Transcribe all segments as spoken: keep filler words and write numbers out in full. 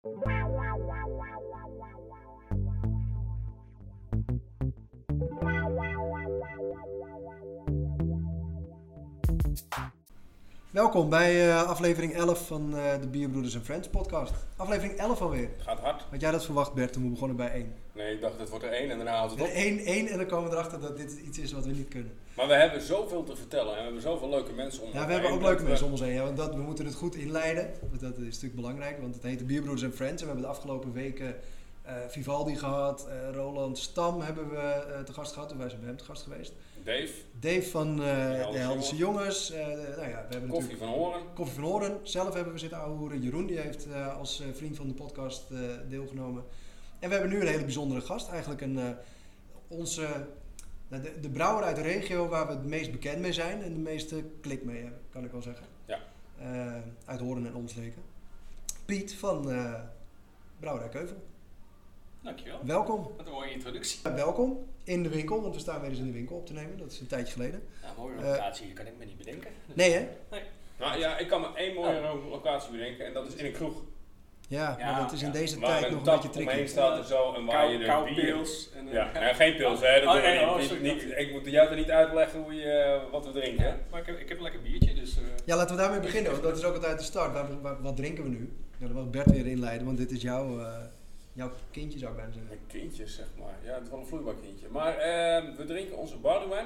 Welkom bij uh, aflevering elf van uh, de Bierbroeders and Friends podcast. Aflevering elf alweer. Gaat hard. Had jij dat verwacht, Bert, toen we begonnen bij één? Nee, ik dacht het wordt er één en daarna houdt het op. één, één en dan komen we erachter dat dit iets is wat we niet kunnen. Maar we hebben zoveel te vertellen en we hebben zoveel leuke mensen om ons heen. Ja, we hebben ook leuke mensen om ons heen. Ja, want dat, we moeten het goed inleiden. Dat is natuurlijk belangrijk, want het heet de Bierbroeders and Friends. En we hebben de afgelopen weken uh, Vivaldi gehad, uh, Roland Stam hebben we uh, te gast gehad. Of wij zijn bij hem te gast geweest. Dave. Dave van uh, de Heldense Jongens. Uh, nou ja, we hebben Koffie van Horen. Koffie van Horen. Zelf hebben we zitten ouwehoeren. Jeroen die heeft uh, als uh, vriend van de podcast uh, deelgenomen. En we hebben nu een hele bijzondere gast. Eigenlijk een, uh, onze, uh, de, de brouwer uit de regio waar we het meest bekend mee zijn. En de meeste klik mee hebben, kan ik wel zeggen. Ja. Uh, uit Horen en omstreken. Piet van uh, Brouwerij Keuvel. Dankjewel. Welkom. Wat een mooie introductie. Uh, welkom in de winkel, want we staan weer eens in de winkel op te nemen. Dat is een tijdje geleden. Nou, mooie locatie, uh, kan ik me niet bedenken. Nee hè? Nee. Nou ja, ik kan me één mooie oh. locatie bedenken en dat is in een kroeg. Ja, ja, maar dat is in ja. deze waar tijd een nog een tap beetje tricky. omheen staat en zo en waar Kou, je kou bier... pils. En, uh, ja, ja, geen pils hè. Dat oh, nee, niet, oh, niet, sorry, niet, ik moet jou er niet uitleggen hoe je, uh, wat we drinken. Ja, maar ik heb, ik heb een lekker biertje, dus... Uh... Ja, laten we daarmee beginnen, want dat is ook altijd de start. Waar, waar, wat drinken we nu? Ja, dan wil Bert weer inleiden, want dit is jouw, uh, jouw kindje zou ik bijna zeggen. Een kindje, zeg maar. Ja, het is wel een vloeibaar kindje. Maar uh, we drinken onze Bardewijn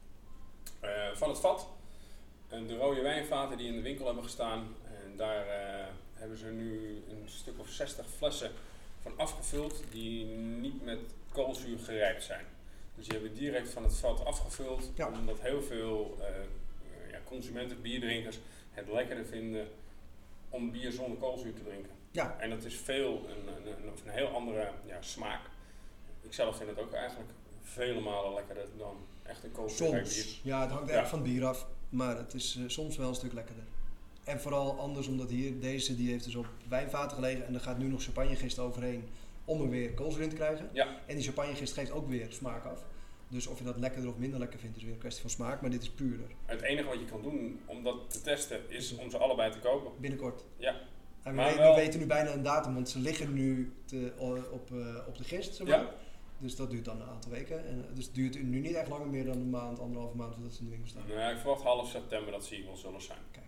uh, van het vat. Uh, de rode wijnvaten die in de winkel hebben gestaan. En daar uh, hebben ze nu een stuk of zestig flessen van afgevuld die niet met koolzuur gerijpt zijn. Dus die hebben direct van het vat afgevuld, ja. Omdat heel veel uh, uh, ja, consumenten, bierdrinkers het lekkerder vinden om bier zonder koolzuur te drinken. Ja. En dat is veel een, een, een, een heel andere ja, smaak. Ik zelf vind het ook eigenlijk vele malen lekkerder dan echt een koolzuurvrij bier. Ja, het hangt ja. erg van het bier af, maar het is uh, soms wel een stuk lekkerder. En vooral anders omdat hier, deze die heeft dus op wijnvaten gelegen en er gaat nu nog champagnegist overheen om er weer koolzuur in te krijgen. Ja. En die champagnegist geeft ook weer smaak af. Dus of je dat lekkerder of minder lekker vindt is weer een kwestie van smaak, maar dit is puurder. Het enige wat je kan doen om dat te testen is om ze allebei te kopen. Binnenkort. Ja. En we, weten, we weten nu bijna een datum, want ze liggen nu te, op, uh, op de gist. Zeg maar. Ja. Dus dat duurt dan een aantal weken. En, dus het duurt nu niet echt langer meer dan een maand, anderhalve maand voordat ze in de winkel staan. Nee, ik verwacht half september dat ze hier wel zullen zijn. Kijk.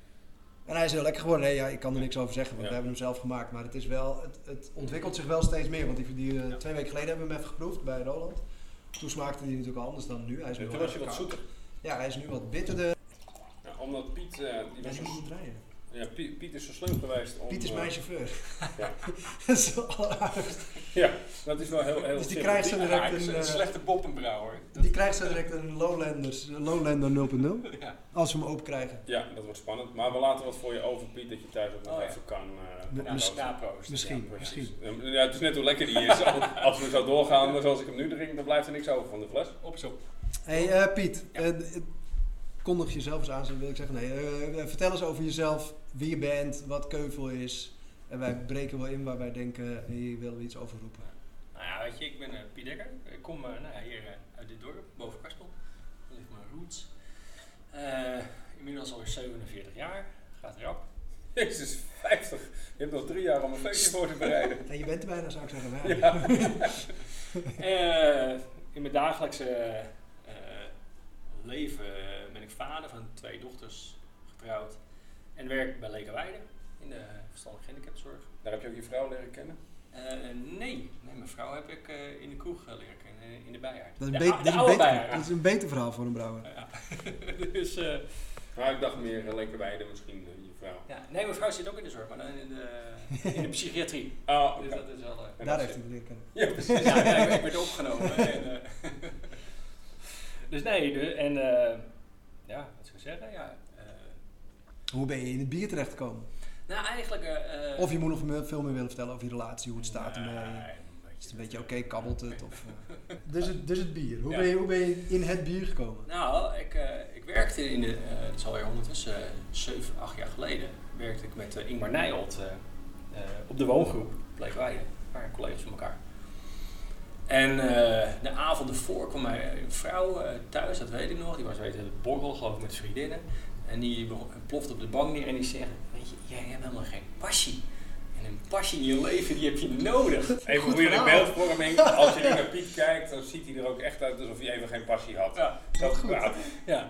En hij is heel lekker geworden. Nee, ja, ik kan er niks over zeggen, want ja. we hebben hem zelf gemaakt. Maar het, is wel, het, het ontwikkelt zich wel steeds meer. Want die, die, uh, ja. twee weken geleden hebben we hem even geproefd bij Roland. Toen smaakte hij natuurlijk al anders dan nu. Hij is ja, toen was je wat zoeter. Ja, hij is nu wat bitterder. Ja, omdat Piet... Uh, die was hij moet rijden. Ja, Piet, Piet is zo slim geweest om... Piet is mijn chauffeur. Ja. Dat is wel alleraardigst. Ja, dat is wel heel, heel dus die krijgt zo direct een... een, een slechte boppenbrouwer. Die krijgt zo direct een Lowlanders, Lowlander nul punt nul. Ja. Als we hem open krijgen. Ja, dat wordt spannend. Maar we laten wat voor je over, Piet, dat je thuis ook nog oh, even ja. kan... Uh, ja, mis- naproosten. Misschien, ja, misschien. Ja, het is net hoe lekker die is. Als we zo doorgaan zoals ik hem nu drink, dan blijft er niks over van de fles. Op is op. Hey uh, Piet, ja. uh, kondig jezelf eens aan, wil ik zeggen. Nee, uh, vertel eens over jezelf, wie je bent, wat Keuvel is. En wij breken wel in waar wij denken, hier willen we iets over roepen. Nou ja, weet je, ik ben uh, Piet Dekker. Ik kom uh, nou ja, hier uh, uit dit dorp, boven Karstel. Daar ligt mijn roots. Uh, inmiddels alweer zevenenveertig jaar, gaat rap. Jezus, vijftig. Je hebt nog drie jaar om een feestje voor te bereiden. En je bent er bijna, zou ik zeggen. Ja. uh, in mijn dagelijkse uh, leven ben ik vader van twee dochters, getrouwd. En werk bij Lekenweide in de verstandelijke gehandicaptenzorg. Daar heb je ook je vrouw leren kennen? Uh, nee. nee, mijn vrouw heb ik uh, in de kroeg uh, leren kennen, in de bijaard. Dat is een, be- de, de oude bijaard. Dat is een beter verhaal voor een brouwer. Ja. dus, uh, maar ik dacht meer uh, Lekenweide misschien, uh, je vrouw. Ja, nee, mijn vrouw zit ook in de zorg, maar dan in de, in de psychiatrie. Oh, okay. Dus dat is wel... Uh, daar heeft hij het leren kennen. Ja, precies. ja, ja, ik, ik werd opgenomen. en, uh, dus nee, de, en uh, ja, wat zou ik zeggen, ja... Uh, Hoe ben je in het bier terechtgekomen? Nou, eigenlijk... Uh, of je moet nog veel meer willen vertellen over je relatie, hoe het staat nee, ermee. Is het een beetje oké, okay, kabbelt het? Of, uh, dus, het dus het bier. Hoe, ja. ben je, hoe ben je in het bier gekomen? Nou, ik, uh, ik werkte in de... Uh, het is alweer ondertussen uh, zeven, acht jaar geleden... werkte ik met uh, Ingmar Nijholt uh, uh, op de woongroep Lekenweide. Een paar collega's van elkaar. En uh, de avond ervoor kwam mijn vrouw uh, thuis, dat weet ik nog. Die was weten de borrel, geloof ik, met vriendinnen. En die plofte op de bank neer en die zegt, weet je, jij hebt helemaal geen passie. En En een passie in je leven, die heb je nodig. Even hoe je de beeldvorming, als je naar Piet kijkt, dan ziet hij er ook echt uit alsof hij even geen passie had. Ja, zo praat. Ja.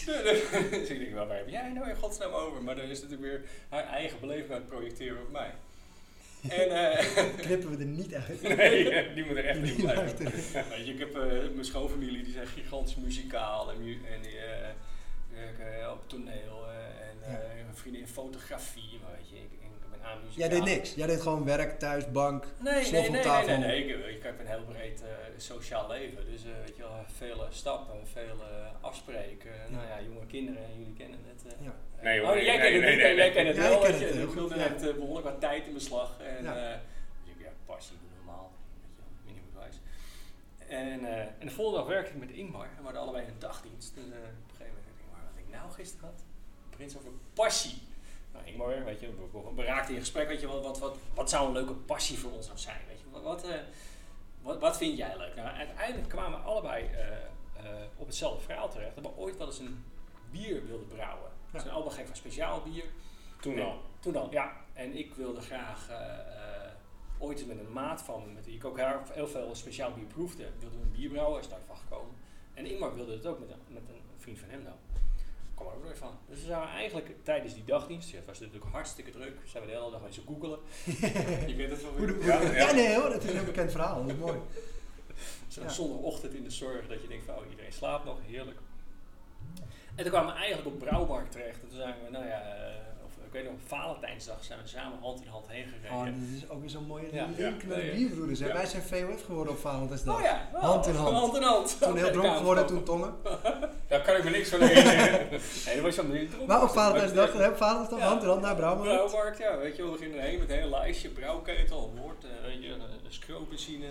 Dus ik denk wel, waar heb jij nou in godsnaam over? Maar dan is natuurlijk weer haar eigen beleving aan het projecteren op mij. En, uh, knippen we er niet uit. Nee, die moet er echt niet blijven. Weet je, ik heb uh, mijn schoonfamilie, die zijn gigantisch muzikaal en, mu- en die uh, werken uh, op toneel uh, en uh, Ja. mijn vriendin in fotografie, maar weet je, ik, ik ben aan muzikaal. Jij deed niks. Jij deed gewoon werk, thuis, bank, Nee, slof nee, op nee, tafel. nee, nee, nee. Ik, ik heb een heel breed uh, sociaal leven. Dus uh, weet je wel, vele stappen, vele afspreken. Uh, nou ja, jonge kinderen, jullie kennen het. Uh, Ja. Nee, hoor, oh, nee, jij nee, kent nee, het nee, niet, nee, jij kent het nee. wel. Jij weet kent je, het ik heel goed, wilde ja. net uh, behoorlijk wat tijd in beslag. En Ja. uh, dus ik, ja, passie, doe normaal. Weet je wel, minimumwijs. En, uh, en de volgende dag werkte ik met Ingmar. En we hadden allebei een dagdienst. Dus uh, op een gegeven moment dacht ik, maar wat heb ik nou gisteren had? Het begint over passie. Nou, Ingmar, weet je, we, we raakten in gesprek, weet je, wat, wat, wat, wat zou een leuke passie voor ons nou zijn, weet je, wat, wat, uh, wat, wat vind jij leuk? Nou, uiteindelijk kwamen we allebei uh, uh, op hetzelfde verhaal terecht, dat we ooit wel eens een bier wilden brouwen. Ja. We zijn allebei gek van speciaal bier. Toen al. Toen al, ja. En ik wilde graag uh, uh, ooit eens met een maat van me, met wie ik ook heel, heel veel speciaal bier proefde, wilden we een bier brouwen, is daarvan gekomen. En Ingmar wilde het ook met een, met een vriend van hem nou. Kom er ook weer van. Dus we zijn eigenlijk tijdens die dagdienst, ja, het was natuurlijk hartstikke druk, zijn we de hele dag eens googelen. Je kent het wel weer. Ja, Ja, ja. ja, nee hoor, dat is een bekend verhaal, dat is mooi. Zo'n Ja. zondagochtend in de zorg dat je denkt van oh, iedereen slaapt nog, heerlijk. En toen kwamen we eigenlijk op Brouwmarkt terecht. En toen zijn we, nou ja, uh, of, ik weet nog, op Valentijnsdag zijn we samen hand in hand heen gereden. Oh, dit is ook weer zo'n mooie Ja. link Ja. met de Ja, ja. bierbroeders. hè. Ja. Wij zijn V O F geworden op Valentijnsdag. Oh ja, oh, Hand in hand. hand in hand. Toen heel dronken geworden, toen tongen. Daar kan ik me niks van herinneren. Nee, dat was zo niet dronken. Maar op Valentijnsdag, Maar- op Valentijnsdag Ja. hand in hand naar Brouwmarkt. Brouwmarkt, ja, weet je wel, we gingen erheen met een heel lijstje, brouwketel, woord, uh, weet je, een, een schroopbenzine.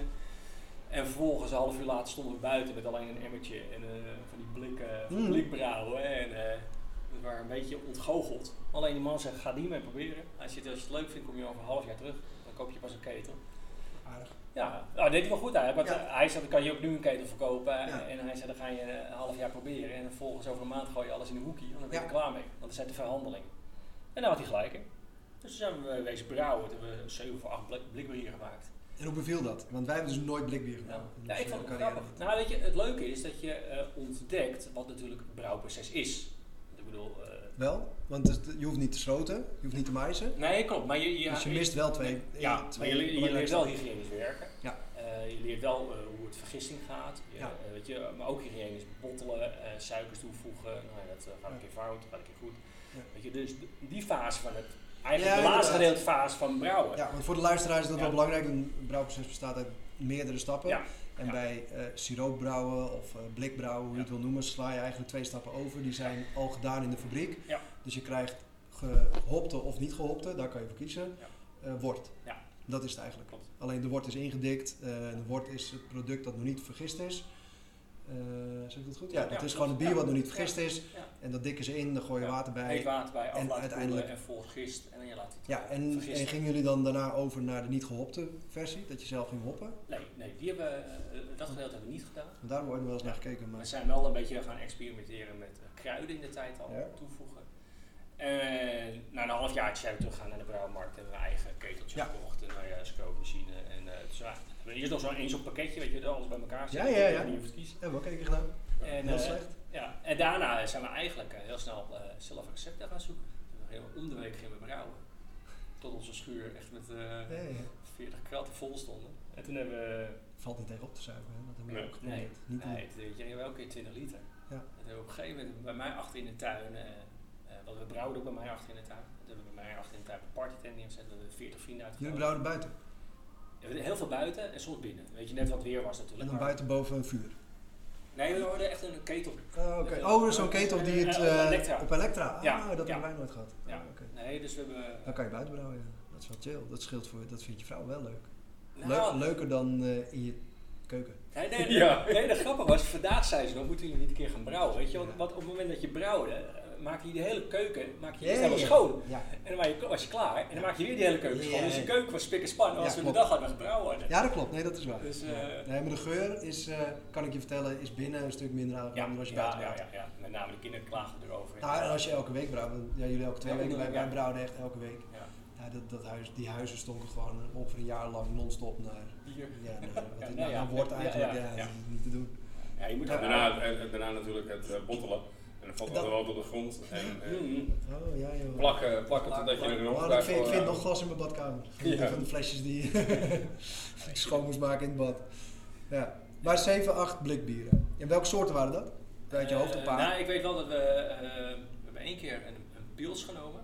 En vervolgens een half uur later stonden we buiten met alleen een emmertje en uh, van die blikken, van Mm. blikbrouwen. En uh, we waren een beetje ontgoocheld. Alleen die man zegt, ga die mee proberen. Hij zegt, als je het leuk vindt, kom je over een half jaar terug. Dan koop je pas een ketel. Aardig. Ja, nou, dat deed hij wel goed eigenlijk. Want Ja. uh, hij zei, dan kan je ook nu een ketel verkopen. Ja. En hij zei, dan ga je uh, een half jaar proberen. En vervolgens over een maand gooi je alles in een hoekje. En dan ben je Ja. er klaar mee. Want er zijn te veel handelingen. En daar had hij gelijk in. Dus toen zijn we wezen brouwen. Toen hebben we zeven of acht blik- blikbieren gemaakt. En hoe beviel dat? Want wij hebben dus nooit blikbier gedaan. Ja. in Ja, ik onze vond het carrière. grappig. Nou, weet je, het leuke is dat je uh, ontdekt wat natuurlijk het brouwproces is. Ik bedoel, uh, Wel, want het is- je hoeft niet te sloten, je hoeft niet te maïzen. nee, klopt. Maar je, je, Dus je mist wel twee. Ja, twee maar je, le- je leert belangrijkste- wel hygiënisch werken. Ja. Uh, je leert wel uh, hoe het vergisting gaat. Je, Ja. uh, weet je, maar ook hygiënisch bottelen, uh, suikers toevoegen. Nou, ja, dat uh, gaat een keer fout, gaat een keer goed. Ja. Weet je, dus d- die fase van het, eigenlijk Ja, de laatste inderdaad. gedeelte fase van brouwen. Ja, want voor de luisteraars is dat Ja. wel belangrijk. Een brouwproces bestaat uit meerdere stappen. Ja. En Ja. bij uh, siroopbrouwen of uh, blikbrouwen, hoe je Ja. het wil noemen, sla je eigenlijk twee stappen over. Die zijn al gedaan in de fabriek. Ja. Dus je krijgt gehopte of niet gehopte, daar kan je voor kiezen, Ja. uh, wort. Ja. Dat is het eigenlijk. Klopt. Alleen de wort is ingedikt. Uh, de wort is het product dat nog niet vergist is. Uh, zeg ik dat goed? Ja, Ja, dat is ja, gewoon een bier ja. wat nog niet vergist is. Ja. En dat dikken ze in, dan gooi je Ja. water bij. Heet water bij, af En laten uiteindelijk- koelen en vol gist. En dan je laat het Ja, uh, en, vergisten. en gingen jullie dan daarna over naar de niet gehopte versie, dat je zelf ging hoppen? Nee, nee, die hebben, uh, dat gedeelte hebben we niet gedaan. Want daar wordt wel eens Ja. naar gekeken. We Maar zijn wel een beetje gaan experimenteren met uh, kruiden in de tijd al Ja. toevoegen. En na een half jaar zijn we teruggegaan naar de brouwmarkt en hebben we eigen keteltjes Ja. gekocht. En nou ja, schroopmachine. En uh, dus, ja, we hebben eerst nog zo'n één zo'n pakketje, weet je, dat alles bij elkaar zit. Ja, ja, ja. Dat je niet hoeft te kiezen. hebben we ook een keer gedaan. En, Heel uh, slecht. ja, en daarna zijn we eigenlijk uh, heel snel uh, zelf recepten gaan zoeken. Dus heel om de week gingen we brouwen. Tot onze schuur echt met uh, Ja, ja, ja. veertig kratten vol stonden. En toen hebben we... Valt niet tegen op te zuiveren, hè? Dat hebben we Nee. ook Nee, geprobeerd. Niet doen. nee, het- weet je, hebben we elke keer twintig liter. Ja. En toen hebben we op een gegeven moment bij mij achter in de tuin, uh, uh, want we brouwden ook bij mij achter in de tuin. Toen hebben we bij mij achter in de tuin een partytent neergezet, we hebben veertig vrienden Jullie uitgenodigd. brouwden buiten. Ja, we- Heel veel buiten en soms binnen. Weet je, net wat weer was En natuurlijk. dan maar- buiten boven een vuur. Nee, we hadden echt een ketel. Oh, oké. Oh, zo'n ketel die het... Eh, op eh, Elektra. op Elektra. Ah, Ja, dat ja. hebben wij nooit gehad. Ja. Ah, oké. Nee, dus we hebben... Dan kan je buiten brouwen, ja. Dat is wel chill. Dat scheelt voor je. Dat vindt je vrouw wel leuk. Nou, Leu- leuker dan eh, in je keuken. Nee, nee, nee, Ja. nee, de grappige was, vandaag zei ze, dan moeten jullie niet een keer gaan brouwen. Weet je, want Ja. wat, op het moment dat je brouwde, uh, maak je de hele keuken maak je Ja, eerst helemaal ja. schoon. Ja. En dan was je, was je klaar en dan maak je weer die hele keuken Ja, schoon. Dus ja. de keuken was spik en span als Ja, we klopt. de dag hadden gebrouwen hadden. Ja, dat klopt. Nee, dat is waar. Dus, Ja. eh, Nee, maar de geur is, eh, kan ik je vertellen, is binnen een stuk minder aangenaam dan als je ja, buiten ja, brouwt. ja, ja, met name de kinderen klagen erover. Nou, en als je elke week brouwt, want ja, jullie elke twee Ja, weken, wij, ja. wij brouwen echt elke week. Ja. Ja, Ja, dat, dat huis, die huizen stonken gewoon ongeveer een jaar lang non-stop naar... Bier. Ja, nee, wat Ja, dit nou nou ja, wordt ja, eigenlijk, ja, ja, ja. dat is niet te doen. Ja, je moet En ook- daarna, en, daarna natuurlijk het uh, bottelen. En dan valt het Dat- wel op de grond. En uh, Mm. Oh, ja joh. plakken, plakken totdat je er nog Oh, bij ik vind, ik vind nog glas in mijn badkamer. Van, Ja. van de flesjes die die ik schoon moest maken in het bad. Ja. Maar zeven, acht blikbieren. En welke soorten waren dat? Uit je hoofd een Eh, paar? nou, ik weet wel dat we, uh, we hebben één keer een, een pils genomen.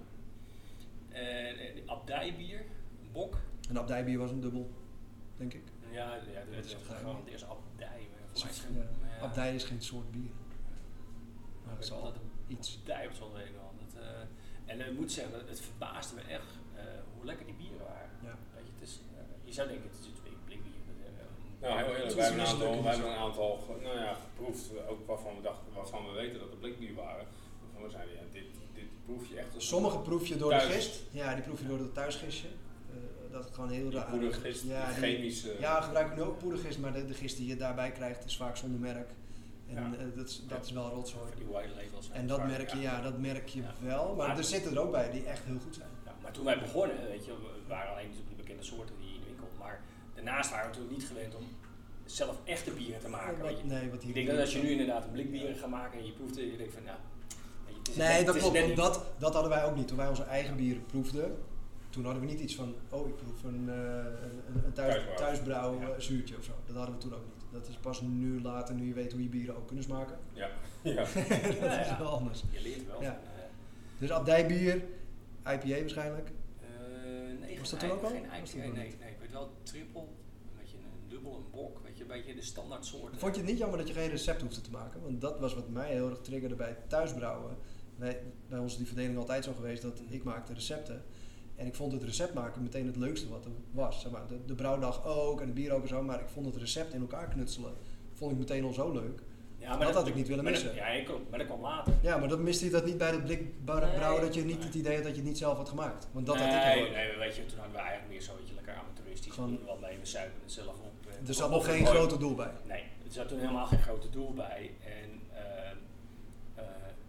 En uh, abdijbier, een bok. Een abdijbier was een dubbel, denk ik. Ja, ja Het dat is is abdij. gewoon het eerste abdij. maar volgens mij is het Ja. geen- ja. Abdij is geen soort bier. Maar Ik dat is weet wel al dat het iets. abdij op zo'n weet ik wel. Dat, uh, en ik moet zeggen, het verbaasde me echt uh, hoe lekker die bieren waren. Ja. Weet je, het is, uh, je zou denken, het is een blikbier. Nou, heel eerlijk, Het wij is hebben een misselijk, aantal, wij hebben dus. een aantal ge- nou ja, geproefd, eh, ook waarvan we dachten, waarvan we weten dat het blikbier waren. Waarvan we zeiden, ja, dit, dit proef je echt als Sommige proef je door Thuis. de gist. Ja, die proef je door het thuisgistje. Uh, dat het gewoon heel die raar poedergist, Ja, die die- chemische. Ja, gebruiken we nu ook poedergist, maar de, de gist die je daarbij krijgt is vaak zonder merk. En Ja. uh, dat, is, dat is wel rotzooi. Voor die white labels. En dat merk je, ja, dat merk je Ja. wel. Maar Maar- er zitten er ook bij die echt heel goed zijn. Ja, maar toen wij begonnen, weet je, we waren alleen natuurlijk de bekende soorten die in de winkel. Maar daarnaast waren we toen niet gewend om zelf echte bieren te maken. Wat- Weet je. nee, wat hier Ik denk dat als je nu inderdaad een blikbieren gaat maken en je proeft het, je denkt van nou, weet je, het is Nee, net- dat het is klopt. net Want niet. dat, dat hadden wij ook niet. Toen wij onze eigen bieren proefden, toen hadden we niet iets van, oh ik proef een, uh, een, een thuis, Thuisbrouw. thuisbrouw Ja. uh, zuurtje of zo. Dat hadden we toen ook niet. Dat is pas nu later, nu je weet hoe je bieren ook kunnen smaken. Ja, ja. dat Ja, is ja. wel anders. Je leert wel Ja. van. Uh, Dus abdijbier, I P A waarschijnlijk. uh, nee, Was geen dat toen ook al? Geen Was dat I P A, toen nee, niet? nee. Ik weet wel triple, een beetje een dubbel, een bok, weet je, een beetje de standaard soorten. Vond je het niet jammer dat je geen recept hoefde te maken? Want dat was wat mij heel erg triggerde bij thuisbrouwen. Wij, bij ons is die verdeling altijd zo geweest dat ik maakte recepten. En ik vond het recept maken meteen het leukste wat er was. Zeg maar, de, de brouwdag ook en de bier ook en zo. Maar ik vond het recept in elkaar knutselen, vond ik meteen al zo leuk. Ja, Dat had ik niet willen maar missen. Dat, ja, ik ook, maar dat kwam later. Ja, maar dan miste je dat niet bij het blik brouwen, Nee, dat je niet nee. het idee had dat je het niet zelf had gemaakt. Want dat nee, had ik heel erg. nee, weet je, toen hadden we eigenlijk meer zo, weet je, lekker amateuristisch. Gewoon- We doen er wat mee, we zuipen het zelf op. en- Er zat of nog geen gewoon- grote doel bij. Nee, er zat toen helemaal geen grote doel bij. En uh, uh, uh,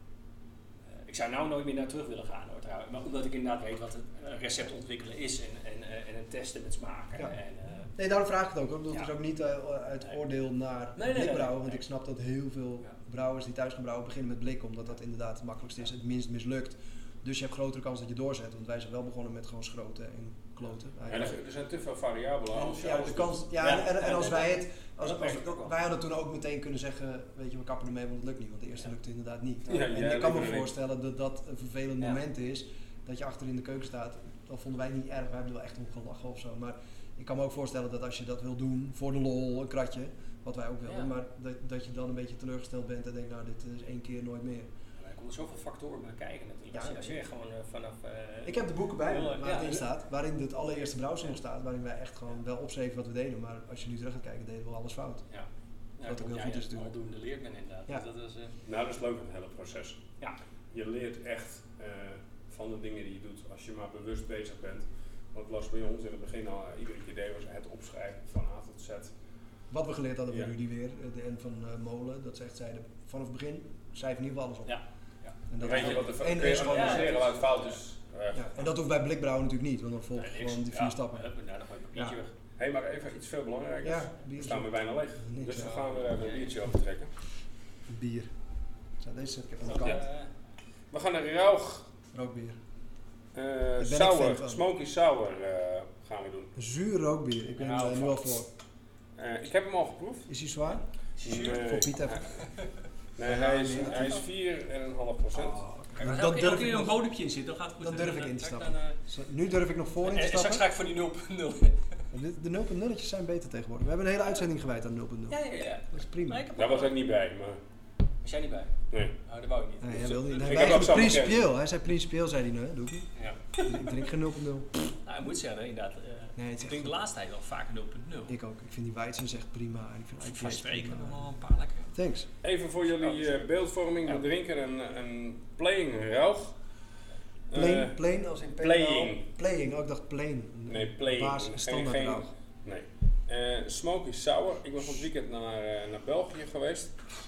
ik zou nou nooit meer naar terug willen gaan hoor, trouwens. Maar omdat ik inderdaad weet wat een recept ontwikkelen is en, en, uh, en het testen met smaken. Ja. En, uh, Nee, daarom vraag ik het ook. hoor. Ik bedoel, Ja. Het is ook niet uh, uit Nee. oordeel naar Nee, nee, nee, blikbrouwen. nee. Want ik snap dat heel veel Ja. brouwers die thuis gaan brouwen beginnen met blik. Omdat dat inderdaad het makkelijkste is, het minst mislukt. Dus je hebt grotere kans dat je doorzet. Want wij zijn wel begonnen met gewoon schroten en kloten. Ja, eigenlijk. er, er zijn te veel variabelen. Als je Ja, alles de doet. kans, ja, Ja, en, en, en ja, als dat- wij het, als, dat als- merk ik ook wel. wij hadden toen ook meteen kunnen zeggen, weet je, we kappen ermee, want het lukt niet, want de eerste Ja. lukte inderdaad niet. Ja, en ja, ik kan me liever voorstellen dat dat een vervelend Ja. moment is, dat je achter in de keuken staat. Dat vonden wij niet erg, wij hebben er wel echt om gelachen of zo, maar ik kan me ook voorstellen dat als je dat wil doen, voor de lol, een kratje, wat wij ook wilden, Ja. maar dat, dat je dan een beetje teleurgesteld bent en denkt, nou dit is één keer nooit meer. Maar er komen zoveel factoren bij kijken natuurlijk. Ja, als, je, als je echt gewoon uh, vanaf... Uh, Ik heb de boeken bij me, Heel, waar ja, het in ja. staat, waarin het allereerste brouwsel staat, waarin wij echt gewoon wel opschreven wat we deden, maar als je nu terug gaat kijken, deden we alles fout. Ja. Ja, Wat ook heel ja, goed ja, is natuurlijk. Aldoende leert men inderdaad. Ja. Dus dat is, uh, Nou, dat is leuk, het hele proces. Ja. Je leert echt uh, van de dingen die je doet als je maar bewust bezig bent. Want het was bij ons in het begin al, uh, iedere idee was het opschrijven van A tot Z. Wat we geleerd hadden van Ja. Rudy weer, eh, de en van uh, Molen, dat zegt zij, de, vanaf het begin schrijf in ieder geval alles op. ja. Ja. En dat, Weet is je ook- wat de en, kun je is gewoon, ja, analyseren ja. uit foutjes. Uh, ja, en dat hoeft bij blikbrouwen natuurlijk niet, want dan volg je Nee, niks. gewoon die vier Ja, stappen. hup, en daar nog een papiertje Ja. weg. Hé, hey, maar even iets veel belangrijkers. Ja, bier We is staan ook- weer bijna leeg. Niks, Dus we ja. gaan weer even een biertje overtrekken. bier. Zo, deze zet ik even aan de Ja. kant. Uh, We gaan naar Rauch. Rookbier. Uh, ben ik sour, fan van. smoky sour uh, gaan we doen. Zuur rookbier, ik ben Nou, er uh, nu al van- voor. Uh, ik heb hem al geproefd. Is hij zwaar? Nee, Voor Piet even. nee hij is, hij is vier komma vijf procent. Oh, Kijk, als dat elke, durf elke ik keer een nog, bodempje in zit, dan gaat het goed. dan durf ik Dan- in te dan- stappen. dan, uh, Zo, nu durf ik nog voor in te en, en straks stappen. ga ik voor die nul punt nul. De, de nul punt nul'tjes zijn beter tegenwoordig. We hebben een hele uitzending gewijd aan nul punt nul. Ja, ja, ja. Dat is prima. Maar ik heb Daar ook- was ik niet bij, maar Was jij niet bij? nee. Oh, dat wou ik niet. Nee, hij Dus, wil niet. ik Nee, heb wij ook hebben zo principieel. Hij zei principieel, zei hij nu, hè? Doe ik niet. Ja. Ik drink geen nul punt nul. Nou, ik moet zeggen, inderdaad. Uh, Nee, het is ik echt drink de goed. laatste tijd wel vaker nul punt nul. Ik ook. Ik vind die Weizens echt prima. En ik vind I P A's Van spreken prima. nog wel een paar lekker. Thanks. Even voor jullie uh, beeldvorming. Ja. We drinken een, een Playing Rauch. Plain, Uh, plain als in playing. Playing. Oh, ik dacht plain. Nee, Playing. Baas, Geen- standaard geen- rauw. Nee. Uh, smoky sour. Ik ben van het weekend naar, uh, naar België geweest.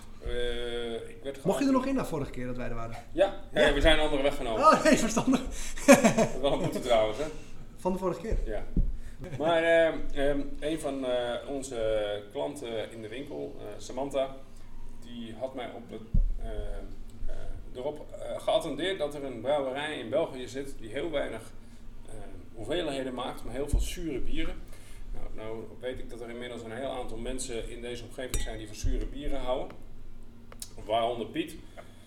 Uh, ik werd Mocht je er nog in na vorige keer dat wij er waren? Ja, ja, Ja. we zijn een andere weg genomen. Oh nee, verstandig. Wel een boete trouwens, hè? Van de vorige keer. Ja. Maar uh, um, een van uh, onze klanten in de winkel, uh, Samantha, die had mij op het, uh, uh, erop uh, geattendeerd dat er een brouwerij in België zit die heel weinig uh, hoeveelheden maakt, maar heel veel zure bieren. Nou, nou weet ik dat er inmiddels een heel aantal mensen in deze omgeving zijn die van zure bieren houden. Waaronder Piet.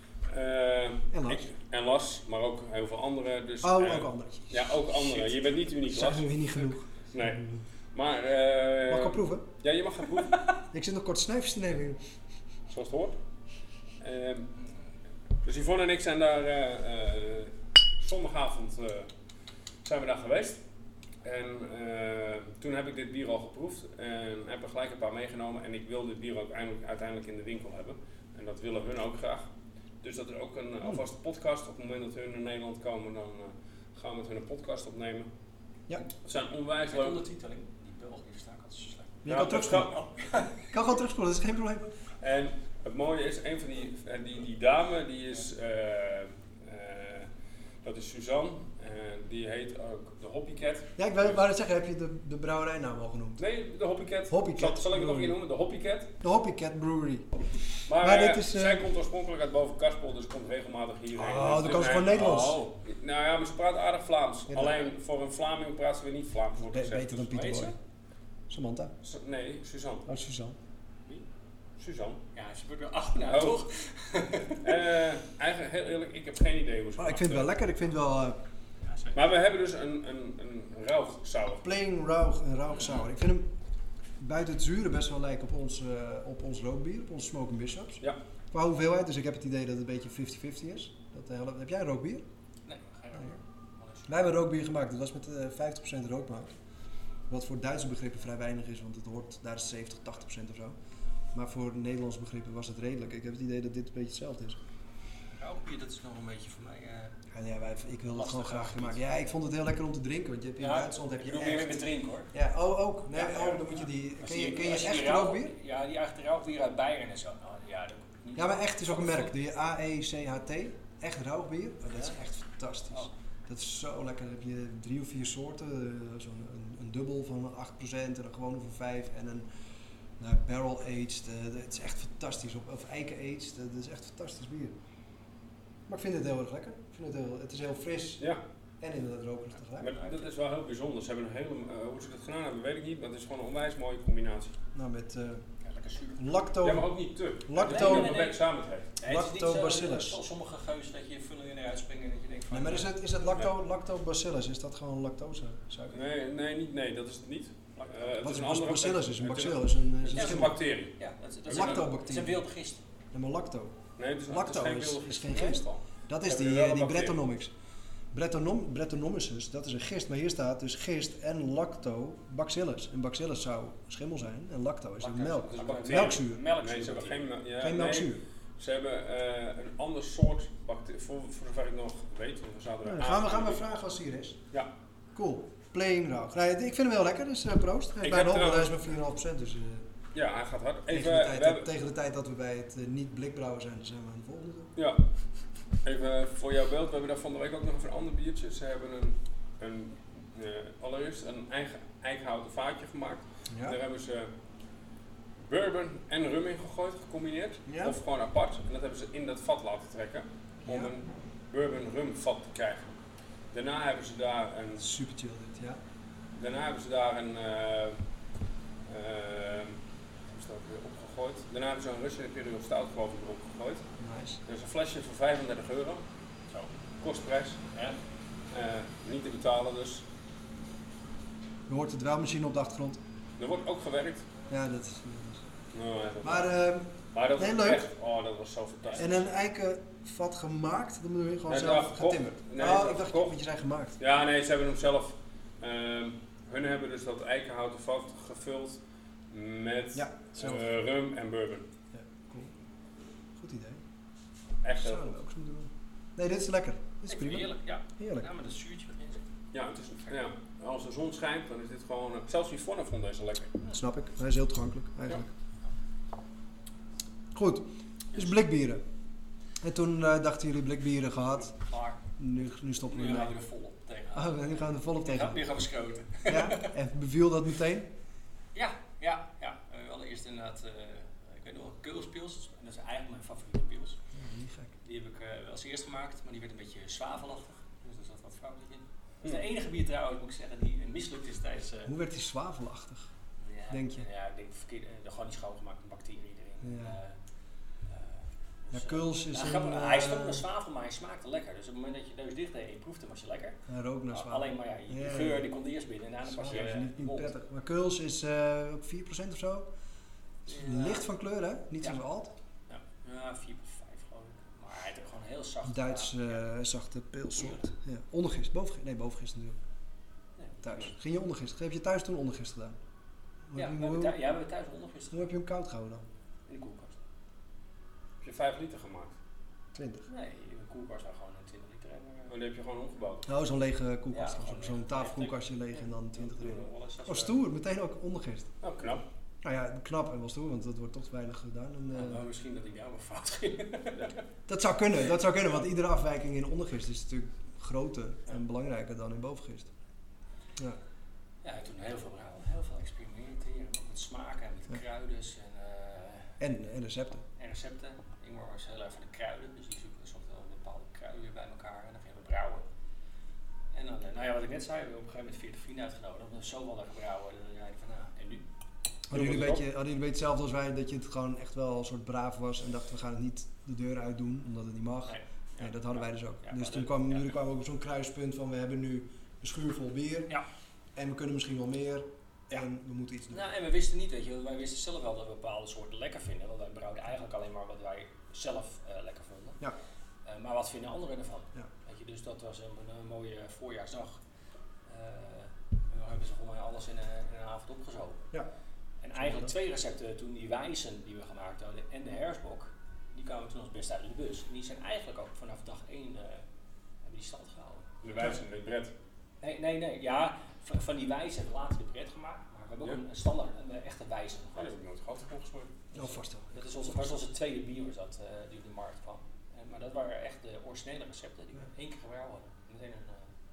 Uh, en Las. Ik, en Las, maar ook heel veel anderen. Dus, oh, uh, ook anderen. Ja, ook anderen. Je bent niet uniek, Las. Zijn we niet genoeg. Nee. Maar, uh, mag ik al proeven? Ja, je mag gaan proeven. Ik zit nog kort snuifjes te nemen. Zoals het hoort. Uh, dus Yvonne en ik zijn daar uh, uh, zondagavond uh, zijn we daar geweest. En uh, toen heb ik dit bier al geproefd en heb er gelijk een paar meegenomen. En ik wil dit bier ook uiteindelijk in de winkel hebben. En dat willen hun ook graag. Dus dat is ook een alvast podcast. Op het moment dat hun in Nederland komen, dan uh, gaan we met hun een podcast opnemen. Ja. Het zijn onwijs leuk. leuk. Ondertiteling. Die België versta ik altijd zo slecht. Je kan terugspoelen. Ik kan gewoon terugspoelen, dat is geen probleem. En het mooie is, een van die, die, die dame, die is, uh, uh, dat is Suzanne. En die heet ook de Hoppycat. Ja, ik wou wou zeggen, heb je de, de brouwerijnaam al genoemd? Nee, de Hoppycat. Hoppycat. Zal, zal ik het nog een noemen? De Hoppycat. De Hoppycat Brewery. Maar, maar uh, dit is, uh, zij komt oorspronkelijk uit Boven-Kaspel, dus komt regelmatig hierheen. Oh, dan kan ze gewoon Nederlands. Oh. Nou ja, maar ze praat aardig Vlaams. Ja, Alleen voor een Vlaming praat ze weer niet Vlaams. Wordt Be gezegd. beter dan Dus Pieter weet Boy. ze? Samantha. Su nee, Suzanne. Oh, Suzanne. Wie? Suzanne. Ja, ze wordt er achterna, oh. toch? uh, eigenlijk, heel eerlijk, ik heb geen idee hoe ze Oh, ik vind het wel lekker, ik vind het wel... Uh, Maar we hebben dus een, een, een rauwsauer. Plain rauw en rauwsauer. Ik vind hem buiten het zure best wel lijken op ons, uh, op ons rookbier, op ons Smoking Bishops. Ja. Qua hoeveelheid, dus ik heb het idee dat het een beetje vijftig vijftig is. Dat, uh, heb jij een rookbier? Nee, geen rookbier. Wij hebben een rookbier gemaakt, dat was met uh, vijftig procent rookmout. Wat voor Duitse begrippen vrij weinig is, want het hoort daar is zeventig, tachtig procent of zo. Maar voor Nederlandse begrippen was het redelijk. Ik heb het idee dat dit een beetje hetzelfde is. Rookbier, dat is nog een beetje voor mij... Uh, Ja, ja, wij, ik wil het gewoon graag maken. Ja, ik vond het heel lekker om te drinken, want je hebt in ja, Duitsland heb je echt... echt... Ik met drinken hoor. Ja, oh ook. Nee, ja, oh, dan moet je die... Ken je, ken je als echt die rauw- rookbier? Ja, die echte rookbier uit Beieren en zo. Nou, ja, dat niet. Ja, maar echt is ook een merk. De A E C H T. Echt rookbier. Oh, dat is echt fantastisch. Oh. Dat is zo lekker. Dan heb je drie of vier soorten. Uh, Zo'n een, een dubbel van acht procent en een gewone van vijf en een nou, barrel aged. Uh, het is echt fantastisch. Of, of eiken aged. Uh, dat is echt fantastisch bier. Maar ik vind het heel erg lekker. Ik vind het, heel, het is heel fris. Ja. En inderdaad rokerig tegelijk. Maar dat is wel heel bijzonder. Ze hebben een hele, uh, hoe ze dat gedaan hebben, weet ik niet. Maar het is gewoon een onwijs mooie combinatie. Nou, met uh, ja, lekker zuur. lacto... Ja, maar ook niet te. Lacto... Nee, nee, nee, nee. Samen het heeft. Nee, het is niet zo, Lactobacillus. zoals sommige geuzen dat je vullen in eruit springen en dat je denkt van... Nee, maar is het, is het lacto, lactobacillus? Is dat gewoon lactose suiker? Nee, nee, niet, nee, dat is het niet. Uh, het Wat is is een een andere bacillus? Is een het is- bacillus? Een, is Het een is een schimmel. bacterie. Ja, dat, is- dat is Lactobacterie. een, het is een wild gist. Ja, maar lacto. Nee, het is een, Lacto het is geen is- wilde is gist. geen gist. Dat is Hebben die, we wel eh, een die bacterie. Brettanomyces. Brettanom, Brettanomyces, dat is een gist, maar hier staat dus gist en lactobacillus. En bacillus zou schimmel zijn en lacto is Lactose. melk. Het is een bacterie. Melkzuur. Melkzuur. Nee, ze hebben geen, mel- ja, Geen nee, melkzuur. Ze hebben uh, een ander soort bacterie, voor, voor zover ik nog weet. Want we zouden Nou, er dan gaan we, gaan we aan- vragen als hij er is. Ja. Cool. Plain rauw. Nee, ik vind hem heel lekker, dus uh, proost. Hij is Ik bijna heb op, want hij is trouwens- met vier komma vijf procent. Dus uh, Ja, hij gaat hard. Even, tegen, de tijd, we hebben, tegen de tijd dat we bij het uh, niet blikbrouwen zijn, dan zijn we aan de volgende toe. ja, even voor jouw beeld. We hebben daar van de week ook nog even een ander biertje. Ze hebben een, een uh, allereerst een eigen eikenhouten vaatje gemaakt. Ja. Daar hebben ze bourbon en rum in gegooid, gecombineerd. Ja. Of gewoon apart. En dat hebben ze in dat vat laten trekken. Om Ja. een bourbon rum vat te krijgen. Daarna hebben ze daar een, Super chill dit, ja. daarna hebben ze daar een, uh, uh, hoe is dat weer opgegooid? Daarna hebben ze een Russian Imperial Stout geloof ik erop gegooid. Nice. Dat is een flesje voor vijfendertig euro. Zo. Kostprijs. Ja. Uh, niet te betalen dus. Je hoort de dweilmachine op de achtergrond. Er wordt ook gewerkt. Ja, dat is... Nou, ja, dat- Maar, uh, maar dat nee, was leuk. echt, oh dat was zo fantastisch. en een eikenvat gemaakt, dan bedoel je gewoon Nee, zelf ja, gekocht. getimmerd. Nee, oh, zelf ik dacht gekocht. dat je zei gemaakt. Ja, nee, ze hebben hem zelf. Uh, hun hebben dus dat eikenhouten vat gevuld met Ja, zelf. uh, rum en bourbon. Ja, cool. Goed idee. Echt heel Zouden we goed. ook zo moeten doen. Nee, dit is lekker. Dit is Ik vind prima. het heerlijk, ja. Heerlijk. Ja, met dat zuurtje erin zit. Ja, het is, ja, als de zon schijnt, dan is dit gewoon. Uh, zelfs Yvonne vond deze lekker. Dat snap ik. Hij is heel toegankelijk eigenlijk. Goed. Dus blikbieren. En toen uh, dachten jullie blikbieren gehad. Klaar. Nu, nu stoppen we Nu ermee. gaan we er volop tegenaan. Oh, nu gaan we er volop tegen. Nu gaan we schroten. Ja, en beviel dat meteen? Ja, ja, ja. Uh, allereerst inderdaad, uh, ik weet nog wel, Keulspils. Dat is eigenlijk mijn favoriete pils. Ja, niet gek. Die heb ik uh, wel als eerst gemaakt, maar die werd een beetje zwavelachtig. Dus daar zat wat foutjes in. Dat is de enige bier trouwens, moet ik zeggen, die mislukt is tijdens... Uh, Hoe werd die zwavelachtig? Ja, denk je? Ja, ik denk verkeerd, uh, gewoon niet schoongemaakt, een bacterie erin. Ja. Uh, Ja, Kuls is nou, een... uh, hij stond met zwavel, maar hij smaakte lekker. Dus op het moment dat je neus dicht deed en je proefde hem, was je lekker. Hij rookt naar zwavel. Alleen maar ja, je Ja, geur die komt eerst binnen en daarna pas je is niet, niet mond. prettig. Maar Kuls is uh, ook vier procent of zo. Is Ja. licht van kleur, hè? Niet Ja. zoals alt. Ja, ja vier komma vijf geloof ik. Maar hij heeft ook gewoon heel zacht. Duits uh, zachte pilsoort. Ja. Ondergist, bovengist. Nee, bovengist natuurlijk. Nee, Thuis. Ging je ondergist? Heb je thuis toen ondergist gedaan? Hoe, Ja, we hoe, hebben, hoe, thuis, ja, we hebben thuis ondergist hoe heb je hem koud gehouden dan? in de koelkast. Heb je vijf liter gemaakt? twintig. Nee, in de koelkast waar gewoon een twintig liter hebben. Oh, die heb je gewoon omgebouwd. Nou, zo'n lege koelkast. Ja, Zo- gewoon zo'n leeg. tafelkoelkastje leeg en dan twintig erin. Oh, Oh, stoer. Meteen ook ondergist. Nou, knap. Nou ja, knap en wel stoer, want dat wordt toch weinig gedaan. En, uh, Ja, nou, misschien dat ik jou een fout ging. dat zou kunnen, dat zou kunnen, want iedere afwijking in ondergist is natuurlijk groter en belangrijker dan in bovengist. Ja. Ja, toen heel veel brouwen, heel veel experimenteren, ook met smaken en met Ja. kruiden en, uh, En, en recepten. en recepten. Ingmar was heel erg van de kruiden, dus die zoekte zocht wel bepaalde kruiden weer bij elkaar en dan gingen we brouwen. En dan, uh, nou ja, wat ik net zei, we hebben op een gegeven moment veertig vrienden uitgenodigd, omdat we zo wel lekker brouwen. Dan zei hij van, nou, en nu? Hadden jullie, een beetje, hadden jullie een beetje hetzelfde als wij, dat je het gewoon echt wel een soort braaf was en dacht we gaan het niet de deur uit doen, omdat het niet mag? Nee, Nee, ja, dat hadden wij dus ook. ja, dus maar toen dat- kwamen ja. jullie kwamen ook op zo'n kruispunt van we hebben nu een schuur vol bier Ja. en we kunnen misschien wel meer Ja. en we moeten iets doen. Nou, en we wisten niet, weet je, want wij wisten zelf wel dat we bepaalde soorten lekker vinden, want wij brouwden eigenlijk alleen maar wat wij zelf uh, lekker vonden. Ja. Uh, maar wat vinden anderen ervan? Ja. Weet je, dus dat was een, een mooie voorjaarsdag. Uh, en dan hebben ze gewoon alles in een, in een avond opgezogen. Ja. En eigenlijk twee recepten toen, die wijzen die we gemaakt hadden en de hersbok, die kwamen toen als best uit de bus. En die zijn eigenlijk ook vanaf dag één uh, hebben die stand gehouden. De wijze met Brett. Nee, nee, nee. Ja, van, van die wijzen hebben we later de bret gemaakt. Maar we hebben ook Ja. een standaard, een echte wijze Oh, dat gehad. heb ik nooit gehad volgens mij. Oh, vast wel. Dat is onze, was onze tweede bier was dat, uh, die op de markt kwam. Uh, maar dat waren echt de originele recepten die we Ja. één keer gebrouwen hadden. Meteen een,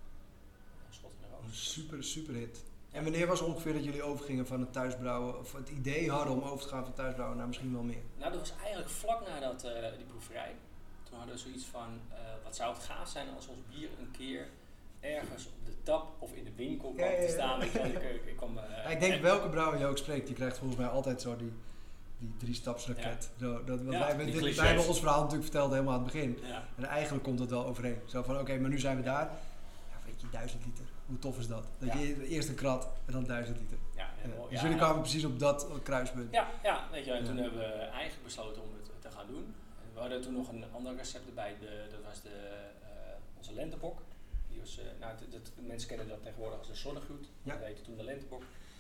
uh, een schot in de roos. Een super, super hit. En wanneer was ongeveer dat jullie overgingen van het thuisbrouwen, of het idee hadden om over te gaan van thuisbrouwen naar misschien wel meer? Nou, dat was eigenlijk vlak nadat uh, die proeverij. Toen hadden we zoiets van, uh, wat zou het gaaf zijn als ons bier een keer ergens op de tap of in de winkel kwam Ja, ja, ja. te staan. Ik, ik, ik, ik, kwam, uh, Ja, ik denk en- welke brouwer je ook spreekt, die krijgt volgens mij altijd zo die, die drie-stapsraket. Zo, dat, want Ja, wij, hebben die dit, clichés. wij hebben ons verhaal natuurlijk verteld helemaal aan het begin. Ja. En eigenlijk komt het wel overeen. Zo van, oké, maar nu zijn we daar. Ja, weet je, duizend liter. Hoe tof is dat? Dat Ja. je eerst een krat en dan duizend liter. Ja, Ja. helemaal, Dus ja, jullie kwamen precies op dat kruispunt. Ja, ja, weet je, en Ja. toen hebben we eigenlijk besloten om het te gaan doen. En we hadden toen nog een ander recept erbij, de, dat was de, uh, onze lentebok. Die was, uh, nou, de, de, de mensen kennen dat tegenwoordig als de zonnegroet, Ja. we weten toen de lentebok.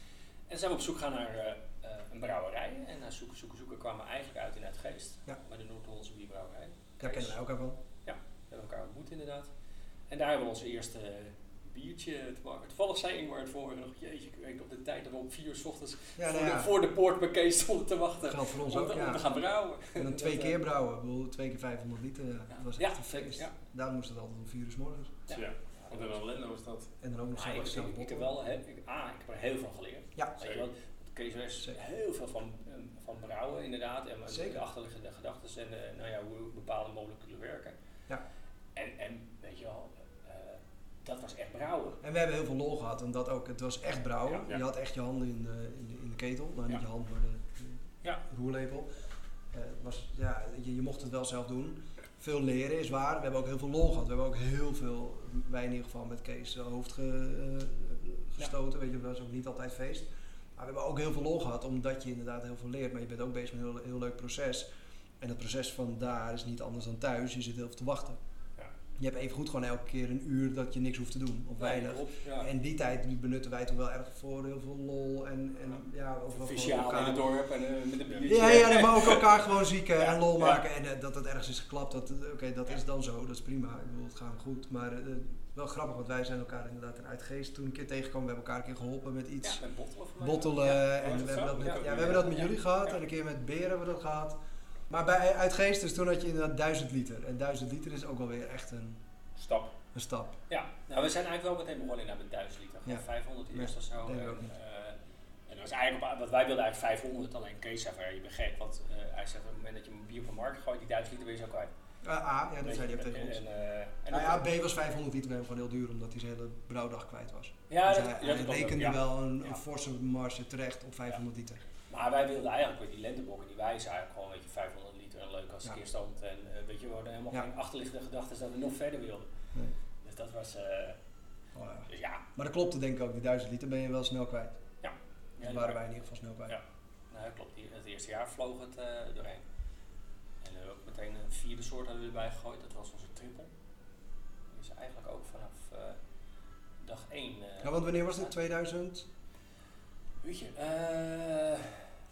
En zijn we op zoek gaan naar uh, uh, een brouwerij. En na zoeken, zoeken, zoeken kwamen we eigenlijk uit in Uitgeest, Ja. bij de Noord-Hollandse bierbrouwerij. Daar kennen wij elkaar van. We hebben elkaar ontmoet inderdaad. En daar hebben we onze eerste uh, biertje te maken. Toevallig zei Ingmar het vorige nog, jeetje, ik weet op de tijd dat we om vier uur 's ochtends Ja, voor, nou ja, de, voor de poort bij Kees stonden te wachten. dat geldt voor ons Om ook, te, om ja. te gaan brouwen. En dan twee Dat, keer uh, brouwen. Ik bedoel, twee keer vijfhonderd liter. Ja. Dat was Ja, echt een feest. ja. Daarom moest het altijd om vier uur 's morgens. Ja. Ja. Wat een ellende was dat. En dan ook nog Ah, zo ik, extra ik, ik heb bottelen. wel, he, ik, ah, ik heb er heel veel geleerd. Ja, Weet je wel, Kees West Zeker. heel veel van, um, van brouwen inderdaad. En Zeker. de achterliggende gedachten en uh, nou ja, hoe bepaalde moleculen werken. Ja. En, en weet je wel, uh, dat was echt brouwen. En we hebben heel veel lol gehad en dat ook. Het was echt brouwen. Ja, ja. Je had echt je handen in de, in de, in de ketel. Nou, niet Ja. je hand, maar de, de Ja. roerlepel. Uh, het was, ja, je, je mocht het wel zelf doen. Veel leren is waar. We hebben ook heel veel lol gehad. We hebben ook heel veel, wij in ieder geval met Kees, uh, hoofd ge, uh, gestoten. Weet je, dat was ook niet altijd feest. Maar we hebben ook heel veel lol gehad, omdat je inderdaad heel veel leert. Maar je bent ook bezig met een heel, heel leuk proces. En het proces van daar is niet anders dan thuis. Je zit heel veel te wachten. Ja. Je hebt even goed gewoon elke keer een uur dat je niks hoeft te doen. Of weinig. Nee, klopt, ja. En die tijd die benutten wij toch wel erg voor heel veel lol en, en ja, ook wel voor Officiaal in elkaar. het dorp en uh, met een biertje. Ja, ja, nee, maar ook elkaar gewoon zieken Ja, en lol ja. maken en uh, dat het ergens is geklapt. Dat, uh, Oké, okay, dat Ja. is dan zo, dat is prima. Ik bedoel, het gaat goed. Maar uh, wel grappig, want wij zijn elkaar inderdaad in Uitgeest toen een keer tegengekomen. We hebben elkaar een keer geholpen met iets. Ja, met bottelen voor mij. Bottelen Ja. en Was we het hebben, zo? dat met, Ja, ja, ook we weer. hebben dat met Ja. jullie gehad Ja. en een keer met Beren hebben we dat gehad. Maar bij Uitgeest, dus toen had je inderdaad duizend liter. En duizend liter is ook alweer echt een... Stap. een stap. Ja, nou we zijn eigenlijk wel meteen begonnen inderdaad met duizend liter. Gewoon Ja. vijfhonderd eerst Nee, of zo. deden En, we ook niet. uh, en dat was eigenlijk op, wat wij wilden eigenlijk vijfhonderd, alleen Kees zei van ja, je bent gek. Want uh, hij zegt op het moment dat je een bier op de markt gooit, die duizend liter ben je zo kwijt. Uh, A, ja, dat Weet zei je, hij ook tegen ons. en, uh, en Nou dat- ja, B was vijfhonderd liter gewoon heel duur, omdat hij zijn hele brouwdag kwijt was. ja, dus dat, hij, ja, hij dat klopt ook, rekende ja. wel een, Ja. een forse marge terecht op vijfhonderd liter. Maar wij wilden eigenlijk met die lentebokken, die wijzen eigenlijk gewoon, weet je, vijfhonderd liter en leuk als Ja. keerstand. En uh, weet je, we hadden helemaal Ja. geen achterliggende gedachten dat we nog verder wilden. Nee. Dus dat was, uh, Oh, ja. dus ja. Maar dat klopte denk ik ook, die duizend liter ben je wel snel kwijt. ja Dat waren wij in ieder geval snel kwijt. Ja. Nou, dat klopt. Die- Het eerste jaar vloog het uh, doorheen. En uh, ook meteen een vierde soort hadden we erbij gegooid, dat was onze triple. Die is eigenlijk ook vanaf uh, dag één. Uh, Ja, want wanneer was dit? tweeduizend? Weet je, uh, uh,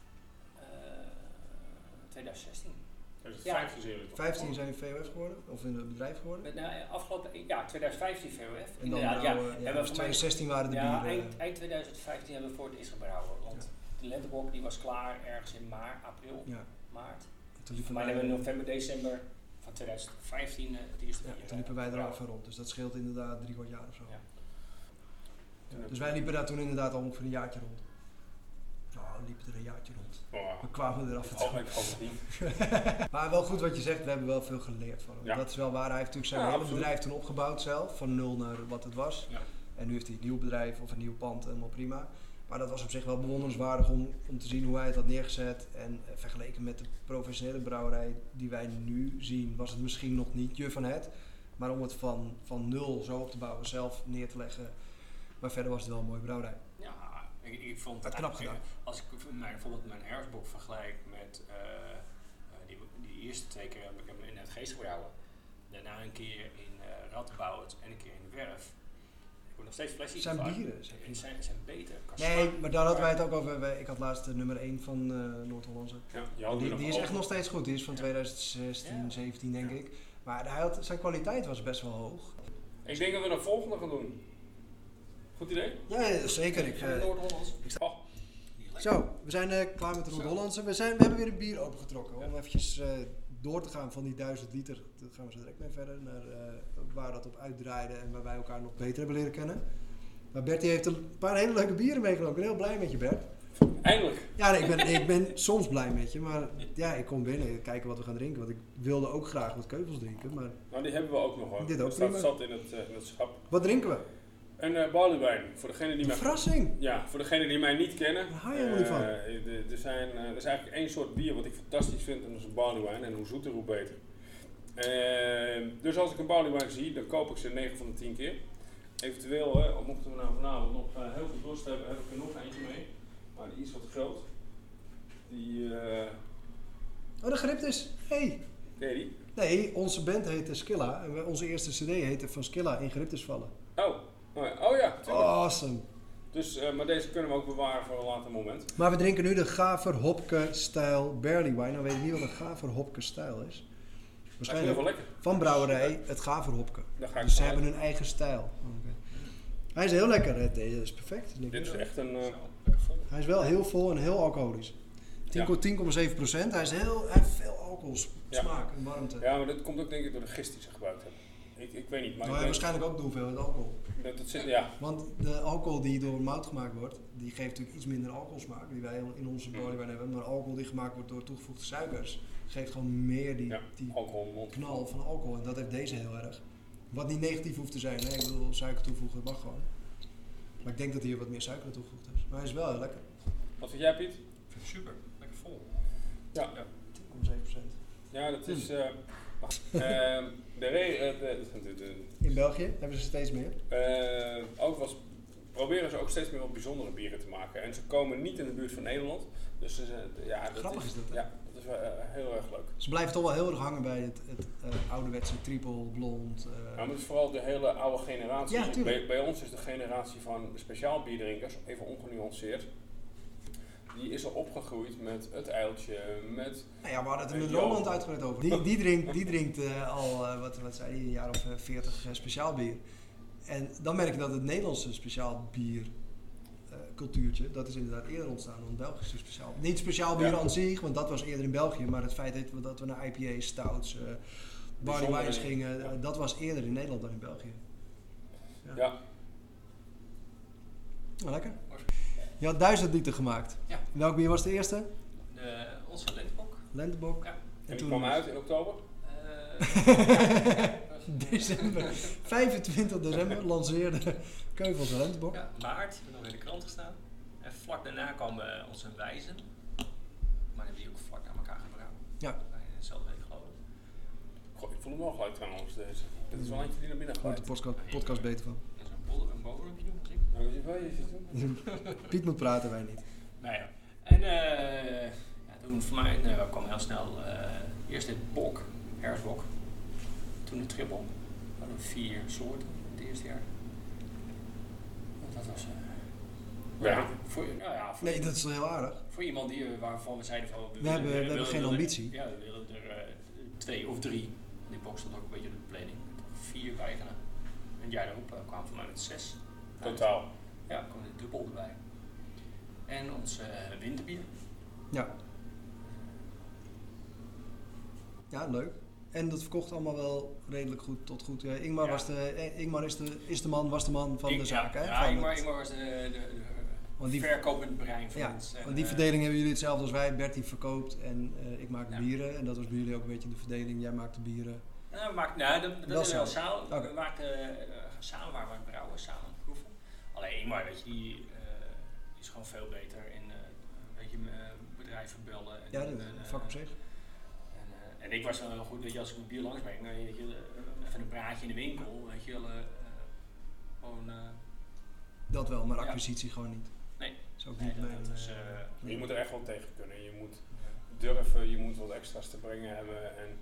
twintig zestien. Dus Ja. vijftien zeer. vijftien zijn in V O F geworden, of in het bedrijf geworden. Met, nou, afgelopen, ja, twintig vijftien V O F. En dan Inderdaad, brouwen, ja. ja, En we dus voor mij- twintig zestien waren de ja, bieren. eind, eind twintig vijftien hebben we voor het eerst gebrouwen. Want de lentebok die was klaar ergens in maart, april, Ja, maart. toen liepen Voor mij wij, hebben we in november, december van twintig vijftien uh, het eerste ja, bier, toen liepen wij er al gebrouwen. even rond, dus dat scheelt inderdaad drie kwart jaar of zo. Ja. Ja, dus wij liepen daar toen inderdaad al ongeveer een jaartje rond. Nou, we liepen er een jaartje rond. Oh, We kwamen er af en ik hoop toe. ik hoop het niet. Maar wel goed wat je zegt, we hebben wel veel geleerd van hem. Ja. Dat is wel waar, hij heeft natuurlijk zijn Ja, hele absoluut. bedrijf toen opgebouwd zelf, van nul naar wat het was. Ja. En nu heeft hij een nieuw bedrijf of een nieuw pand, helemaal prima. Maar dat was op zich wel bewonderenswaardig om, om te zien hoe hij het had neergezet. En eh, vergeleken met de professionele brouwerij die wij nu zien, was het misschien nog niet je van het. Maar om het van, van nul zo op te bouwen, zelf neer te leggen. Maar verder was het wel een mooie brouwerij. Ja, ik, ik vond Dat het knap eigenlijk- gedaan. Als ik mijn, bijvoorbeeld mijn herfstbok vergelijk met uh, uh, die, die eerste twee keer heb ik hem in het geest gebrouwen. Daarna een keer in uh, Radboud en een keer in de Werf. Ik word nog steeds flesjes. Zijn bieren, zeg Het zijn, zijn beter. qua Nee, smaak. maar daar hadden wij het ook over. Wij- Ik had laatst de nummer één van uh, Noord-Hollandse. Ja, je had Die, er die is nog echt over. nog steeds goed. Die is van Ja. twintig zestien, Ja. zeventien denk Ja. ik. Maar hij had, zijn kwaliteit was best wel hoog. Ik denk dat we een volgende gaan doen. Goed idee? Ja, ja, zeker. Ik, Van uh, Noord-Hollands. Oh, zo, we zijn uh, klaar met de Zo. Noord-Hollandse. We, zijn, we hebben weer een bier opengetrokken. Om eventjes uh, door te gaan van die duizend liter. Daar gaan we zo direct mee verder. Naar uh, waar dat op uitdraaide en waar wij elkaar nog beter hebben leren kennen. Maar Bertie heeft een paar hele leuke bieren meegenomen. Ik ben heel blij met je, Bert. eindelijk. Ja, nee, ik, ben, ik ben soms blij met je. Maar ja, ik kom binnen kijken wat we gaan drinken. Want ik wilde ook graag wat keuvels drinken. Maar Nou, die hebben we ook nog hoor. Dit ook Dat staat prima. zat in het, uh, in het schap. wat drinken we? Een uh, barleywijn. Voor degene die Een mij... verrassing. Ja, voor degenen die mij niet kennen. Daar hou je helemaal niet van. eh, de- er, zijn, eh, er is eigenlijk één soort bier wat ik fantastisch vind en dat is een barleywijn. En hoe zoeter, hoe beter. Eh, dus als ik een barleywijn zie, dan koop ik ze negen van de tien keer. Eventueel, hè, al mochten we nou vanavond nog uh, heel veel dorst hebben, heb ik er nog eentje mee. Maar die is wat groot. Die, eh Oh, de Gryptis. Hey. ken je die? Nee, onze band heette Skilla. En we- onze eerste cd heette Van Skilla in Gryptis vallen. Oh, oh ja, oh ja tuurlijk. Awesome. Dus, uh, maar deze kunnen we ook bewaren voor een later moment. Maar we drinken nu de Gaver Hopke stijl barley wine. Nou weet ik niet wat een Gaver Hopke stijl is. Dat is in ieder Waarschijnlijk geval lekker. van brouwerij het Gaver Hopke. Daar ga ik Dus ze vanuit. hebben hun eigen stijl. Okay. Hij is heel lekker. Het is perfect. Dit is echt een... uh, Zo, lekker vol. Hij is wel heel vol en heel alcoholisch. Ja. tien komma zeven procent. Hij, is heel, hij heeft veel alcohol, Ja. smaak en warmte. ja, maar dat komt ook denk ik door de gist die ze gebruikt hebben. Ik, ik weet niet, maar Maar ik denk waarschijnlijk ook de hoeveelheid alcohol. dat het zit... Ja, Want de alcohol die door mout gemaakt wordt, die geeft natuurlijk iets minder alcoholsmaak, die wij in onze barleywijn hebben. Maar alcohol die gemaakt wordt door toegevoegde suikers, geeft gewoon meer die, ja die alcohol, mond. knal van alcohol. En dat heeft deze heel erg. Wat niet negatief hoeft te zijn. Nee, ik bedoel, suiker toevoegen, dat mag gewoon. Maar ik denk dat hier wat meer suiker aan toegevoegd is. Maar hij is wel heel lekker. Wat vind jij, Piet? Super, lekker vol. Ja, tien komma zeven procent. ja dat is... eh wacht. Ehm, de re... eh, de, de, de, In België hebben ze steeds meer. eh, ook was, proberen ze ook steeds meer wat bijzondere bieren te maken. En ze komen niet in de buurt van Nederland. Dus ze, ze- ja, dat Grappig is dat, hè? Ja, dat is wel, eh, heel erg leuk. Ze blijven toch wel heel erg hangen bij het, het uh, ouderwetse triple, blond. Uh, Ja, maar het is vooral de hele oude generatie. Ja, tuurlijk. bij, bij ons is de generatie van speciaal bierdrinkers, even ongenuanceerd, die is al opgegroeid met het uiltje, met... Nou ja, we hadden het er met Jo. Roland uitgebreid over. Die, die drinkt, die drinkt uh, al, uh, wat, wat zei hij, een jaar of uh, veertig uh, speciaal bier. En dan merk je dat het Nederlandse speciaal bier uh, cultuurtje, dat is inderdaad eerder ontstaan dan het Belgische speciaal. Niet speciaal bier Ja. aan zich, want dat was eerder in België, maar het feit dat we, dat we naar I P A's, stouts, uh, barley Bijzondere wines dingen. gingen, Ja. uh, dat was eerder in Nederland dan in België. Ja. Ja. Nou, lekker. Je had duizend liter gemaakt. Ja. Welk bier was de eerste? De, onze lentebok. Lentebok. Ja. En die kwam uit in oktober? Uh, ja. December. vijfentwintig december lanceerde Keuvel zijn Lentebok. Ja, maart, ik ben nog in de krant gestaan. En vlak daarna kwam uh, onze wijzen. Maar die hebben die ook vlak aan elkaar gebrouwen. Ja. In dezelfde week geloof ik. Goh, ik voel hem wel gelijk trouwens deze. Dit is wel eentje die naar binnen Daar wordt de glijdt. podcast, podcast beter van. En zo'n bol, een bovenloopje doen misschien. Nou, weet je wel, je zit hem. Piet moet praten, wij niet. Nou ja. En uh, ja, toen voor mij uh, kwam heel snel uh, eerst dit bok, herfstbok. Toen de triple. We hadden vier soorten het eerste jaar. Dat was... Uh, Ja. ja, voor, nou ja, voor, Nee, dat is wel heel aardig. voor iemand die, waarvan we zeiden van... We, We willen, hebben- we hebben willen geen er- ambitie. Ja, we willen er uh, twee of drie. Die box stond ook een beetje op de planning. Vier weigeren. En het jaar daarop uh, kwamen we maar met zes. Totaal. Ja, er kwam de dubbel erbij. En ons uh, winterbier. Ja. Ja, leuk. En dat verkocht allemaal wel redelijk goed tot goed. Ja, Ingmar, Ja. was de, eh, Ingmar is, de, is de man, was de man van Ik- de zaak. Ja, Hè? ja Van Ingmar, het- Ingmar was de, de, de Want die- verkopend brein van Ja, ons. En, want die uh, verdeling hebben jullie hetzelfde als wij. Bertie verkoopt en uh, ik maak de Ja. bieren. En dat was bij jullie ook een beetje de verdeling. Jij maakt de bieren. Nou, we maakten, nou, dat, dat Wel is wel samen. samen. Oké. We maakten uh, samen waar we het brouwen, samen proeven. Alleen Ingmar, weet je, die uh, is gewoon veel beter in uh, weet je, uh, bedrijven bellen. En, Ja, dat en, is uh, een vak op zich. En, uh, en ik was wel goed, weet je, als ik mijn bier langs breng, dan weet je, uh, even een praatje in de winkel, weet je wel, uh, uh, gewoon... Uh, Dat wel, maar Ja. acquisitie gewoon niet. Nee. Dat is ook nee, niet dat, mijn... dat is... eh, Uh, Je moet er echt wel tegen kunnen. Je moet durven, je moet wat extra's te brengen hebben en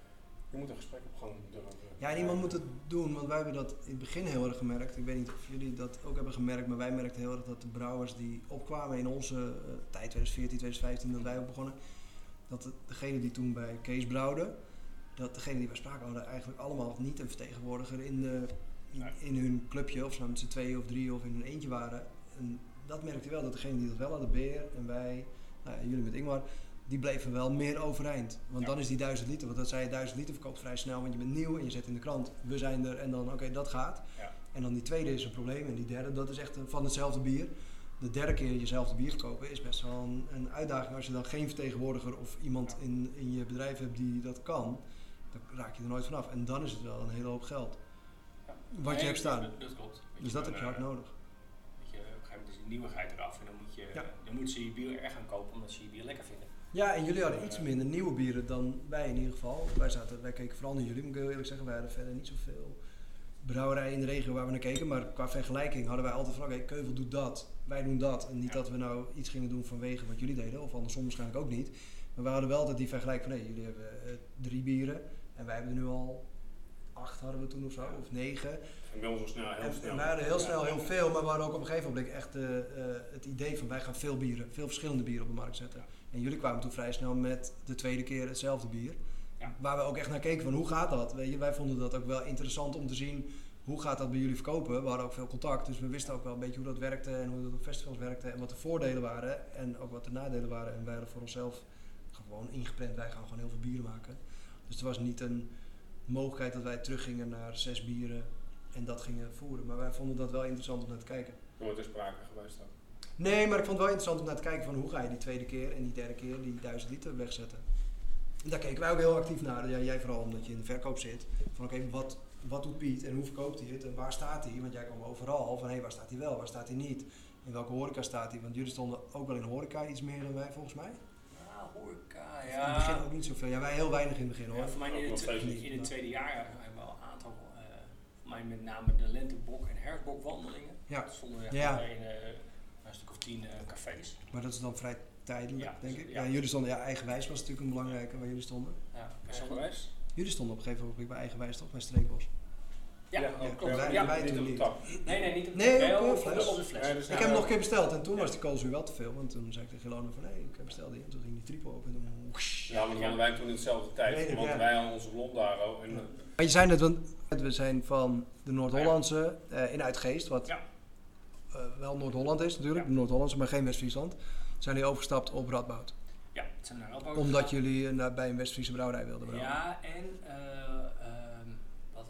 je moet een gesprek op gang durven. Ja, en iemand moet het doen, want wij hebben dat in het begin heel erg gemerkt. Ik weet niet of jullie dat ook hebben gemerkt, maar wij merkten heel erg dat de brouwers die opkwamen in onze uh, tijd twintig veertien, twintig vijftien, dat wij ook begonnen, dat de, degene die toen bij Kees brouwde, dat degene die wij spraken hadden eigenlijk allemaal niet een vertegenwoordiger in, de, in, in hun clubje, of ze nou met z'n tweeën of drie of in hun eentje waren. En dat merkte wel, dat degene die dat wel hadden, Beer en wij, nou, jullie met Ingmar, die bleven wel meer overeind. Want Ja. dan is die duizend liter, want dat zei je, duizend liter verkoopt vrij snel, want je bent nieuw en je zet in de krant, we zijn er en dan, oké, okay, dat gaat. Ja. En dan die tweede is een probleem en die derde, dat is echt van hetzelfde bier. De derde keer jezelfde bier verkopen is best wel een, een uitdaging. Als je dan geen vertegenwoordiger of iemand in, in je bedrijf hebt die dat kan, dan raak je er nooit vanaf. En dan is het wel een hele hoop geld. Ja. Wat je Nee, hebt staan. Dat, dat klopt. Weet Dus dat maar, heb je hard uh, nodig. Weet je, op een gegeven moment is die nieuwigheid eraf en dan moet, je, Ja. dan moeten ze je bier erg gaan kopen omdat ze je bier lekker vinden. Ja, en jullie hadden iets minder nieuwe bieren dan wij in ieder geval. Wij, zaten, wij keken vooral naar jullie, moet ik heel eerlijk zeggen. Wij hadden verder niet zoveel brouwerijen in de regio waar we naar keken. Maar qua vergelijking hadden wij altijd van, oké, okay, Keuvel doet dat, wij doen dat. En niet Ja. dat we nou iets gingen doen vanwege wat jullie deden, of andersom waarschijnlijk ook niet. Maar we hadden wel altijd die vergelijking van, nee, jullie hebben uh, drie bieren en wij hebben er nu al acht hadden we toen of zo, of negen. En bij ons al snel, heel En, snel. en wij hadden heel snel heel veel, maar we hadden ook op een gegeven moment echt uh, uh, het idee van wij gaan veel bieren, veel verschillende bieren op de markt zetten. En jullie kwamen toen vrij snel met de tweede keer hetzelfde bier. Ja. Waar we ook echt naar keken van hoe gaat dat? Weet je, wij vonden dat ook wel interessant om te zien hoe gaat dat bij jullie verkopen. We hadden ook veel contact, dus we wisten ook wel een beetje hoe dat werkte en hoe dat op festivals werkte en wat de voordelen waren en ook wat de nadelen waren. En wij hadden voor onszelf gewoon ingepland, wij gaan gewoon heel veel bieren maken. Dus er was niet een mogelijkheid dat wij teruggingen naar zes bieren en dat gingen voeren. Maar wij vonden dat wel interessant om naar te kijken. Nooit ter sprake geweest ook. Nee, maar ik vond het wel interessant om naar te kijken van hoe ga je die tweede keer en die derde keer die duizend liter wegzetten. En daar keken wij ook heel actief naar. Ja, jij vooral omdat je in de verkoop zit. Van oké, okay, wat, wat doet Piet en hoe verkoopt hij het en waar staat hij? Want jij kwam overal van hé, hey, waar staat hij wel, waar staat hij niet? In welke horeca staat hij? Want jullie stonden ook wel in horeca iets meer dan wij volgens mij. Ja, horeca, In ja. het begin ook niet zoveel. Ja, wij heel weinig in het begin hoor. Ja, voor mij Ook in nog het, steeds in, niet, in het maar- tweede jaar hebben we al een aantal, uh, voor mij met name de lentebok en herfstbok wandelingen. Ja. Dat stonden we echt Ja. bij in, uh, een stuk of tien uh, cafés. Maar dat is dan vrij tijdelijk, Ja, denk dus- ik. ja. Ja, jullie stonden, ja, Eigenwijs was natuurlijk een belangrijke waar jullie stonden. Ja, Eigenwijs? Jullie stonden op een gegeven moment bij Eigenwijs toch, bij Streekbos. Ja, ja, ja, ook, klopt. wij- Ja. wij niet toen op de niet. tap. Nee, nee, niet op, Nee, wel op, eh, op, fles. op de fles. Nee, dus Ik nou, heb hem nog een uh, keer besteld en toen ja. was die koolzuur wel te veel. Want toen zei ik tegen Ilona van nee, ik bestel die. En toen ging die triple open en toen... whoosh. Ja, maar dan hadden wij toen in dezelfde tijd. Weet ik, want ja. wij hadden onze Blondaro. En, uh, Maar je zei net, want we zijn van de Noord-Hollandse uh, in Uitgeest, wat Ja. uh, wel Noord-Holland is natuurlijk, Ja. de Noord-Hollandse, maar geen West-Friesland. Zijn die overgestapt op Radboud. Ja, het zijn naar Radboud Omdat gegaan. jullie uh, bij een West-Friese brouwerij wilden brouwen. Ja, en uh, um, wat we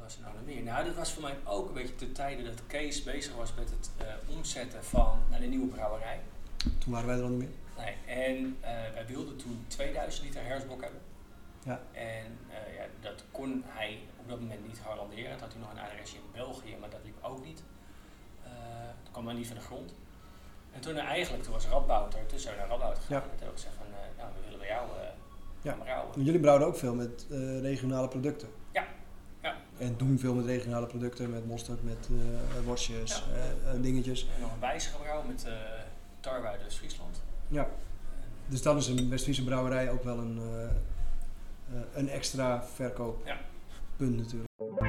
was er nou nog meer? Nou, dat was voor mij ook een beetje de tijden dat Kees bezig was met het uh, omzetten van naar de nieuwe brouwerij. Toen waren wij er al niet meer. Nee, en uh, wij wilden toen tweeduizend liter herfstbok hebben. Ja. En uh, ja, dat kon hij op dat moment niet garanderen. Dat had hij nog een adresje in België, maar dat liep ook niet. Uh, dat kwam maar niet van de grond. En toen uh, eigenlijk, toen was Radboud toen zijn we naar Radboud gegaan. Ja. En toen hebben we gezegd van, uh, nou, we willen bij jou uh, ja. gaan brouwen. Jullie brouwen ook veel met uh, regionale producten. Ja. Ja. En doen veel met regionale producten, met mosterd, met uh, worstjes, ja. uh, uh, dingetjes. En nog een wijs gebrouwen met uh, tarwe uit Friesland. Ja. Dus dan is een West-Friese brouwerij ook wel een, uh, uh, een extra verkooppunt ja. natuurlijk.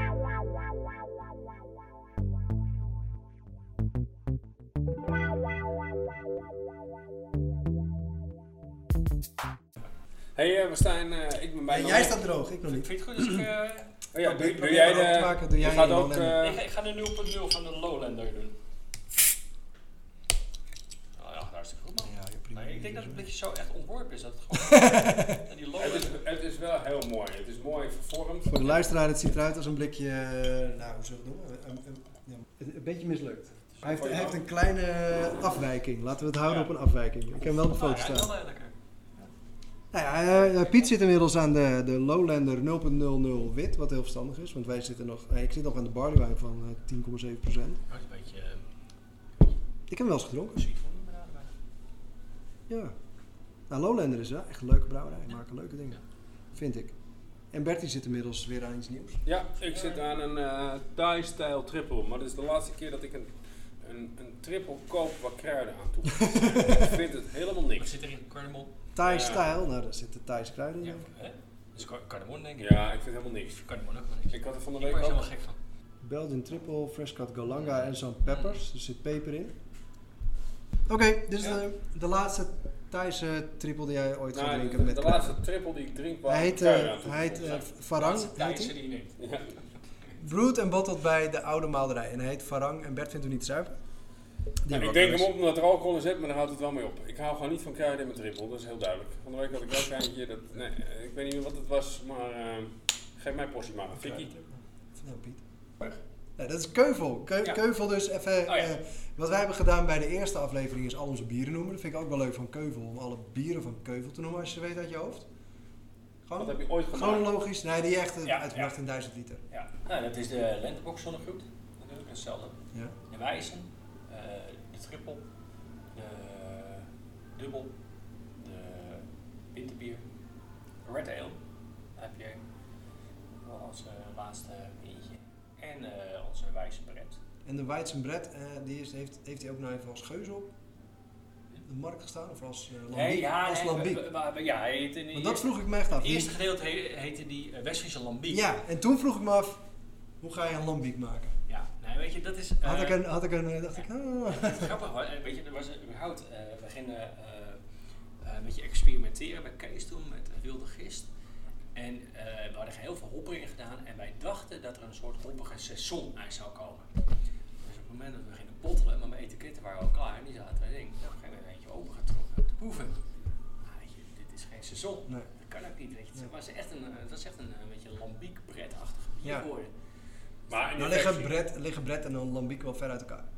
Hey, uh, we staan, uh, ik ben bij... Ja, jij staat droog, ik nog niet. Vind je het goed als ik... Uh, oh ja, doe, doe jij de... Maken, doe jij gaat ook, uh, ik, ik ga de nul punt nul van de Lowlander doen. Oh ja, hartstikke goed man. Ja, prima. Nee, ik denk dat het beetje zo echt ontworpen is dat het gewoon... ja, die het, is, het is wel heel mooi. Het is mooi vervormd. Voor de luisteraar, het ziet eruit als een blikje... Nou, hoe zullen we het noemen? Een, een, een, een beetje mislukt. Hij heeft, hij heeft een kleine afwijking. Laten we het houden ja. op een afwijking. Ik heb wel de foto staan. Ja, wel lekker. Nou ja, uh, Piet zit inmiddels aan de, de Lowlander nul punt nul nul wit, wat heel verstandig is. Want wij zitten nog, uh, ik zit nog aan de barleywijn van uh, tien komma zeven procent. Dat is een beetje... Uh, ik heb hem wel eens gedronken. Sweet voor me bijna. Ja. Nou, Lowlander is wel echt een leuke brouwerij. Die maken leuke dingen. Ja. Vind ik. En Bertie zit inmiddels weer aan iets nieuws. Ja, ik zit aan een uh, Thai-style triple. Maar dit is de laatste keer dat ik een, een, een triple koop waar kruiden aan toe. Ik vind het helemaal niks. Wat zit er in? Cardamom? Thai-style? Ja. Nou, daar zitten Thaise kruiden in. Ja, hè? Dus cardamom denk ik. Ja, ik vind helemaal niks. Cardamom ook wel niks. Ik had er van de ik week ook. Ik ook. ben er helemaal gek van. Belgian triple, fresh cut galanga en zo'n peppers. Er zit peper in. Oké, okay, dit is ja. de, de laatste Thaise triple die jij ooit nou, gaat drinken. De, met de laatste triple die ik drink waar hij heet, uh, hij heet uh, Farang. Thaise die je neemt. Ja. Brewed en bottled bij de oude maalderij. En hij heet Farang en Bert vindt hem niet te zuipen. Nou, ik denk hem op omdat er alcohol in zit, maar daar houdt het wel mee op. Ik hou gewoon niet van kruiden in mijn triple, dat is heel duidelijk. Van de week had ik wel een eentje, dat, nee, ik weet niet meer wat het was, maar uh, geef mij portie maar. Vicky. Nou, Piet. Nee, dat is Keuvel. Keu- ja. Keuvel dus even, oh, ja. uh, wat wij hebben gedaan bij de eerste aflevering is al onze bieren noemen. Dat vind ik ook wel leuk van Keuvel, om alle bieren van Keuvel te noemen als je ze weet uit je hoofd. Gewoon, wat heb je ooit gemaakt? Chronologisch, nee die echt ja, uitgebracht ja. in duizend liter. Ja, nou, dat is de Lentebox zonnegroet, natuurlijk, hetzelfde. Ja. De wijzen, uh, de trippel, de dubbel, de winterbier, red ale, heb je wel als uh, laatste eentje. En uh, onze Weizenbret. En de Weizenbret, uh, die is, heeft, heeft hij ook nou even als geus op de markt gestaan? Of als uh, lambiek? Nee, ja, als nee, lambiek? we, we, we, ja, hij heette in Want dat vroeg ik me echt af. Het eerste gedeelte he, heette die uh, West-Friese lambiek. Ja, en toen vroeg ik me af, hoe ga je een lambiek maken? Ja, nee, weet je, dat is... Uh, had ik een, had ik een, dacht ik, oh. Grappig hoor, weet je, er was überhaupt, uh, we gingen uh, uh, een beetje experimenteren bij Kees toen met wilde gist. En uh, we hadden heel veel hopper in gedaan en wij dachten dat er een soort hoppige saison uit zou komen. Dus op het moment dat we gingen bottelen, maar mijn etiketten waren al klaar en die zaten wij denken, nou, gaan we een eentje opengetrokken uit de proeven. Nou, weet je, dit is geen saison. Nee. Dat kan ook niet, weet je. Het was echt een, het was echt een, een beetje lambiek-bret-achtig bier ja. geworden. Maar nou liggen bret, liggen bret en een lambiek wel ver uit elkaar.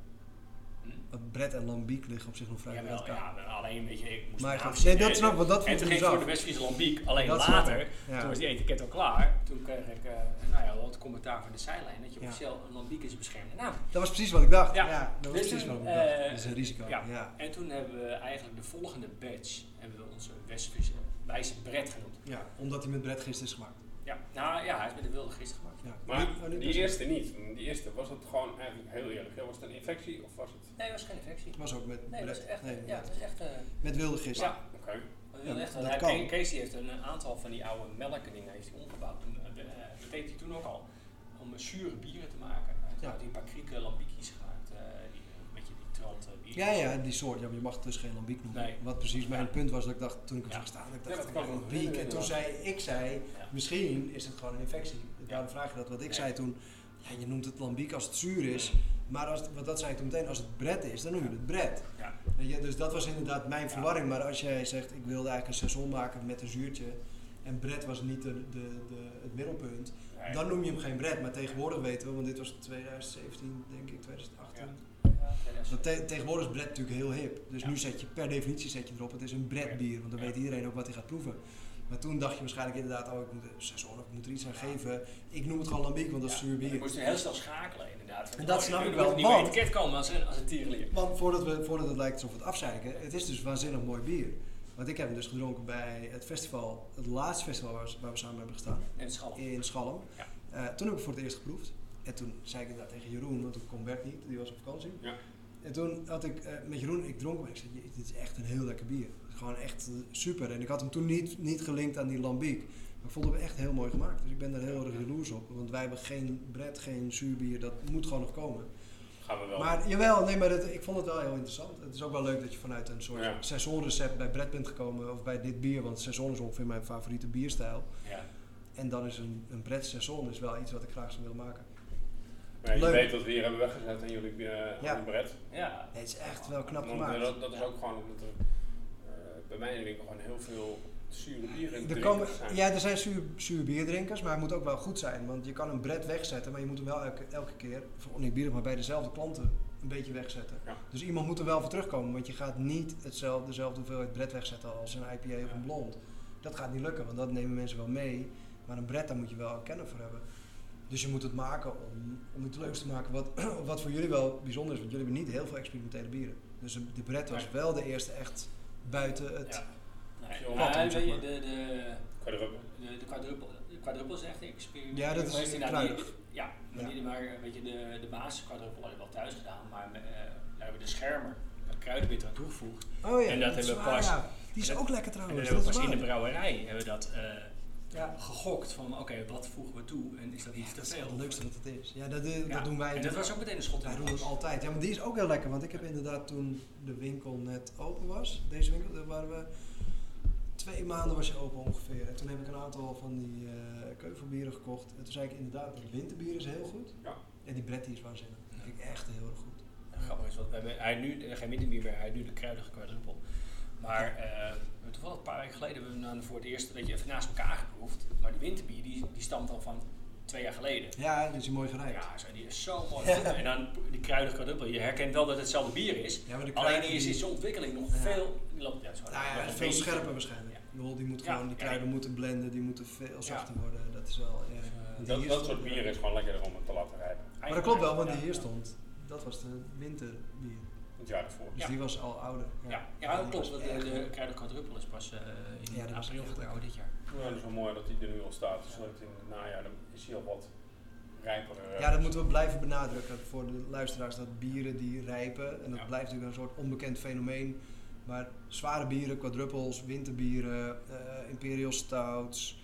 Want bret en lambiek liggen op zich nog vrij ja, ver uit elkaar. Ja, alleen weet je, ik moest maar goed, nee, dat snap ik, want dat en toen ging ik voor de West-Friese lambiek, alleen dat later, ja. toen was die etiket al klaar, toen kreeg ik uh, nou ja, wat commentaar van de zijlijn dat je officieel ja. een lambiek is beschermde naam. Dat was precies wat ik dacht. Ja, ja dat was dus precies toen, wat ik dacht. Uh, dat is een risico. Ja. Ja. En toen hebben we eigenlijk de volgende batch, hebben we onze West-Friese Weizenbret genoemd. Ja, omdat hij met bretgist is gemaakt. Ja, nou ja, hij is met de wilde gist gemaakt. Ja. Maar die, die eerste niet. Die eerste, was het gewoon eigenlijk heel eerlijk. Was het een infectie of was het? Nee, het was geen infectie. Het was ook met nee, bret. Het was echt, nee, ja, het was echt... Uh, met wilde gist. Ja, oké. Okay. Ja, Casey heeft een aantal van die oude melkdingen heeft hij omgebouwd. Uh, dat deed hij toen ook al. Om uh, zure bieren te maken. Uh, ja. Had hij een paar krieken lambiekjes gemaakt. Uh, die, een beetje die trant uh, bier. Ja, ja, die soort. Ja, maar je mag het dus geen lambiek noemen. Nee. Wat precies mijn ja. punt was dat ik dacht, toen ik hem ja. zag staan, ik dacht, ja, dat ik lambiek. En toen zei ik, zei, ja. misschien is het gewoon een infectie. Daarom ja. vraag je dat. Wat ik ja. zei toen, ja, je noemt het lambiek als het zuur is. Mm. Maar als het, wat dat zei ik toen meteen, als het bret is, dan noem je het bret. Ja. Ja, dus dat was inderdaad mijn verwarring. Ja. Maar als jij zegt, ik wilde eigenlijk een saison maken met een zuurtje. En bret was niet de, de, de, het middelpunt. Nee. dan noem je hem geen Brett. Maar tegenwoordig weten we, want dit was twintig zeventien, denk ik, twintig achttien. Ja. Ja, Want te- tegenwoordig is Brett natuurlijk heel hip. Dus Ja. nu zet je per definitie zet je erop, het is een Brett bier. Want dan Ja. weet iedereen ook wat hij gaat proeven. Maar toen dacht je waarschijnlijk inderdaad, oh ik moet een seizoen, ik moet er iets aan geven. Ik noem het gewoon lambiek, want dat is Ja. zuur Je bier. moest heel snel schakelen inderdaad. En dat Oh, snap je ik moet wel, niet meer want- etiket komen als een, als een tierenlier. Want voordat, we, voordat het lijkt alsof we het afzeiken, het is dus waanzinnig mooi bier. Want ik heb hem dus gedronken bij het festival, het laatste festival waar we, waar we samen hebben gestaan, En het schalm. in Schalm. Ja. Uh, toen heb ik voor het eerst geproefd. En toen zei ik inderdaad tegen Jeroen, want toen kon Bert niet, die was op vakantie. Ja. En toen had ik uh, met Jeroen, ik dronk hem en ik zei, "Jee, dit is echt een heel lekker bier. Het is gewoon echt uh, super. En ik had hem toen niet, niet gelinkt aan die lambiek. Maar ik vond hem echt heel mooi gemaakt. Dus ik ben daar heel erg jaloers op. Want wij hebben geen Brett, geen zuurbier, dat moet gewoon nog komen. Gaan we wel. Maar jawel, nee, maar het, ik vond het wel heel interessant. Het is ook wel leuk dat je vanuit een soort Ja. seizoenrecept bij Brett bent gekomen, of bij dit bier, want seizoen is ongeveer mijn favoriete bierstijl. Ja. En dan is een, een Brett seizoen is wel iets wat ik graag zou willen maken. Maar je leuk. weet dat we hier hebben weggezet en jullie uh, Ja. een Brett. Ja. Nee, het is echt wel knap Want, uh, gemaakt. dat, dat is ook gewoon omdat er uh, bij mij in de winkel gewoon heel veel zure bieren in Er de komen, zijn. ja, er zijn zuur, zuur bierdrinkers, maar het moet ook wel goed zijn. Want je kan een Brett wegzetten, maar je moet hem wel elke, elke keer, of niet bier, maar bij dezelfde klanten een beetje wegzetten. Ja. Dus iemand moet er wel voor terugkomen, want je gaat niet hetzelfde, dezelfde hoeveelheid Brett wegzetten als een I P A of een blond. Dat gaat niet lukken, want dat nemen mensen wel mee. Maar een Brett, daar moet je wel een kenner voor hebben. Dus je moet het maken om, om het leukst te maken. Wat, wat voor jullie wel bijzonder is, want jullie hebben niet heel veel experimentele bieren. Dus de de Brett was Nee. wel de eerste echt buiten het... Ja. Nee, Veel maar, wat dan, weet zeg je, maar. de, de, Quadruple. de, de quadruppel, de quadruppel is echt een experiment. Ja, dat is geweest. een Nou, die- kruidig. Ja, maar, Ja. Die, maar weet je, de, de basis quadruppel had ik wel thuis gedaan, maar uh, daar hebben we de schermer, de kruidenbitter aan toegevoegd. Oh ja, En dat is hebben we waar, pas- ja. Die is en dat- ook lekker En trouwens. dan hebben we dat pas is in de waar. brouwerij hebben we dat uh, Ja. gegokt van oké, okay, wat voegen we toe en is dat niet Ja, te dat is veel? wel het leukste dat het is. Ja, dat, dat Ja. doen wij. En dat was ook meteen een schot in Wij de doen het roos. altijd. Ja, maar die is ook heel lekker. Want ik heb inderdaad toen de winkel net open was, deze winkel, daar waren we twee maanden was je open ongeveer. En toen heb ik een aantal van die uh, keuvelbieren gekocht. En toen zei ik inderdaad, het winterbier is heel goed. Ja. En die Brettie is waanzinnig. Dat vind ik echt heel erg goed. Ja, grappig is, want we hebben, hij nu, eh, geen winterbier meer, hij heeft nu de kruidige quadruppel. Maar uh, we hebben toevallig een paar weken geleden hebben we hem dan voor het eerst weet je, even naast elkaar geproefd. Maar die winterbier die, die stamt al van twee jaar geleden. Ja, die is mooi gerijpt. Ja, zo, die is zo mooi. Ja. En dan die kruidige quadruppel, je herkent wel dat het hetzelfde bier is. Ja, maar de Alleen kruiden die is in die- zijn ontwikkeling nog Ja. veel... Die loopt, ja, sorry, Nou ja, nog een veel beetje- scherper waarschijnlijk. Ja. Ik bedoel, die moet Ja, gewoon, die ja, kruiden die- moeten blenden, die moeten veel zachter Ja. worden. Dat is wel, ja. Uh, Die Dat, hier dat stond- soort bieren is gewoon lekkerder om het te laten rijpen. Maar dat klopt wel, want Ja, die hier ja. stond, dat was de winterbier. Het jaar ervoor. Dus Ja. die was al ouder. Ja, ja, dat die klopt. was want De, echt de goed. kruidige quadruppel is pas uh, in Ja, die was april echt gebrouwen dit jaar. Ja, dat is wel mooi dat hij er nu al staat. Dus dat in het najaar dan is hij al wat rijper. uh, Ja, dat moeten we blijven benadrukken voor de luisteraars, dat bieren die rijpen, en dat Ja. blijft natuurlijk een soort onbekend fenomeen, maar zware bieren, quadruppels, winterbieren, uh, imperial stouts,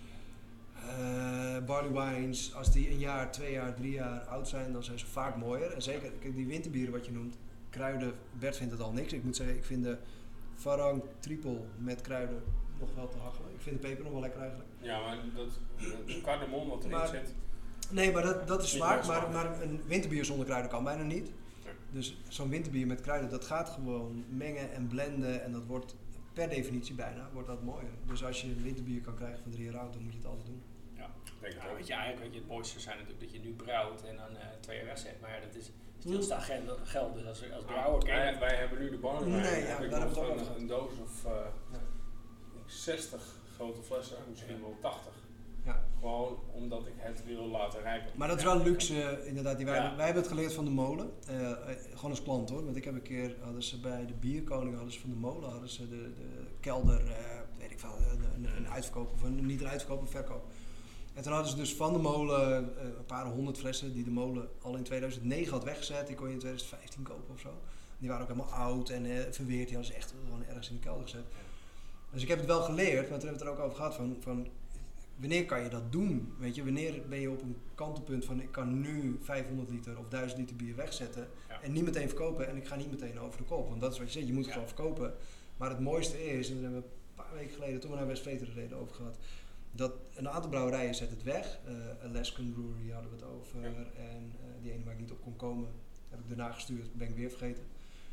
uh, barley wines, als die een jaar, twee jaar, drie jaar oud zijn, dan zijn ze vaak mooier. En zeker, kijk, die winterbieren wat je noemt, kruiden, Bert vindt het al niks. Ik moet zeggen, ik vind de Farang triple met kruiden nog wel te hachelen. Ik vind de peper nog wel lekker eigenlijk. Ja, maar dat, dat cardamom wat erin Maar- zit. Nee, maar dat, dat is Niet smaak, meer maar, smaak. maar een winterbier zonder kruiden kan bijna niet. Nee. Dus zo'n winterbier met kruiden, dat gaat gewoon mengen en blenden en dat wordt per definitie bijna, wordt dat mooier. Dus als je een winterbier kan krijgen van drie jaar oud, dan moet je het altijd doen. Denk ik Ja, ook. weet je, eigenlijk weet je, het mooiste zijn natuurlijk dat je nu brouwt en dan uh, twee jaar wegzet. Maar ja, dat is stilstaan geld, geld. Dus als, als brouwer ken wij, je... wij hebben nu de barley wine. Nee, ja, heb ik daar hebben nog we het ook een, over een doos of uh, Ja. zestig grote flessen, misschien Ja. wel tachtig. Ja. Gewoon omdat ik het wil laten rijpen. Maar dat is Ja. wel luxe, inderdaad. Die wij, Ja. wij hebben het geleerd van de molen. Uh, uh, gewoon als klant hoor. Want ik heb een keer, hadden ze bij de Bierkoning, hadden ze van de molen, hadden ze de, de kelder, uh, weet ik veel, een, een uitverkoop of een, niet een uitverkoop, een verkoop. En toen hadden ze dus van de molen uh, een paar honderd flessen die de molen al in tweeduizend negen had weggezet. Die kon je in tweeduizend vijftien kopen of zo. Die waren ook helemaal oud en uh, verweerd. Die hadden ze echt gewoon ergens in de kelder gezet. Dus ik heb het wel geleerd, maar toen hebben we het er ook over gehad van, van wanneer kan je dat doen? Weet je, wanneer ben je op een kantelpunt van ik kan nu vijfhonderd liter of duizend liter bier wegzetten Ja. en niet meteen verkopen en ik ga niet meteen over de kop. Want dat is wat je zegt, je moet het Ja. wel verkopen. Maar het mooiste is, en daar hebben we een paar weken geleden, toen we naar West-Veteren reden over gehad, dat een aantal brouwerijen zet het weg. Uh, Alaskan Brewery hadden we het over Ja. en uh, die ene waar ik niet op kon komen, heb ik daarna gestuurd, ben ik weer vergeten.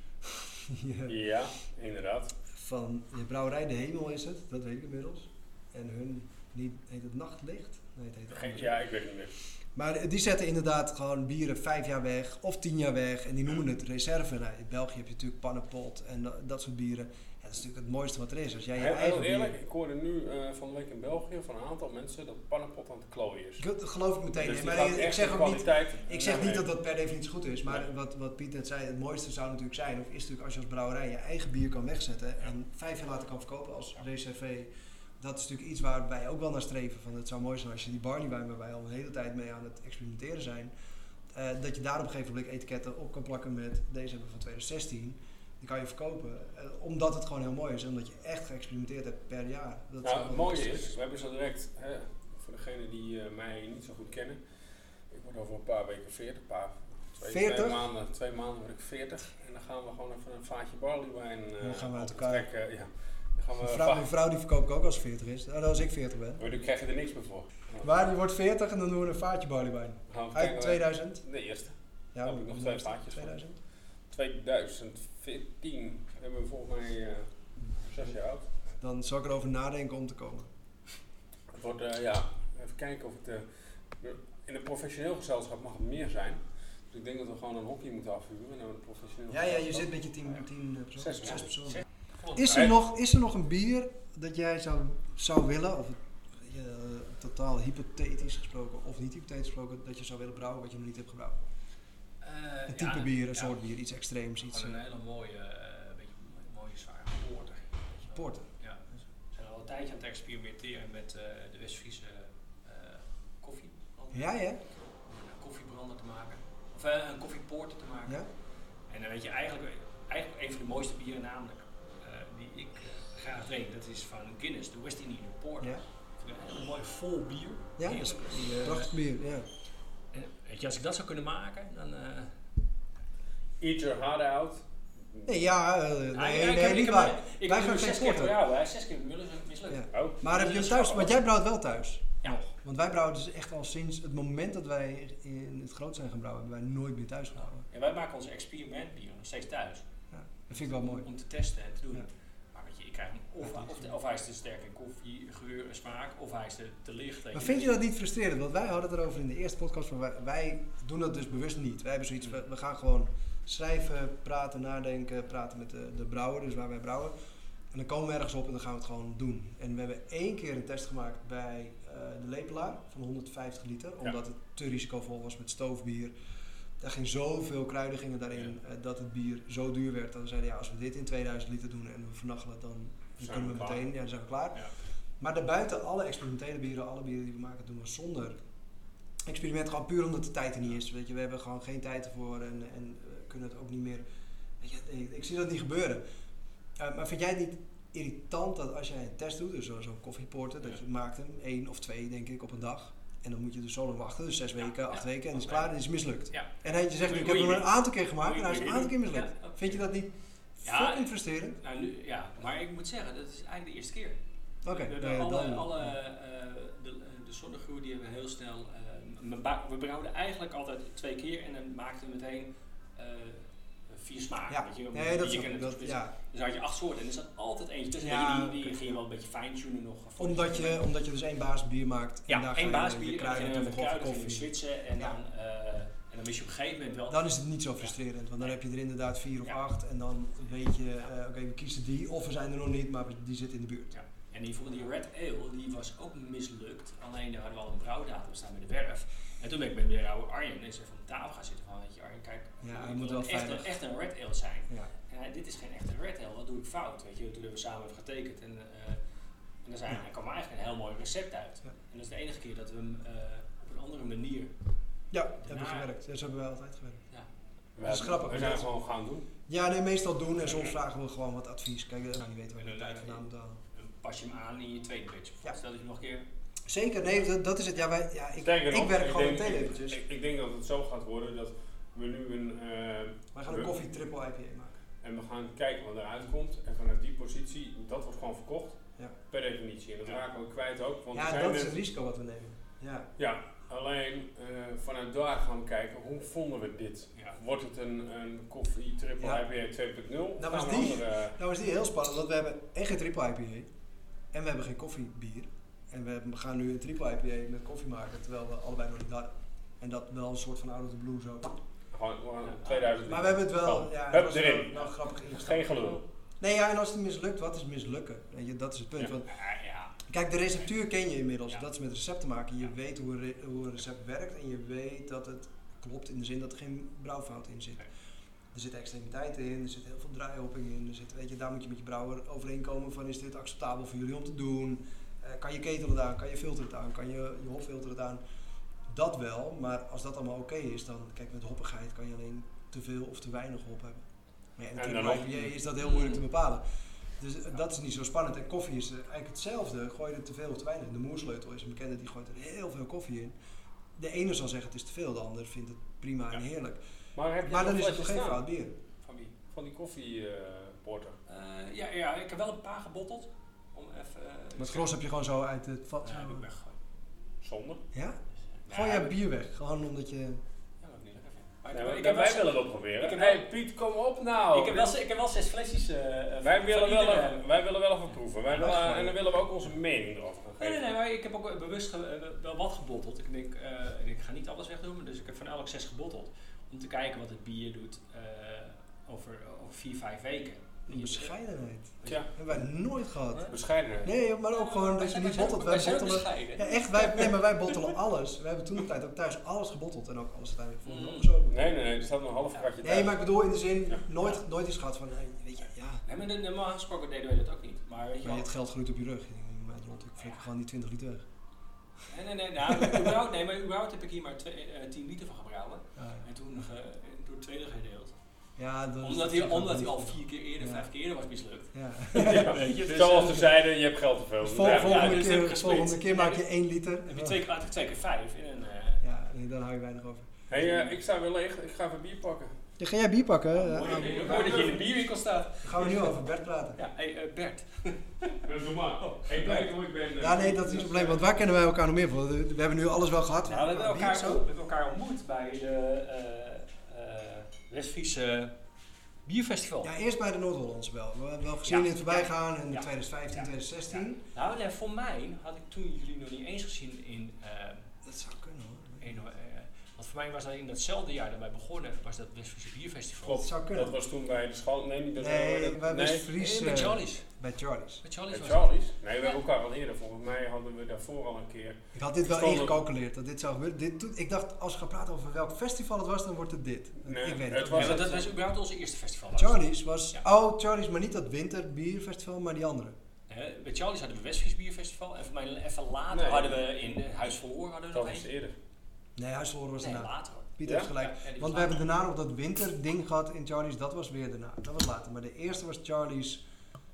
ja. Ja, inderdaad. Van de brouwerij De Hemel is het, dat weet ik inmiddels. en hun, niet, heet het Nachtlicht? Nee, het heet Geen, anders. ja, ik weet het niet meer. Maar die zetten inderdaad gewoon bieren vijf jaar weg of tien jaar weg en die noemen het reserve. Nou, in België heb je natuurlijk Pannenpot en dat, dat soort bieren. Ja, dat is natuurlijk het mooiste wat er is. Als jij je Heel, eigen heel eerlijk, bier... ik hoorde nu uh, van de week in België van een aantal mensen dat Pannenpot aan het klooien is. Dat geloof ik meteen. Dus in. die Maar gaat ik echt zeg de ook niet, kwaliteit ik zeg naar niet dat beneden. dat per definitie goed is, maar Nee. wat, wat Piet net zei, het mooiste zou natuurlijk zijn, of is natuurlijk als je als brouwerij je eigen bier kan wegzetten en vijf jaar later kan verkopen als reservé. Dat is natuurlijk iets waar wij ook wel naar streven. Van het zou mooi zijn als je die barleywijn, waar wij al een hele tijd mee aan het experimenteren zijn, uh, dat je daar op een gegeven moment etiketten op kan plakken met deze hebben we van twintig zestien. Die kan je verkopen, uh, omdat het gewoon heel mooi is en omdat je echt geëxperimenteerd hebt per jaar. Dat Nou, wel het mooie lastig. is, we hebben zo direct, hè, voor degenen die uh, mij niet zo goed kennen, ik word over een paar weken veertig, een paar, twee, veertig? twee maanden, twee maanden word ik veertig en dan gaan we gewoon even een vaatje barleywijn uh, Dan gaan we uit elkaar. trekken. Ja. Dan gaan we Mijn vrouw, mijn vrouw die verkoopt ook als ze veertig is, nou, als ik veertig ben. Maar nu krijg je er niks meer voor. Maar die wordt veertig en dan doen we een vaatje barleywijn. Dan gaan we Uit kijken, tweeduizend. de eerste. Ja, heb ik nog twee vaatjes van. tweeduizend. tweeduizend veertien hebben we volgens mij uh, zes jaar oud. Dan zal ik erover nadenken om te komen. Het wordt, uh, ja, even kijken of het, uh, in een professioneel gezelschap mag het meer zijn. Dus ik denk dat we gewoon een hockey moeten afhuren. En een professioneel Ja, ja, je gezelschap. zit met je tien, tien uh, personen. Zes Zes personen. personen. Klopt. Is er, nog, is er nog een bier dat jij zou, zou willen, of uh, totaal hypothetisch gesproken of niet hypothetisch gesproken, dat je zou willen brouwen wat je nog niet hebt gebrouwen? Uh, Een type ja, bier, een ja. soort bier, iets extreems, iets... Gewoon Uh, een hele mooie, uh, beetje een mooie zware porter. weet je wel. porter. Ja, dus we zijn al een tijdje aan het experimenteren met uh, de West-Friese uh, koffie. Ja, ja. Om een koffiebrander te maken. Of uh, een koffieporter te maken. Ja. En dan weet je eigenlijk, eigenlijk een van de mooiste bieren namelijk, uh, die ik uh, graag drink, dat is van Guinness, de West Indian Porter. Ja, Een hele mooi vol bier. ja, dat is Heerlijk. Die, uh, prachtig bier, ja. en, weet je, als ik dat zou kunnen maken, dan... Uh, Eat your heart out. Nee, ja, uh, nee, nou, nee, ik heb- niet ik heb- waar. Ik Wij heb gaan nu geen zes keer porter. gebrouwen, hè, zes keer mullen mislukt. Ja. Oh. Maar heb je hem Dat is thuis, wel- want jij brouwt wel thuis. Ja. Nog. Want wij brouwen dus echt al sinds het moment dat wij in het groot zijn gaan brouwen, hebben wij nooit meer thuis gebrouwen. En wij maken onze experimentbieren nog steeds thuis. Ja, dat vind ik wel mooi. Om te testen en te doen. Ja. Maar weet je, ik krijg hem of, Ja, het is- of, of hij is te sterk in koffie, geur en smaak, of hij is te, te licht. weet Maar je. vind je dat niet frustrerend? Want wij hadden het erover in de eerste podcast, maar wij, wij doen dat dus bewust niet. Wij hebben zoiets, we, we gaan gewoon schrijven, praten, nadenken, praten met de, de brouwer, dus waar wij brouwen. En dan komen we ergens op en dan gaan we het gewoon doen. En we hebben één keer een test gemaakt bij uh, de Lepelaar van honderdvijftig liter, omdat het te risicovol was met stoofbier. Daar ging zoveel kruiden gingen daarin Ja. uh, dat het bier zo duur werd. Dat we zeiden, ja, als we dit in tweeduizend liter doen en we vernachelen het, dan, dan Zijn kunnen we we klaar. meteen, ja, dan zijn we klaar. Ja. Maar daarbuiten, alle experimentele bieren, alle bieren die we maken, doen we zonder experiment. Gewoon puur omdat de tijd er niet is. Weet je, we hebben gewoon geen tijd ervoor en, en we kunnen het ook niet meer. Weet je, ik, ik zie dat niet gebeuren. Uh, maar vind jij het niet irritant dat als jij een test doet, dus zo'n koffieporter, dat Ja. je maakt hem, één of twee denk ik op een dag. En dan moet je dus zo lang wachten, dus zes Ja, weken, acht ja. weken en het is Oké. klaar en het is mislukt. Ja. En hij zegt, Moet ik je- heb hem moet een je- aantal keer gemaakt moet en je- hij is een moet je aantal keer niet. mislukt. Ja, oké. Vind je dat niet Ja, fucking frustrerend? Nou, nu, ja, maar ik moet zeggen, dat is eigenlijk de eerste keer. Oké, we hebben nee, alle, dan- alle uh, de, de zonnegroei die hebben we heel snel. Uh, we bou- we brouwden eigenlijk altijd twee keer en dan maakten we meteen uh, vier smaken. Ja, weet je, nee, dat je is kent het, dat, dus, ja. dus had je acht soorten en er zat altijd eentje tussen. Ja, En die, die oké. ging je wel een beetje fine-tunen nog. Omdat je, omdat je dus één basisbier maakt en Ja, daar één ga je baasbier, je en dan kruiden gingen we met toevoegen of kruiden gingen we koffie. switchen en, Ja. dan, uh, en dan wist je op een gegeven moment wel. Dan is het niet zo frustrerend, want dan heb je er inderdaad vier of Ja. acht en dan weet je, uh, oké, we kiezen die of we zijn er nog niet, maar we- die zit in de buurt. Ja. En die, die Red Ale die was ook mislukt, alleen daar hadden we al een brouwdatum staan bij de werf. En toen ben ik met de oude Arjen en zei van de tafel gaan zitten van, weet je Arjen, kijk, Ja, ik hij moet wil wel echt, veilig. een, echt een Red Ale zijn. Ja. En hij, dit is geen echte Red Ale, wat doe ik fout, weet je. Toen hebben we samen even getekend en, uh, en dan zei, Ja. er kwam eigenlijk een heel mooi recept uit. Ja. En dat is de enige keer dat we hem uh, op een andere manier. Ja, dat hebben we Ja. gewerkt. Ja, zo hebben wij altijd gewerkt. Ja. We Dat is grappig. We zijn het gewoon gaan doen. Ja, nee, meestal doen en soms vragen we gewoon wat advies. Kijk, we gaan niet weten waar we de tijd vandaan moeten halen. Dan pas je hem aan in je tweede batch. Ja. Stel dat je nog een keer. Zeker, nee, dat, dat is het. Ja, wij, ja, ik, Sterker ik nog, werk gewoon denk- met theelepeltjes. Ik, ik denk dat het zo gaat worden dat we nu een... uh, Wij gaan een koffie triple I P A maken. En we gaan kijken wat eruit komt. En vanuit die positie, dat wordt gewoon verkocht. Ja. Per definitie. En dat Ja. raken we kwijt ook. Want we Ja, zijn dat is er- het risico wat we nemen. Ja. Ja, alleen uh, vanuit daar gaan we kijken, hoe vonden we dit? Ja. Wordt het een, een koffie triple Ja. I P A twee punt nul? Nou, was Gaan we die- andere- Nou is die heel spannend, want we hebben echt geen triple I P A en we hebben geen koffiebier. En we gaan nu een triple I P A met koffie maken, terwijl we allebei nog niet hadden. En dat wel een soort van out of the blue zo. Gewoon, gewoon tweeduizend. Maar we hebben het wel, Oh. ja, Hup, het was erin. wel, wel grappig ingesteld. Geen gelul. Nee, ja, en als het mislukt, wat is mislukken? Weet je, dat is het punt. Ja. Want, Ja, ja. kijk, de receptuur ken je inmiddels. Ja. Dat is met recepten maken. Je Ja. weet hoe een, re- hoe een recept werkt en je weet dat het klopt in de zin dat er geen brouwfout in zit. Nee. Er zitten extremiteiten in, er zit heel veel draaihopping in. Er zit, weet je, daar moet je met je brouwer overeenkomen van is dit acceptabel voor jullie om te doen? Uh, kan je ketelen het aan? Kan je filteren het aan? Kan je je hopfilter het aan? Dat wel, maar als dat allemaal oké is, dan kijk met hoppigheid kan je alleen te veel of te weinig hop hebben. Maar ja, in En een dan triple nog- I P A is dat heel moeilijk te bepalen. Dus uh, dat is niet zo spannend. En koffie is uh, eigenlijk hetzelfde. Gooi je er te veel of te weinig. De moersleutel is een bekende, die gooit er heel veel koffie in. De ene zal zeggen het is te veel, de ander vindt het prima Ja. en heerlijk. Maar heb je Maar dan nog is het flesjes toch geen staan? fout bier. Van wie? Van die koffieporter. Uh, ja, ja, ik heb wel een paar gebotteld. Om even... Uh, Maar het gros heb je gewoon zo uit het vat. Ja, heb ik weggegooid. Zonde. Ja? Dus, Gooi ja, jij bier weg, gewoon omdat je... Ja, dat ik niet lekker vind. Maar Nee, ik, maar ik heb wij wel, willen dat proberen. ik heb Hé wel- Piet, kom op nou. ik heb wel, ik heb wel zes flesjes. Uh, wij, willen wel iedere- even, wij willen wel even proeven. Wij Ja, willen, gewoon. en dan willen we ook onze mening erover gaan Nee, geven. nee, nee, maar ik heb ook bewust ge- eh, wel wat gebotteld. Ik denk, uh, en ik ga niet alles wegdoen, dus ik heb van elk zes gebotteld. Om te kijken wat het bier doet uh, over, over vier, vijf weken. Een bescheidenheid. Tja, Hebben wij nooit gehad. bescheidenheid. Nee, maar ook gewoon dat je niet bottelt. Wij bottelen... bescheiden. Ja, echt, wij, nee, maar wij bottelen alles. We hebben toen de tijd ook thuis alles gebotteld en ook alles uiteindelijk voor Mm. mm. opgezogen. Nee, nee, nee, er staat nog een half kratje Nee, maar ik bedoel in de zin, Ja. nooit, nooit iets gehad van, hey, weet je, ja, Nee, maar de- normaal gesproken deden wij dat ook niet. Maar weet je maar wel. het geld groeit op je rug. Je denkt, maar rond, ik flikker gewoon die twintig liter weg. Nee, nee, nee, nou, überhaupt, nee, maar überhaupt heb ik hier maar twee, uh, tien liter van gebrouwen. Ja, En toen ge, door het tweede gedeeld. ja, dat is- Omdat dat hij, is ook omdat hij niet al goed. vier keer eerder, Ja. vijf keer eerder was mislukt. Ja. Ja, Weet je, dus, zoals eh, ze zeiden, je hebt geld te veel. Vol, Ja, volgende, ja, dus heb ik keer, gesplitst. volgende keer maak je één liter. heb je twee, had ik twee keer vijf in een... Uh, Ja, nee, daar hou je weinig over. Hey, uh, ik sta weer leeg, ik ga even bier pakken. Ja, ga jij bier pakken? mooi, Ja, mooi, mooi dat je in de bierwinkel staat. dan gaan we nu over Bert praten. Ja, hey, uh, Bert. Doe maar. Hey, kijk hoe ik ben. Ja, nee, dat is niet het probleem, want waar kennen wij elkaar nog meer voor? We we hebben nu alles wel gehad. Nou, we, hebben Maar elkaar, bier we zo? hebben elkaar ontmoet bij de uh, uh, West-Friese Bierfestival. Ja, eerst bij de Noord-Hollandse wel. We hebben wel gezien Ja. in het voorbijgaan in Ja. twintig vijftien, Ja. twintig zestien. Nou, nee, voor mij had ik toen jullie nog niet eens gezien in... Uh, Dat zou kunnen hoor. in uh, want voor mij was dat in datzelfde jaar dat wij begonnen, was dat West-Friese Bierfestival. Klopt, Dat zou kunnen. dat was toen bij de school. Nee, niet bij Nee, de bij nee. West-Fries. Eh, bij eh, Charlie's. Bij Charlie's. Bij Charlie's Bij was het. Charlie's? Nee, we hebben elkaar al eerder. Volgens mij hadden we daarvoor al een keer. Ik had dit wel Stonden- ingecalculeerd dat dit zou gebeuren. Dit, doet- ik dacht, als we gaan praten over welk festival het was, dan wordt het dit. Nee, ik weet het het. was- Ja, want dat was überhaupt onze eerste festival. Charlie's was... Ja. Oh, Charlie's, maar niet dat winterbierfestival, maar die andere. Uh, bij Charlie's hadden we West-Fries Bierfestival en voor mij even later Nee. hadden we in uh, Huis van Oor hadden we Dat nog was eentje. eerder. Nee, Huisverloren was Nee, daarna. later hoor. Piet Ja? heeft gelijk. Ja, en die Want was we hebben later. daarna nog dat winterding gehad in Charlie's, dat was weer daarna. Dat was later. Maar de eerste was Charlie's,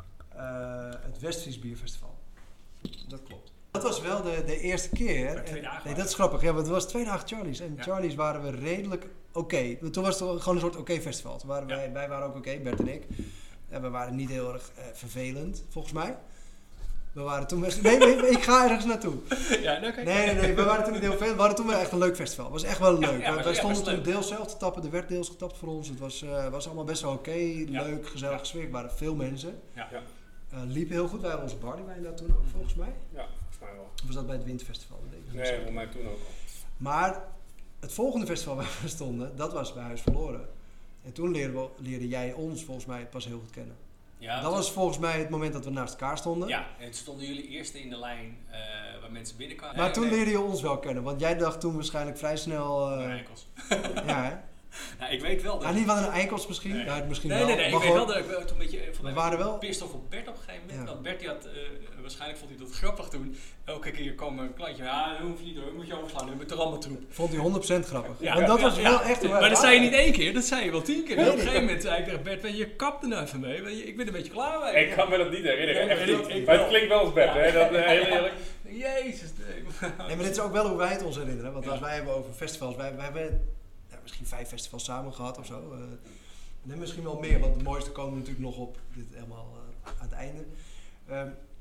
uh, het Westfries Bierfestival. Dat klopt. Dat was wel de, de eerste keer. Maar twee En- dagen nee, waren dat is grappig. Ja, want het was twee dagen Charlie's. En Ja. Charlie's waren we redelijk oké. Toen was het gewoon een soort oké festival. Toen waren Ja. wij, wij waren ook oké, Bert en ik. En we waren niet heel erg uh, vervelend, volgens mij. We waren toen best... Nee, nee, nee, ik ga ergens naartoe. Ja, nou, kijk. Nee, nee, nee, we waren toen niet heel veel. We hadden toen wel echt een leuk festival. Het was echt wel leuk. Ja, ja, wij ja, stonden was toen leuk. deels zelf te tappen. Er werd deels getapt voor ons. Het was, uh, was allemaal best wel oké. Ja. Leuk, gezellig Ja. sfeer. Er waren veel mensen. Ja. Ja. Uh, liep heel goed. Wij hadden onze barleywijn daar toen ook, volgens mij. Ja, volgens mij wel. Of was dat bij het Winterfestival? Dat denk ik niet Nee, zo. voor mij toen ook al. Maar het volgende festival waar we stonden, dat was bij Huis Verloren. En toen leerden, we, leerde jij ons volgens mij pas heel goed kennen. Ja, dat toen- was volgens mij het moment dat we naast elkaar stonden. Ja, en toen stonden jullie eerst in de lijn uh, waar mensen binnenkwamen. Maar Nee, toen nee. leerde je ons wel kennen. Want jij dacht toen waarschijnlijk vrij snel... Uh, Mijn enkels. ja, hè? Nou, ik weet wel dat... Ah, niet van een eikels misschien? Nee. Ja, misschien nee, wel. nee, nee, ik Maar weet gewoon- wel dat ik wel toen een beetje... Voor We mij waren wel- pist off op Bert op een gegeven moment. Ja. Want Bert die had... Uh, waarschijnlijk vond hij dat grappig toen. Elke keer kwam een klantje. Ja, dat hoef je niet hoor. Moet je overslaan. Met de rammeltroep. Vond hij honderd procent grappig. Ja, Want dat ja, was ja. wel echt... Maar dat zei je niet één keer. Dat zei je wel tien keer. Nee, En op een nee. gegeven moment zei ik tegen Bert. Weet je, kap er nou even mee. Weet je, ik ben er een beetje klaar mee. Ik kan me dat niet herinneren. Nee, Echt nee, niet. ik- ik Maar wel. het klinkt wel als Bert, Ja. hè? Dat, uh, heel eerlijk. Jezus. Nee. Nee, maar dit is ook wel hoe wij het ons herinneren. Want Ja. als wij hebben over festivals... Wij, wij hebben ja, misschien vijf festivals samen gehad of zo. Uh, nee, misschien wel meer. Want de mooiste komen natuurlijk nog op. Dit helemaal uh, aan het einde. Um,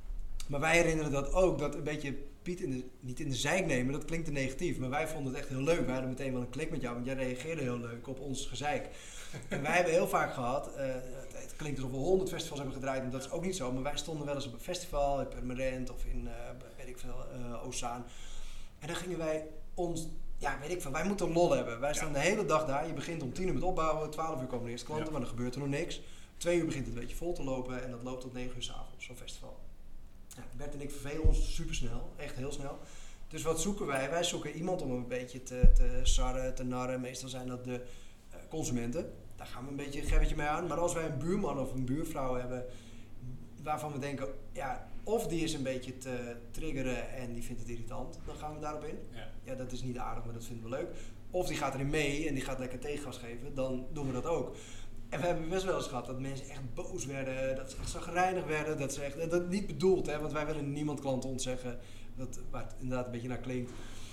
Maar wij herinneren dat ook, dat een beetje Piet in de, niet in de zeik nemen, dat klinkt te negatief. Maar wij vonden het echt heel leuk. Wij hadden meteen wel een klik met jou, want jij reageerde heel leuk op ons gezeik. En wij hebben heel vaak gehad, uh, het, het klinkt alsof we honderd festivals hebben gedraaid, en dat is ook niet zo. Maar wij stonden wel eens op een festival, in Purmerend of in, uh, weet ik veel, uh, Ozaan. En dan gingen wij ons, ja weet ik veel, wij moeten lol hebben. Wij staan ja. de hele dag daar, je begint om tien uur met opbouwen, twaalf uur komen de eerste klanten, ja. maar dan gebeurt er nog niks. Twee uur begint het een beetje vol te lopen en dat loopt tot negen uur 's avonds, zo'n festival. Ja, Bert en ik vervelen ons super snel, echt heel snel. Dus wat zoeken wij? Wij zoeken iemand om een beetje te, te sarren, te narren. Meestal zijn dat de uh, consumenten. Daar gaan we een beetje een gebbetje mee aan. Maar als wij een buurman of een buurvrouw hebben waarvan we denken, ja, of die is een beetje te triggeren en die vindt het irritant, dan gaan we daarop in. Ja, ja dat is niet aardig, maar dat vinden we leuk. Of die gaat erin mee en die gaat lekker tegengas geven, dan doen we dat ook. En we hebben best wel eens gehad dat mensen echt boos werden, dat ze echt chagrijnig werden, dat ze echt, en dat niet bedoeld, hè, want wij willen niemand klanten ontzeggen, dat, waar het inderdaad een beetje naar klinkt.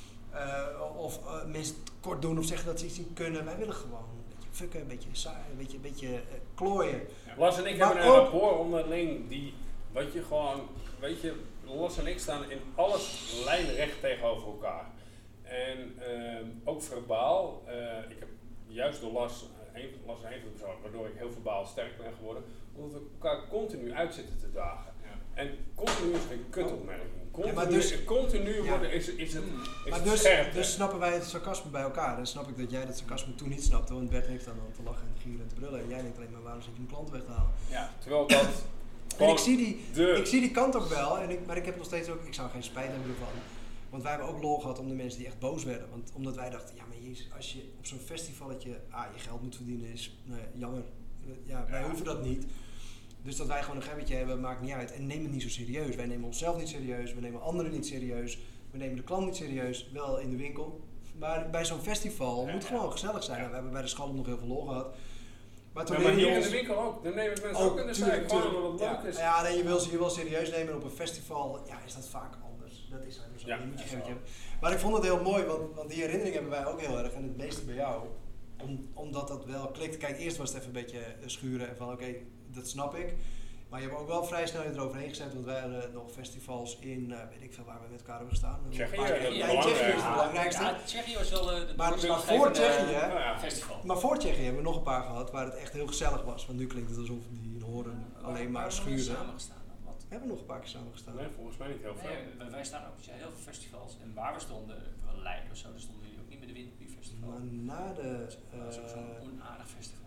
Uh, of uh, mensen kort doen of zeggen dat ze iets niet kunnen. Wij willen gewoon een beetje fucken, een beetje saai, een beetje, een beetje uh, klooien. Ja, Lars en ik maar hebben een ook, rapport onderling die, wat je gewoon, weet je, Lars en ik staan in alles lijnrecht tegenover elkaar. En uh, ook verbaal, uh, ik heb juist door Lars, een, Lars is een van de personen waardoor ik heel verbaal sterk ben geworden, omdat we elkaar continu uit zitten te dagen. Ja. En continu is geen kutopmerking. Continu, ja, maar dus, continu ja. worden, is, is het, is maar het dus, scherp. Dus snappen wij het sarcasme bij elkaar. Dan snap ik dat jij dat sarcasme toen niet snapte, want Bert heeft dan aan te lachen en te gieren en te brullen. En jij denkt alleen maar, waarom zit je een klant weg te halen? Ja, terwijl dat... en ik zie, die, de... ik zie die kant ook wel, en ik, maar ik heb nog steeds ook, ik zou geen spijt hebben ervan. Want wij hebben ook lol gehad om de mensen die echt boos werden. Want omdat wij dachten, ja maar jezus, als je op zo'n festivalletje ah, je geld moet verdienen is, nou ja, jammer. Ja, wij ja. hoeven dat niet. Dus dat wij gewoon een gebbetje hebben, maakt niet uit. En neem het niet zo serieus. Wij nemen onszelf niet serieus, we nemen anderen niet serieus. We nemen de klant niet serieus, wel in de winkel. Maar bij zo'n festival ja, moet het ja. gewoon gezellig zijn. Ja. We hebben bij de Schalm nog heel veel lol gehad. Maar, ja, maar hier ons... in de winkel ook. Dan nemen mensen ook, ook in de zaak. Gewoon omdat het ja. leuk is. Ja, nee, je wil ze je wel serieus nemen op een festival. Ja, is dat vaak anders. Dat is zo. Ja, moet je gebbetje hebben. Maar ik vond het heel mooi, want, want die herinnering hebben wij ook heel erg. En het meeste bij jou. Om, omdat dat wel klikt. Kijk, eerst was het even een beetje schuren. En van oké, okay, dat snap ik. Maar je hebt ook wel vrij snel eroverheen gezet, want wij hadden nog festivals in, uh, weet ik veel waar we met elkaar hebben gestaan. Tsjechië, ja, ja, Tsjechië is het belangrijkste. Ja, Tsjechië was wel de maar, maar voor Tsjechië, uh, ja, festival. Maar voor Tsjechië hebben we nog een paar gehad waar het echt heel gezellig was. Want nu klinkt het alsof die in Horen ja, alleen maar schuren. Hebben we samen gestaan dan? Wat? Hebben we nog een paar keer samen gestaan? Nee, volgens mij niet heel veel. Nee, wij staan ook heel veel festivals en waar we stonden, wel Leiden of zo, daar stonden jullie ook niet met de Windpier Festival. Maar na de... Uh, dat is ook zo'n onaardig festival.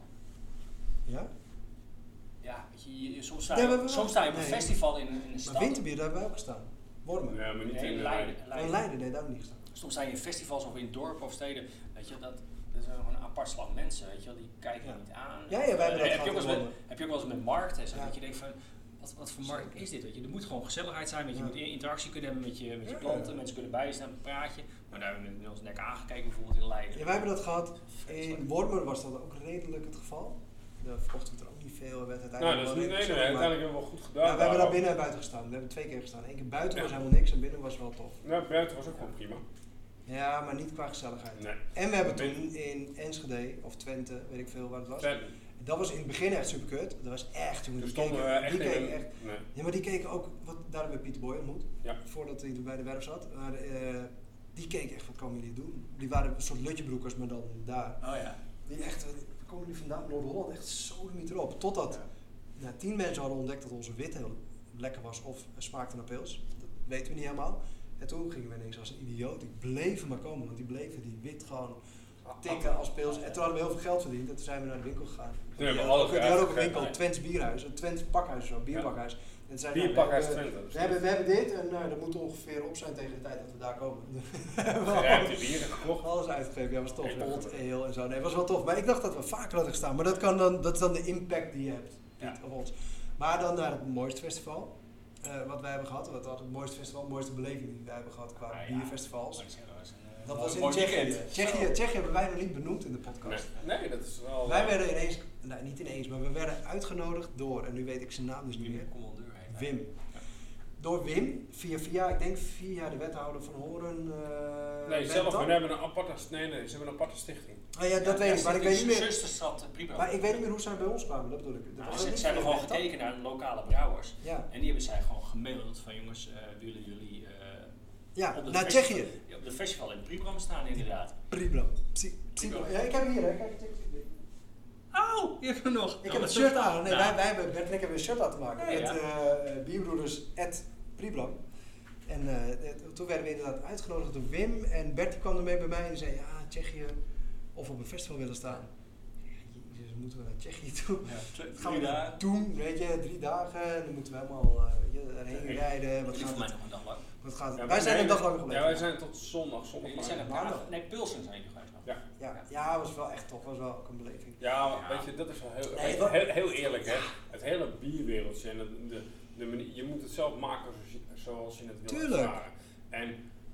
Ja? Ja, weet je, je, soms, sta je, ja, soms sta je op een nee, festival in, in een stad. Maar Winterbier, daar hebben we ook gestaan. Wormen. Ja, maar niet nee, in Leiden. Leiden. Leiden, nee, daar hebben we niet gestaan. Soms sta je in festivals of in dorpen of steden, weet je, dat, dat is gewoon een apart slag mensen, weet je wel, die kijken ja. je niet aan. Ja, ja, wij hebben dat heb, je ook met, heb je ook wel eens met markten, zo, ja. dat je denkt van, wat, wat voor markt is dit? Weet je? Er moet gewoon gezelligheid zijn, weet je, ja. je moet interactie kunnen hebben met je, met je ja, klanten, ja. mensen kunnen bij je staan, praat je. Maar daar hebben we ons nek aangekeken, bijvoorbeeld in Leiden. Ja, wij hebben dat gehad. In Wormen was dat ook redelijk het geval. Daar verkochten we er ook niet veel. Werd uiteindelijk nou, dat is niet, nee, nee, nee, uiteindelijk hebben we wel goed gedaan. Ja, we hebben daar binnen en buiten gestaan. We hebben twee keer gestaan. Eén keer buiten ja. was helemaal niks en binnen was wel tof. Nou, buiten was ook wel prima. Ja, maar niet qua gezelligheid. Nee. En we hebben toen in Enschede of Twente, weet ik veel waar het was. Twente. Dat was in het begin echt super kut. Dat was echt, jongen. Die stonden keken, echt die keken in, echt. Nee. Ja, maar die keken ook, wat, daar hebben we Pieter Boy ontmoet. Ja. Voordat hij toen bij de werf zat. Maar uh, die keken echt, wat komen jullie doen? Die waren een soort lutjebroekers, maar dan daar. Oh ja. Die echt, waar komen jullie vandaan? Noord-Holland, echt zo niet erop. Totdat ja. nou, tien mensen hadden ontdekt dat onze wit heel lekker was of smaakte naar pils. Dat weten we niet helemaal. En toen gingen we ineens als een idioot. Die bleven maar komen, want die bleven die wit gewoon tikken als pils. En toen hadden we heel veel geld verdiend en toen zijn we naar de winkel gegaan. Toen hebben we alles Die hadden ook een winkel, een Twents bierhuis, een Twents pakhuis of zo, bierpakhuis. Ja. En zeiden, bierpakhuis nou, we, Twente. We hebben, we hebben dit en nou, dat moet ongeveer op zijn tegen de tijd dat we daar komen. Gerijpte bieren gekocht. Alles uitgegeven, ja, was tof. Old ale en zo. Nee, was wel tof. Maar ik dacht dat we vaker hadden gestaan. Maar dat, kan dan, dat is dan de impact die je hebt ja. op ons. Maar dan naar het mooiste festival. Uh, wat wij hebben gehad, wat had het mooiste festival, de mooiste beleving die wij hebben gehad qua ah, ja. bierfestivals. Dat uh, was in Tsjechië. Tsjechië. Tsjechië hebben wij nog niet benoemd in de podcast. Nee, nee dat is wel... Wij werden ineens, nou niet ineens, maar we werden uitgenodigd door, en nu weet ik zijn naam dus niet meer, Wim. door Wim, via via, ik denk via de wethouder van Horen. Uh, nee, zelf, we hebben een aparte, nee, nee, ze hebben een aparte stichting. Ah, ja, dat ja, weet ik, maar ik weet niet meer. Zusterstad Pribram. Maar ik weet niet meer hoe zij bij ons kwamen, dat bedoel ik. Dat Nou, was ze niet zijn via gewoon Wethouder. gekeken naar de lokale brouwers. Ja. En die hebben zij gewoon gemaild van jongens, uh, willen jullie uh, Ja, op de naar festival- Tsjechië. ja, op de festival in Pribram staan inderdaad. Pribram. Psi- Pribram. Ja, ik heb hem hier, hè. Kijk, kijk. Oh, je hebt hem nog. Ik heb het shirt aan. Nee, Nou. wij, wij hebben, Bert en ik hebben een shirt laten maken. Ja, met ja. uh, Bierbroeders at Pribram. En uh, toen werden we inderdaad uitgenodigd door Wim. En Bert kwam ermee bij mij en die zei, ja, Tsjechië, of op een festival willen staan. Jezus, moeten we naar Tsjechië toe? Ja, twee, Wat gaan we drie dan dagen. doen? Weet je, drie dagen. En dan moeten we helemaal uh, weet je, erheen Nee. rijden. Wat Dat is gaat voor mij het? nog een dag lang. Wat gaat het? Ja, wij zijn nee, een dag lang gebleven. Ja, wij zijn tot zondag, zondag Jullie zijn maar. een maandag. paar... Nee, Pilsen zijn jullie geweest. Ja. Ja, ja, was wel echt tof. Was wel ook een beleving. Ja, Ja. weet je, dat is wel heel, Nee, heel, wat- heel, heel eerlijk, hè. Het hele bierwereldje en de, de, de manier, je moet het zelf maken zoals je, zoals je het wil Tuurlijk. ervaren. En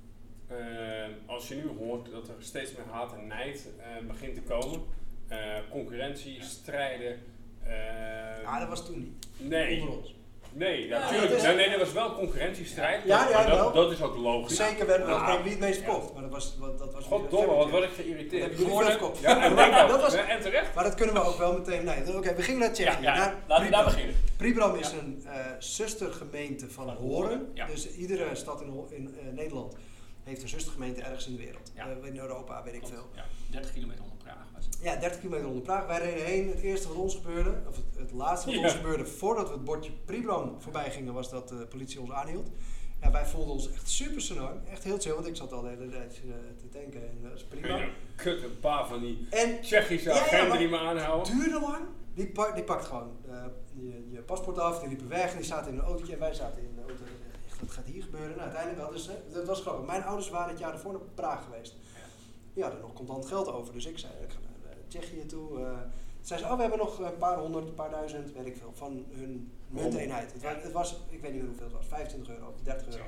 uh, als je nu hoort dat er steeds meer haat en nijd uh, begint te komen, uh, concurrentie, strijden. Uh, Ja, dat was toen niet. nee, Onder ons. nee, Ja, natuurlijk. dat is- Nee, nee, er was wel concurrentiestrijd, Ja, maar ja, dat, wel. dat is ook logisch. Zeker werden we Ja. nog wie het meest Ja. verkocht. Maar dat was, wat- dat was Goddomme, wat word ik Dat geïrriteerd. hebben jullie Geworden. veel verkocht. Ja, en, denk ook. Dat was- Ja, en terecht. Maar dat kunnen we ook wel meteen. Nee, oké, okay, we gingen naar Tsjechië. Ja, ja. Naar Laten we daar Pribram. beginnen. Pribram is Ja. een uh, zustergemeente van Van Horen. Horen, ja. Dus iedere stad in, Ho- in uh, Nederland heeft een zustergemeente ergens in de wereld. Ja. Uh, in Europa, weet ik Klopt. veel. Ja, dertig kilometer onder Praag was het. Ja, dertig kilometer onder Praag. Wij reden heen. Het eerste wat ons gebeurde, of het, het laatste wat Ja. ons gebeurde voordat we het bordje Pribram voorbij gingen, was dat de politie ons aanhield. Ja, wij voelden ons echt super senang. Echt heel chill, want ik zat al de hele tijd uh, te denken. En dat is prima. Ja, kut, een paar van die En Tsjechische Ja, ja, agenten maar- die me aanhouden. duurde lang. Die, pak, die pakt gewoon uh, je, je paspoort af, die liepen weg en die zaten in een autootje en wij zaten in de auto. Echt, wat gaat hier gebeuren? Nou, uiteindelijk hadden ze, dat was grappig. Mijn ouders waren het jaar ervoor naar Praag geweest. Die hadden nog contant geld over, dus ik zei, ik ga naar uh, Tsjechië toe. Uh, zei ze, oh, we hebben nog een paar honderd, een paar duizend, weet ik veel, van hun munteenheid. Het, wa- het was, ik weet niet meer hoeveel het was, vijfentwintig euro of dertig euro.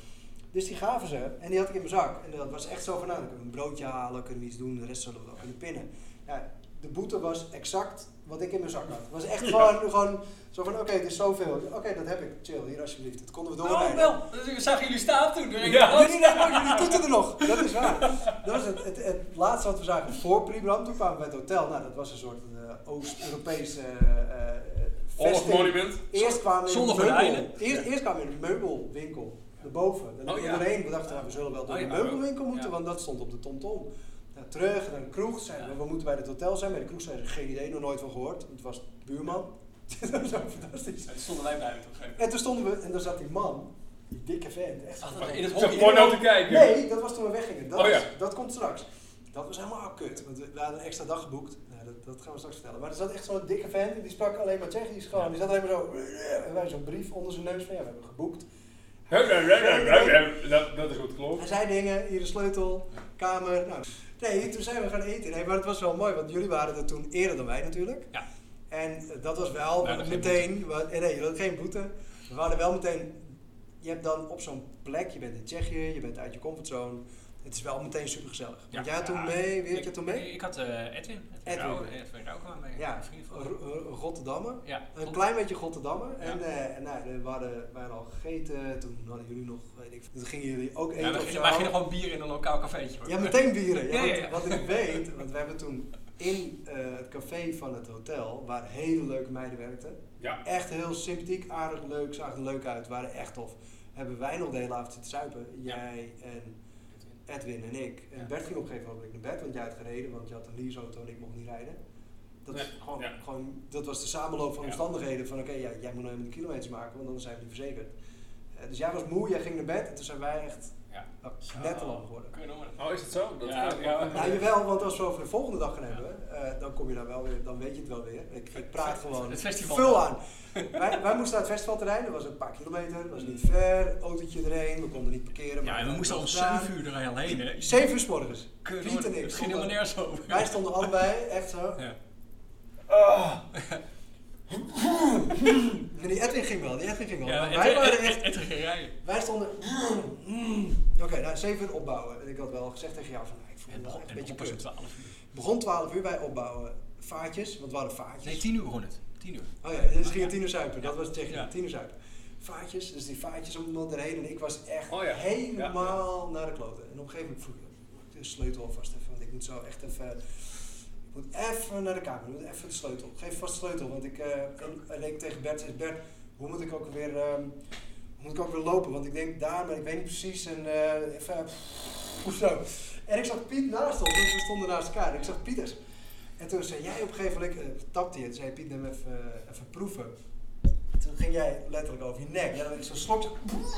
Dus die gaven ze en die had ik in mijn zak. En dat was echt zo van, nou, dan kunnen we een broodje halen, kunnen we iets doen, de rest zullen we wel kunnen pinnen. Ja, de boete was exact wat ik in mijn zak had. Het was echt gewoon, gewoon zo van, oké, okay, het is zoveel. Oké, okay, dat heb ik. Chill, hier alsjeblieft. Dat konden we doorrijden. Oh, wel. We zagen jullie staan toen. Dus ik Ja. dacht, Nee, nee, nee, oh, jullie toeten er nog. Dat is waar. Dat was het, het, het laatste wat we zagen voor Pribram. Toen kwamen we bij het hotel. Nou, dat was een soort uh, Oost-Europese uh, Oorlogsmonument. Eerst kwamen we in Zonder een meubel. gordijnen. Eerst, eerst kwamen we in een meubelwinkel. Daarboven. Dan Oh, liepen ja. we erheen. We dachten, nou, we zullen wel door Oh, de ja. meubelwinkel moeten, Ja. want dat stond op de TomTom. Nou, terug naar een kroeg. Zeiden we, Ja. we moeten bij het hotel zijn. Bij de kroeg zeiden ze, geen idee, nog nooit van gehoord. Het was de buurman. Dat was zo fantastisch. toen stonden wij buiten op een gegeven En toen stonden we, en daar zat die man, die dikke vent, echt moment. van- In het Ik zat hokje. gewoon nou te kijken. Nee, dat was toen we weggingen. Dat, Oh ja. is- dat komt straks. Dat was helemaal kut, want we, we hadden een extra dag geboekt. Nou, dat, dat gaan we straks vertellen. Maar er zat echt zo'n dikke vent en die sprak alleen maar Tsjechisch gewoon. Ja. Die zat alleen maar zo, en wij zo'n brief onder zijn neus van, ja, we hebben geboekt. Dat, dat is goed klopt. Hij zei dingen, hier de sleutel, kamer. Nou, nee, toen zijn we gaan eten. Nee, maar het was wel mooi, want jullie waren er toen eerder dan wij natuurlijk. Ja. En uh, dat was wel We hadden geen meteen, we, nee, nee, je had geen boete. We hadden wel meteen, je hebt dan op zo'n plek, je bent in Tsjechië, je bent uit je comfortzone. Het is wel meteen super gezellig. Want Ja. jij had toen Ja. mee, wie had Ik- je toen mee? Ik had uh, Edwin. Edwin, Edwin. Rauw, Edwin Rauw kwam mee. Ja. Een vriend van Een Ro- een Rotterdammer. Ja. Een klein beetje Rotterdammer. Ja. En, uh, en nou, we hadden, wij hadden al gegeten, toen hadden jullie nog, weet ik, toen gingen jullie ook eten Ja, we of gingen, zo. wij gingen gewoon bier in een lokaal cafeetje. Hoor. Ja, meteen bieren. Ja, Ja, want ja, ja. wat ik weet, want we hebben toen in uh, het café van het hotel, waar hele leuke meiden werkten, Ja. echt heel sympathiek, aardig, leuk, zagen er leuk uit, waren echt tof. Hebben wij nog de hele avond zitten zuipen, jij en Edwin en ik. En Ja. Bert ging op een gegeven moment naar bed, want jij had gereden, want je had een leaseauto en ik mocht niet rijden. Dat, Nee, is gewoon, ja. gewoon, dat was de samenloop van Ja. omstandigheden van oké, okay, ja, jij moet nou helemaal de kilometers maken, want anders zijn we niet verzekerd. Uh, dus jij was moe, jij ging naar bed en toen zijn wij echt Ja. oh, net te lang geworden. Kun je nog maar- Oh, is het zo? Dat Ja, kan- ja. Nou jawel, want als we over de volgende dag gaan hebben, uh, dan kom je daar wel weer, dan weet je het wel weer. Ik, ik praat gewoon Het festival. veel aan. wij, wij moesten naar het festivalterrein, dat was een paar kilometer, dat was niet ver, autootje erheen, we konden niet parkeren. Ja, maar en we dat moesten om was gedaan. zeven uur er al heen. hè. Zeven uur 's morgens. Kun je Piet nog- en ik Het ging helemaal stonden- nergens over. Wij stonden allebei echt zo. Ja. Oh. En die Edwin ging wel, die Edwin ging wel. Ja, maar en- wij en- waren en- echt, en te gaan rijden. wij stonden. Oké, nou zeven uur opbouwen. En ik had wel gezegd tegen jou van, nou, ik voel me Het wel begon, echt het een beetje begon pas om kut. twaalf uur. Begon twaalf uur bij opbouwen. Vaartjes, want we hadden vaartjes. Nee, tien uur begon het. tien uur. Oh ja, dus gingen tien uur zuipen. Dat Ja. was het Tsjechië. Ja. Tien uur zuipen. vaatjes, dus die vaatjes om erheen. En ik was echt Oh ja. helemaal Ja, ja. naar de kloten. En op een gegeven moment vroeg ik de sleutel alvast even, want ik moet zo echt even... Ik moet even naar de kamer, ik moet even de sleutel. Geef vast de sleutel, want ik... Uh, en, en ik tegen Bert zei, Bert, hoe moet ik ook weer... Um, moet ik ook weer lopen, want ik denk daar, maar ik weet niet precies. En uh, even... Pff, zo. En ik zag Piet naast ons, dus we stonden naast elkaar. En ik zag Pieters. En toen zei jij op een gegeven moment, uh, tapte je het, zei Piet, neem even, uh, even proeven. En toen ging jij letterlijk over je nek. Ja, dan werd ik zo slok. Zo.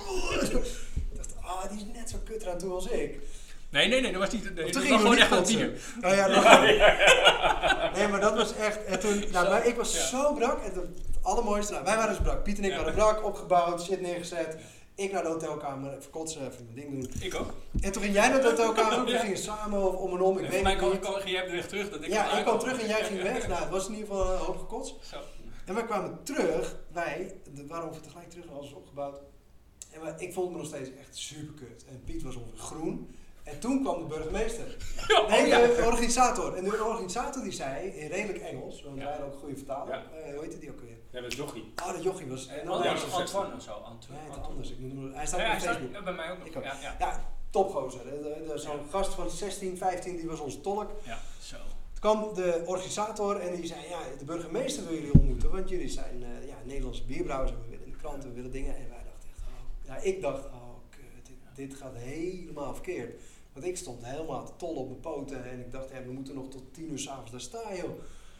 Ik dacht, ah, oh, die is net zo kut eraan toe als ik. Nee, nee, nee, dat was niet. Nee, toen dat ging was gewoon echt een kotsen. tiener. Oh ja, dat ja, ja, ja. Nee, maar dat was echt. En toen, nou, Zo, maar ik was ja. zo brak. En toen, het allermooiste, nou, wij waren dus brak. Piet en ik Ja. waren brak, opgebouwd, shit neergezet. Ik naar de hotelkamer, even kotsen, even mijn ding doen. Ik ook. En toen ging jij naar de hotelkamer, we Ja. gingen samen of om en om. Ik En weet voor mij het kwam, niet. kwam, ging jij de weg terug. Dat ik Ja, eruit ik kwam kwam. terug en jij ging Ja, weg. ja. Nou, het was in ieder geval een hoop gekots. Zo. En wij kwamen terug, wij, de, waren ongeveer tegelijk terug, alles opgebouwd. En wij, ik voelde me nog steeds echt super kut. En Piet was ongeveer groen. En toen kwam de burgemeester. Ja, oh Nee, ja. de organisator. En de organisator die zei, in redelijk Engels, want Ja. wij hadden ook een goede vertaler. Ja. Uh, hoe heette die ook weer? Ja, dat is Jochie. Oh, dat jochie was... En En dan dan ja, was dat het- is Antoine of zo. Antoine. Nee, het anders. Ik noem hem, hij staat Ja, op hij staat Facebook. ja, bij mij ook nog. Ik ook. Ja, ja. Ja, topgozer. hè. De- de- Zo'n Ja. gast van zestien, vijftien, die was onze tolk. Ja, zo. Toen kwam de organisator en die zei, ja, de burgemeester wil jullie ontmoeten, want jullie zijn uh, ja, Nederlandse bierbrouwers en we willen in de krant, we willen dingen. En wij dachten echt, oh, ja, ik dacht, oh, kut, dit, dit gaat helemaal verkeerd. Want ik stond helemaal te tollen op mijn poten en ik dacht, ja, we moeten nog tot tien uur 's avonds daar staan, joh.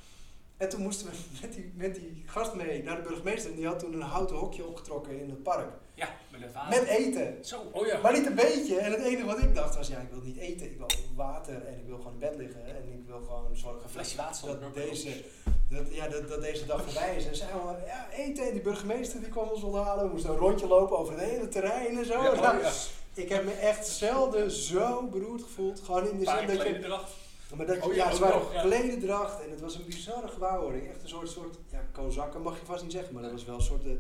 En toen moesten we met die, met die gast mee naar de burgemeester en die had toen een houten hokje opgetrokken in het park. Ja, met het water. Met eten. Zo. Oh ja. Maar niet een beetje. En het enige wat ik dacht was, ja, ik wil niet eten, ik wil water en ik wil gewoon in bed liggen. En ik wil gewoon zorgen Een flesje water stond er dat ook bij deze, ons. dat, ja, dat, dat deze dag voorbij is. En zeiden we, ja, eten. En die burgemeester die kwam ons onthalen. We moesten een rondje lopen over het hele terrein en zo. Ja, Nou, oh ja. ik heb me echt zelden zo beroerd gevoeld. Gewoon in de Paar zin dat kleden je... eraf. Maar dat je, Oh ja, ja, ze ook waren nog, ja. klededracht en het was een bizarre gewaarwording. Echt een soort, soort ja, kozakken mag je vast niet zeggen, maar dat was wel een soort... Uh,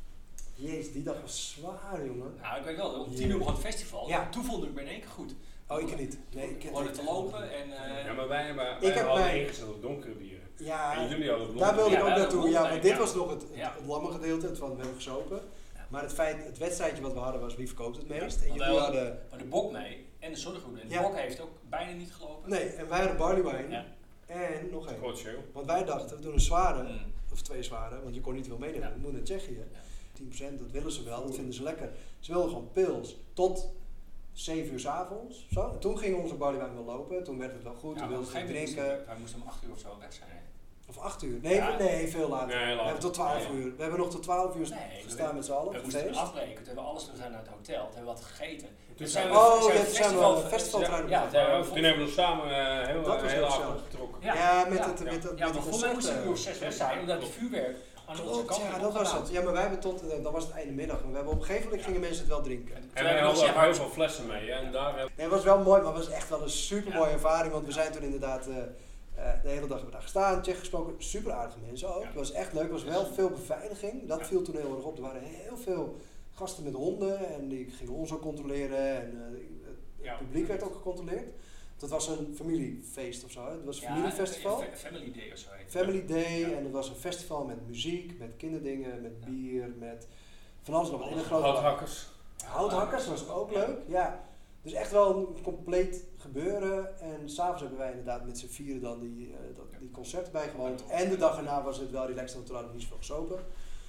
jezus, die dag was zwaar, jongen. Nou, ik weet wel, om tien uur begon het festival. Ja. Toen vond ik me in één keer goed. Oh, ik niet. Nee, ik Gewoon te lopen en... Uh, Ja, maar wij hebben, wij Ik heb hadden mij- ingezet op donkere bieren. Ja, En jullie hadden blonde daar wilde ik Ja, ook wij naartoe. hadden Ja, blond want dit wijn, was nog het, het, Ja. het lamme gedeelte, het van we hebben gesopen. Ja. Maar het, feit, het wedstrijdje wat we hadden was wie verkoopt het meest. Ja, En want jullie wij hadden... maar de bok mee en de zorggroene. En de Ja. bok heeft ook bijna niet gelopen. Nee, en wij hadden barley wine. Ja. En nog één. Groot show. Want wij dachten, we doen een zware, Mm. of twee zware, want je kon niet veel meenemen. Ja. We moeten naar Tsjechië. Ja. tien procent, dat willen ze wel, dat vinden ze lekker. Ze wilden gewoon pils tot zeven uur 's avonds. Zo. En toen ging onze barley wine wel lopen, toen werd het wel goed, Ja, toen maar op wilden een ze gegeven drinken. moment moesten we- wij moesten om acht uur of zo weg zijn. Of acht uur. Nee, Ja. nee, veel later. Nee, later. We hebben tot twaalf Ja, ja. uur. We hebben nog tot twaalf uur Nee, gestaan met z'n allen. We op moesten feest. afbreken, toen hebben we alles, we zijn naar het hotel, toen hebben we wat gegeten. Toen Toen zijn zijn we- we, Oh, zijn ja, we toen festival, zijn we festivaltrein Ja, op. toen hebben we Toen hebben we nog samen uh, heel, Dat was heel heel avond gezellig. getrokken. Ja. Ja, met Ja. het met dat Ja, met maar die volgens mij moesten we concerten. een uur zes weg zijn, omdat het vuurwerk aan onze Klopt, kant ja, werd dat was opgebouwd. het. Ja, maar wij hebben tot, eh, dan was het einde middag. Maar we hebben op een gegeven moment Ja. gingen mensen het wel drinken. En toen En hebben wij we nog hadden gezegd, heel veel flessen mee. Hè? En daar hebben Nee, het was wel mooi, maar het was echt wel een super mooie Ja. ervaring. Want we zijn toen inderdaad eh, eh, de hele dag hebben we daar gestaan, Tsjech gesproken. Super aardige mensen ook. Ja. Het was echt leuk. Er was wel veel beveiliging. Dat Ja. viel toen heel erg op. Er waren heel veel gasten met honden en die gingen ons ook controleren. En eh, het Ja. publiek werd ook gecontroleerd. Dat was een familiefeest of zo. Hè? Het was een Ja, familiefestival. fa- Family Day of zo heet het. Family Day Ja. en het was een festival met muziek, met kinderdingen, met bier, met van alles nog wat. In een Alles. grote houthakkers. houthakkers was ook Ja. leuk, ja. Dus echt wel een compleet gebeuren. En s'avonds hebben wij inderdaad met z'n vieren dan die, eh, dat, die concerten bijgewoond. En de dag erna was het wel relaxed, want toen hadden we niet zoveel gesopen.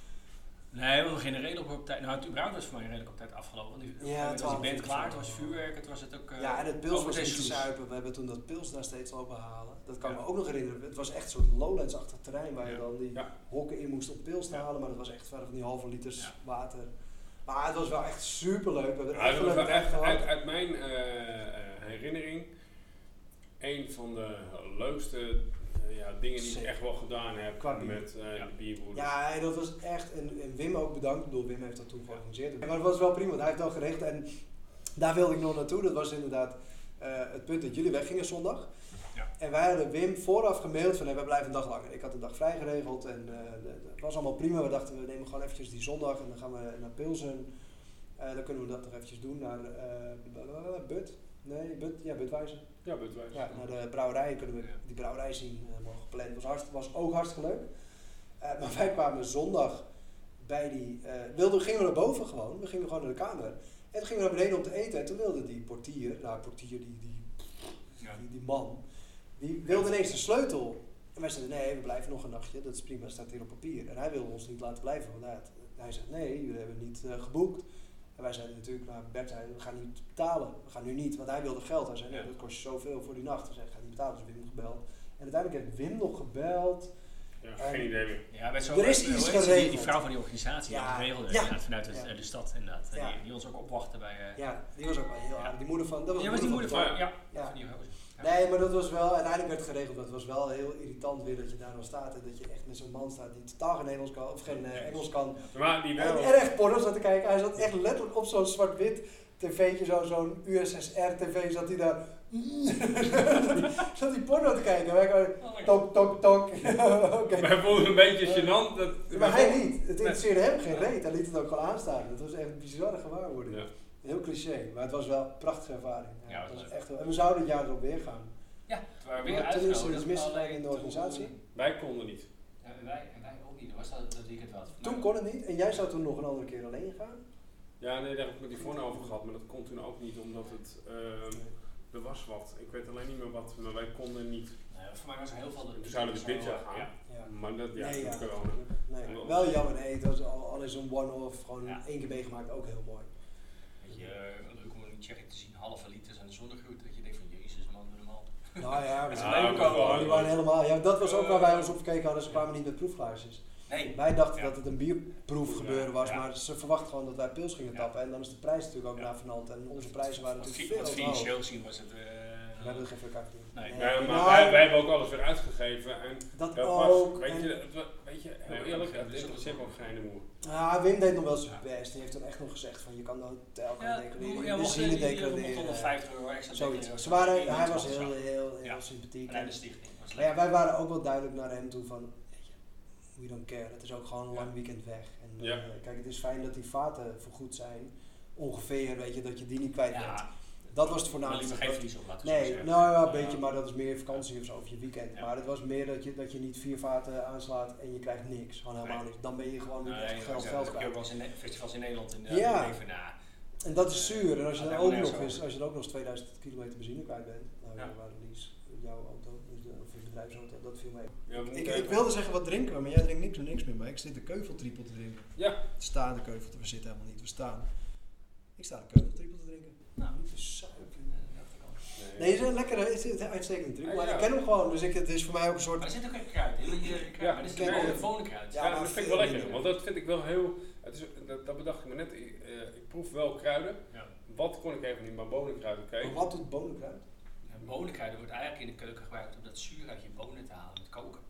Nee, want we gingen redelijk op tijd. Nou, het überhaupt was voor mij redelijk op tijd afgelopen. Want die, Ja, ja, was die twaalf band uur klaar, of het zo. was vuurwerk, het was het ook... uh, Ja, en het pils was niet te overdays zuipen. We hebben toen dat pils daar steeds lopen halen. Dat kan Ja. me ook nog herinneren. Het was echt een soort Lowlands-achtig terrein waar je Ja. dan die Ja. hokken in moest om pils te Ja. halen. Maar dat was echt van die halve liters Ja. water. Maar het was wel echt super leuk. We hebben er Ja, echt dat een was leuke wel tijd echt, gehad. uit, uit mijn uh, uh, herinnering een van de leukste uh, ja, dingen die ik Zeker. echt wel gedaan heb Qua bier. met uh, Ja. de bierbroeders. Ja, en dat was echt, en, en Wim ook bedankt. Ik bedoel, Wim heeft dat toen georganiseerd. Maar het was wel prima, want hij heeft dat geregeld. En daar wilde ik nog naartoe. Dat was inderdaad uh, het punt dat jullie weggingen zondag. Ja. En wij hadden Wim vooraf gemaild van, hey, wij blijven een dag langer. Ik had de dag vrij geregeld en uh, het was allemaal prima. We dachten, we nemen gewoon eventjes die zondag en dan gaan we naar Pilsen. Uh, dan kunnen we dat nog eventjes doen naar uh, Bud. Nee, Bud, ja, Budweiser. Ja, Budweiser. Ja, naar de brouwerij kunnen we Ja. die brouwerij zien, uh, morgen gepland. Was, hartst, was ook hartstikke leuk. Uh, maar wij kwamen zondag bij die... Uh, wilden, gingen we naar boven gewoon. We gingen gewoon naar de kamer. En toen gingen we naar beneden om te eten. En toen wilde die portier... Nou, portier, die, die, ja. die, die man... Die wilde ineens de sleutel. En wij zeiden, nee, we blijven nog een nachtje. Dat is prima, staat hier op papier. En hij wilde ons niet laten blijven. Want hij, had, hij zei, nee, jullie hebben niet uh, geboekt. En wij zeiden natuurlijk, nou, Bert zei, we gaan niet betalen. We gaan nu niet, want hij wilde geld. Hij zei, nee, dat kost je zoveel voor die nacht. Hij zei, ik ga niet betalen. Dus Wim gebeld. En uiteindelijk heeft Wim nog gebeld. Ja, geen idee meer. Ja, met zo, er is iets geregeld. Die, die vrouw van die organisatie ja, die regelde ja, inderdaad vanuit het, ja. de stad inderdaad. Ja. Die, die ons ook opwachtte bij... Uh, ja, die was ook wel heel aardig. Die moeder van... Dat was ja, was die moeder van... van ja. ja. Van die ja. Nee, maar dat was wel... Uiteindelijk werd het geregeld. Dat was wel heel irritant weer dat je daar dan staat. En dat je echt met zo'n man staat die totaal geen Engels kan. Of geen uh, Engels kan. Maar die wel... En erg porno zat te kijken. Hij zat echt letterlijk op zo'n zwart-wit tv'tje. Zo, zo'n U S S R-tv zat hij daar... zat die porno te kijken. Wij kwamen... Tok, tok, tok. Okay. Wij vonden het een beetje gênant. Dat, ja, maar hij niet. Het interesseerde hem geen reet. Hij liet het ook gewoon aanstaan. Het was echt een bizarre gewaarwording. Ja. Heel cliché, maar het was wel een prachtige ervaring. Ja, ja, het was echt wel, en we zouden dit jaar erop weer gaan. Ja, we waren weer uitgenodigd. Toen is er iets misgegaan in de organisatie. Toen, wij konden niet. Ja, en wij, en wij ook niet. Was dat, dat weekend wat? Toen maar kon het niet en jij zou toen nog een andere keer alleen gaan? Ja, nee, daar heb ik met die Yvonne over gehad, maar dat kon toen ook niet, omdat het... Uh, nee. Er was wat. Ik weet alleen niet meer wat, maar wij konden niet. Nee, voor mij was er heel veel... Toen zouden we dit jaar gaan, ja. Ja. Maar dat, ja, nee, ja. corona. Nee, wel jammer, nee, het was al, al eens een one-off, gewoon ja. één keer meegemaakt, ook heel mooi. Je, uh, leuk om in Tsjechië te zien, halve liters aan de zonnegroet, dat je denkt van jezus man, normaal. Nou ja, we zijn ja, ook die waren helemaal, ja, dat was ook waar wij ons op gekeken hadden, ze kwamen niet met proefglaasjes. Nee. Wij dachten ja. dat het een bierproef ja. gebeuren was, ja. maar ze verwachten gewoon dat wij pils gingen ja. tappen en dan is de prijs natuurlijk ook ja. naar vanand en onze prijzen waren natuurlijk veel hoger. Financieel gezien was het... Uh, we hebben er geen fuck uit verdiend. Nee, nee, maar nou, wij, wij hebben ook alles weer uitgegeven en dat, dat ook. Was, weet, je, weet je, heel nee, eerlijk, het interesseert ook geen moer. Ja, Wim deed nog wel zijn ja. best. Die heeft toen echt nog gezegd van je kan de hotel gaan ja, declareren, ja, de benzine declareren. honderdvijftig euro extra zoiets. Ze waren, hij was heel, heel, heel ja. sympathiek. En de stichting. Maar ja, wij waren ook wel duidelijk naar hem toe van, weet je, we don't care. Het is ook gewoon een lang weekend weg. En ja. uh, kijk, het is fijn dat die vaten vergoed zijn. Ongeveer, weet je, dat je die niet kwijt bent. Ja. Dat was het voornamelijk. Maar geen verlies op laten Nee, zeggen. nou ja, een beetje, maar dat is meer vakantie of zo, of je weekend. Ja. Maar het was meer dat je, dat je niet vier vaten aanslaat en je krijgt niks. Gewoon helemaal nee. niks. Dan ben je gewoon niet nee, echt geld geld kwijt. Ik heb wel eens festivals in Nederland in de ja. leven na. En dat is zuur. En als je dan ook nog eens, als je dan ook nog eens tweeduizend kilometer benzine kwijt bent, nou ja, waar lease jouw auto, dus de, of je bedrijfsauto, dat viel mee. Ja, ik, ik wilde zeggen wat drinken we, maar jij drinkt niks en niks meer. Maar ik zit de keuveltrippel te drinken. Ja. Het staat de keuvel, we zitten helemaal niet, we staan. Ik sta de keuveltrippel te drinken. Nou, niet te suiker. Nee, het is een lekkere, het is een uitstekende truc. Maar ja, ja. ik ken hem gewoon, dus ik, het is voor mij ook een soort... Maar er zit ook een kruid in. kruid ja, maar er zit ook een gewone kruid. Ja, ja dat vind ik wel lekker, want dat vind ik wel heel... Het is, dat, dat bedacht ik me net, ik, uh, ik proef wel kruiden. Ja. Wat kon ik even niet, maar bonenkruiden kijken. Maar wat doet bonenkruid? Ja, bonenkruiden wordt eigenlijk in de keuken gebruikt om dat zuur uit je bonen te halen met koken.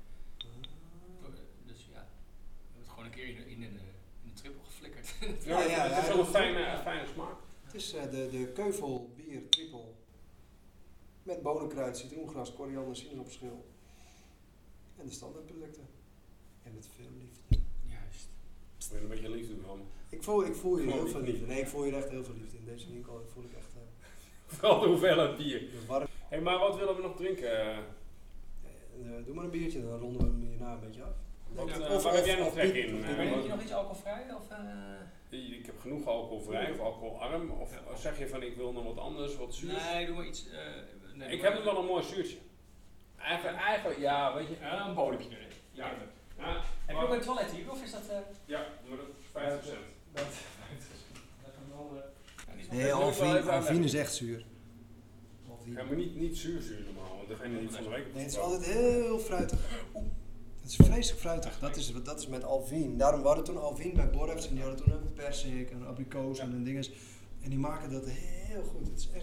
Uh. Dus ja, we hebben het gewoon een keer in de, in de, in de trippel geflikkerd. ja, ja, ja, het is wel een fijne, uh, fijne smaak. Het is uh, de, de keuvel bier trippel. Met bonenkruid, citroengras, koriander, sinaasappelschil. En de standaardproducten. En met veel liefde. Juist. Ik ben een beetje liefde van. Ik voel, ik voel hier heel veel liefde. Nee, ik voel hier echt heel veel liefde. In deze winkel voel ik echt... Uh, Vooral de hoeveelheid bier. Hé, hey, maar wat willen we nog drinken? Uh, uh, doe maar een biertje, dan ronden we hem hierna een beetje af. Wat, uh, of, waar heb jij nog trek in? Uh, Drink je nog iets alcoholvrij? Of, uh... Ik heb genoeg alcoholvrij of alcoholarm. Of ja. zeg je van ik wil nog wat anders, wat zuurs? Nee, doe maar iets... Uh, Nee, ik heb nog wel een mooi zuurtje. Eigenlijk, eigenlijk, ja, weet je. Ja, een bodempje erin. Ja. Ja. Ja. Heb je ook een toilet hier of is dat... Uh... Ja, maar dat is vijftig procent. Dat is nee, Alvin, Alvin is echt zuur. Alvin. Ja, maar niet, niet zuur zuur normaal, want degene die van de week... Nee, het is altijd heel fruitig. Oeh. Het is vreselijk fruitig, dat is, dat is met Alvin. Daarom hadden we toen Alvin bij Borrefs en die hadden toen ook met persik en abrikoos ja. en dingen. En die maken dat heel goed. Het is echt...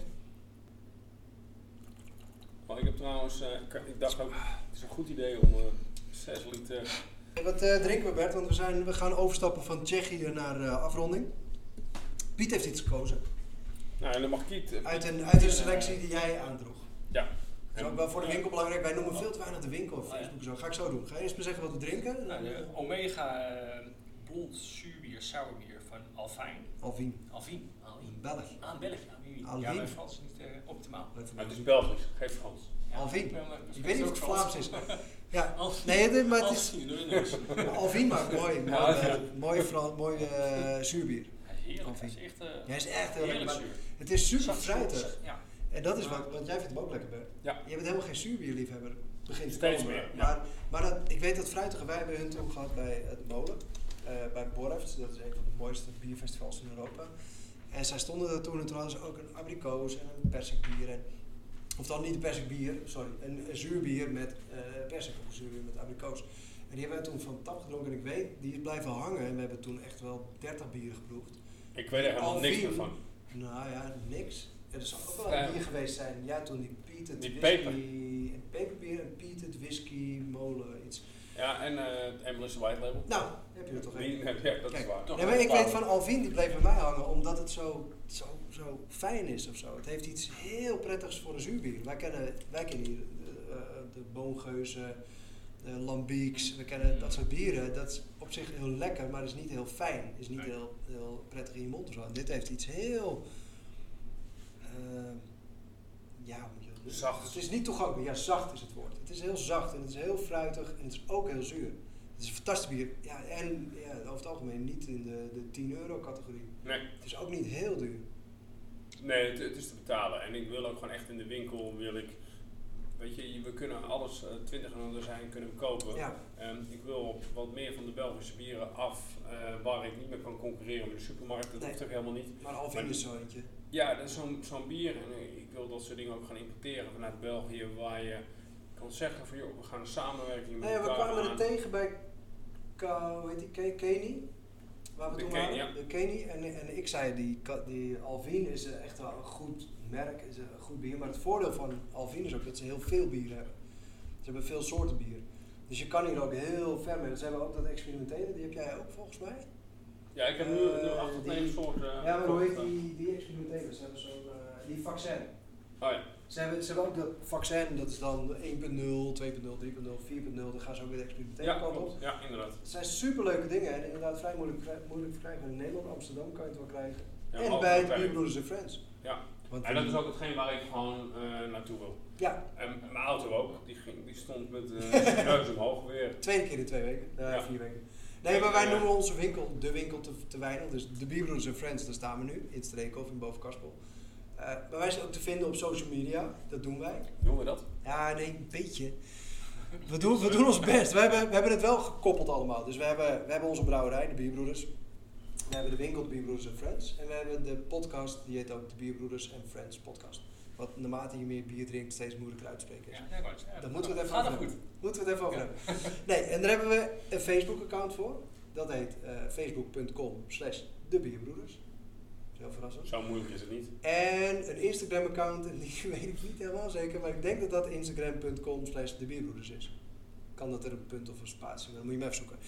Maar ik heb trouwens, uh, ik, ik dacht ook, het is een goed idee om uh, zes liter... Wat uh, drinken we Bert? Want we, zijn, we gaan overstappen van Tsjechië naar uh, afronding. Piet heeft iets gekozen. Nou, en dan mag Piet... Uh, uit, een, uit een selectie die jij aandroeg. Ja. Dat is ook wel voor de winkel belangrijk. Wij noemen veel te weinig de winkel op Facebook. Zo. Ga ik zo doen. Ga je eerst maar zeggen wat we drinken? Nou, de Omega uh, Blond Zuurbier Sourbier van Alfijn. Alvin. Alvin. Alvin. Belg. Ah, een Belg. Ja, ja, mijn Frans is niet uh, optimaal. Maar het is Belgisch, geen Frans. Ja, Alvin. Ik weet niet of het Vlaams is. Ja, Alvin. nee, het, maar het is... Alvin, doe je niks. Alvin maakt mooi, mooi, Ja, uh, ja. mooi, Fran, mooi uh, zuurbier. Ja, heerlijk. Hij is echt, uh, Hij is echt heel lekker. heerlijk maar zuur. Het is super Zacht, fruitig. zacht, Ja. En dat is wat, want jij vindt hem ook lekker, Bert. Ja. Je bent helemaal geen zuurbierliefhebber. Begint te Steeds komen. meer, ja. Maar, maar dat, ik weet dat fruitige wij hebben hun toen gehad bij uh, de molen. Uh, bij Borrefts, dat is een van de mooiste bierfestivals in Europa. En zij stonden er toen en toen hadden ze ook een abrikoos en een persikbier. En, of dan niet een persikbier, sorry, een, een zuurbier met uh, persik of een zuurbier met abrikoos. En die hebben wij toen van tap gedronken en ik weet, die is blijven hangen. En we hebben toen echt wel dertig bieren geproefd. Ik weet er helemaal niks meer van. Nou ja, niks. Er zou ook wel Vrij- een bier geweest zijn. Ja, toen die peated Die whisky, peper. een peperbier, een peated whisky, molen, iets. Ja, en uh, Emelische White Label. Nou, heb je er toch een. Die, ja, dat is Kijk, waar. toch. Nee, maar ik weet van Alvin, die bleef bij mij hangen omdat het zo, zo, zo fijn is of zo. Het heeft iets heel prettigs voor een zuurbier. Wij kennen, wij kennen hier de, uh, de Boomgeuzen, de Lambieks, we kennen dat soort bieren. Dat is op zich heel lekker, maar is niet heel fijn. Is niet Nee. heel, heel prettig in je mond of zo. En dit heeft iets heel... Uh, ja, hoe moet je dat doen? Zacht. Het is niet toegankelijk. Ja, zacht is het woord. Het is heel zacht en het is heel fruitig en het is ook heel zuur. Het is een fantastisch bier. Ja, en ja, over het algemeen niet in de, de tien euro categorie. Nee, Het is ook niet heel duur. nee het, het is te betalen. En ik wil ook gewoon echt in de winkel, wil ik... Weet je, we kunnen alles, uh, twintig en er zijn, kunnen we kopen. Ja, En ik wil wat meer van de Belgische bieren af, uh, waar ik niet meer kan concurreren met de supermarkt. Dat Nee. hoeft ook helemaal niet. maar Alvin Maar- is zo eentje. Ja, dat is zo'n zo'n bier. En uh, ik wil dat soort dingen ook gaan importeren vanuit België, waar je kan zeggen van joh, we gaan een samenwerking met Nou ja, we elkaar kwamen er aan. tegen bij, Ka, hoe heet die, Ke- Kenny? Waar we De toen Kenny, waren. ja. De Kenny. En, en ik zei, die, Ka- die Alvin is eh, echt wel een goed merk, is een goed bier. Maar het voordeel van Alvin is ook dat ze heel veel bier hebben. Ze hebben veel soorten bier. Dus je kan hier ook heel ver mee. Ze hebben ook dat experimentele, die heb jij ook volgens mij. Ja, ik heb nu, Eh, nu acht of die- negen soorten. uh, Ja, maar hoe heet gekocht, die, die experimentele? Ze hebben zo'n, uh, die vaccin. uh. Oh ja. Ze hebben, ze hebben ook dat vaccin, dat is dan één punt nul, twee punt nul, drie punt nul, vier punt nul. Dan gaan ze ook weer de experimentele Ja, kant op. klopt. Ja, inderdaad. Het zijn superleuke dingen en inderdaad vrij moeilijk, vrij moeilijk te krijgen. In Nederland, Amsterdam kan je het wel krijgen. Ja, en ook bij bij- Bierbroeders and Friends. Ja. Want En dat die- is ook hetgeen waar ik gewoon uh, naartoe wil. Ja, En mijn auto ook, die, ging, die stond met uh, neus omhoog weer. tweede keer in twee weken, uh, Ja. vier weken. Nee, maar wij noemen onze winkel de winkel te, te weinig. Dus de Bierbroeders and Friends, daar staan we nu. In Streekhof, in Bovenkarspel. Uh, maar wij zijn ook te vinden op social media. Dat doen wij. Doen we dat? Ja, nee, een beetje. We doen, we doen ons best. We hebben, we hebben het wel gekoppeld allemaal. Dus we hebben, we hebben onze brouwerij, de Bierbroeders. We hebben de winkel, de Bierbroeders and Friends. En we hebben de podcast, die heet ook de Bierbroeders and Friends podcast. Wat naarmate je meer bier drinkt steeds moeilijker uit te spreken is. Ja, nee, maar het is- ja, Daar moeten we het even gaat over nog hebben. goed. Moeten we het even over hebben. Nee, en daar hebben we een Facebook account voor. Dat heet uh, facebook punt com slash de Bierbroeders. Heel verrassend. Zo moeilijk is het niet. En een Instagram account, en die weet ik niet helemaal zeker, maar ik denk dat dat instagram punt com slash de Bierbroeders is. Kan dat er een punt of een spatie, dan moet je me even zoeken.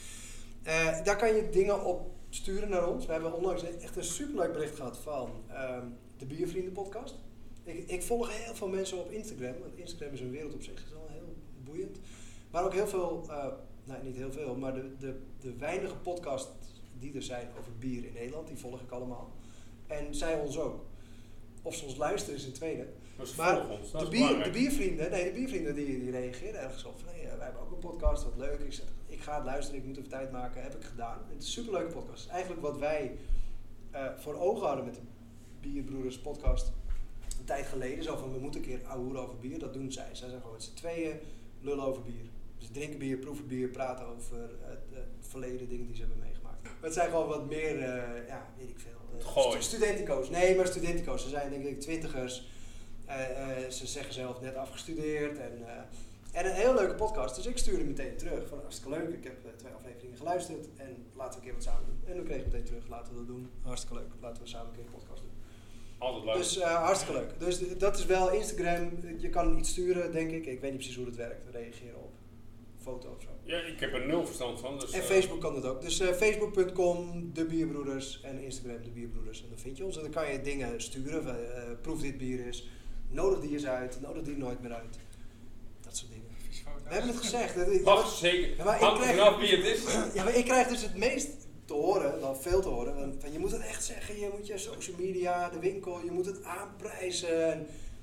Uh, daar kan je dingen op sturen naar ons. We hebben onlangs echt een superleuk bericht gehad van um, de Biervrienden podcast. Ik, ik volg heel veel mensen op Instagram, want Instagram is een wereld op zich, is al heel boeiend. Maar ook heel veel, uh, nou niet heel veel, maar de, de, de weinige podcasts die er zijn over bier in Nederland, die volg ik allemaal. En zij ons ook. Of ze ons luisteren is een tweede. Dus Maar volg ons, dat De, is bier, de belangrijk. biervrienden, nee, de biervrienden die, die reageren ergens op van hey, wij hebben ook een podcast, wat leuk. Ik zeg, ik ga het luisteren, ik moet even tijd maken, heb ik gedaan. Het is een superleuke podcast. Het is eigenlijk wat wij uh, voor ogen hadden met de Bierbroeders podcast een tijd geleden. Zo van, we moeten een keer ouwehoeren over bier. Dat doen zij. Zij zijn gewoon met z'n tweeën lullen over bier. Dus drinken bier, proeven bier, praten over het, het verleden, dingen die ze hebben meegemaakt. Maar het zijn gewoon wat meer, uh, ja, weet ik veel. Uh, Gooi. stu- studentico's. Nee, maar studentico's. Ze zijn denk ik twintigers. Uh, uh, ze zeggen zelf net afgestudeerd. En, uh, en een heel leuke podcast. Dus ik stuurde meteen terug. Van hartstikke leuk. Ik heb uh, twee afleveringen geluisterd. En laten we een keer wat samen doen. En toen kreeg ik meteen terug. Laten we dat doen. Hartstikke leuk. Laten we samen een keer een podcast doen. Altijd leuk. Dus uh, hartstikke leuk. Dus uh, dat is wel Instagram. Je kan iets sturen, denk ik. Ik weet niet precies hoe dat werkt. Reageren op foto of zo. Ja, ik heb er nul verstand van. Dus, En uh, Facebook kan dat ook. Dus uh, facebook punt com, de Bierbroeders. En Instagram, de Bierbroeders. En dan vind je ons. En dan kan je dingen sturen. Van, uh, proef dit bier is. Nodig die eens uit. Nodig die nooit meer uit. Dat soort dingen. We hebben het gezegd. hè. Wacht, zeker. Ja, maar ik Hangt er krijg- vanaf wie het is. Ja, maar ik krijg dus het meest te horen, dan veel te horen. Van, van, je moet het echt zeggen. Je moet je social media, de winkel, je moet het aanprijzen. En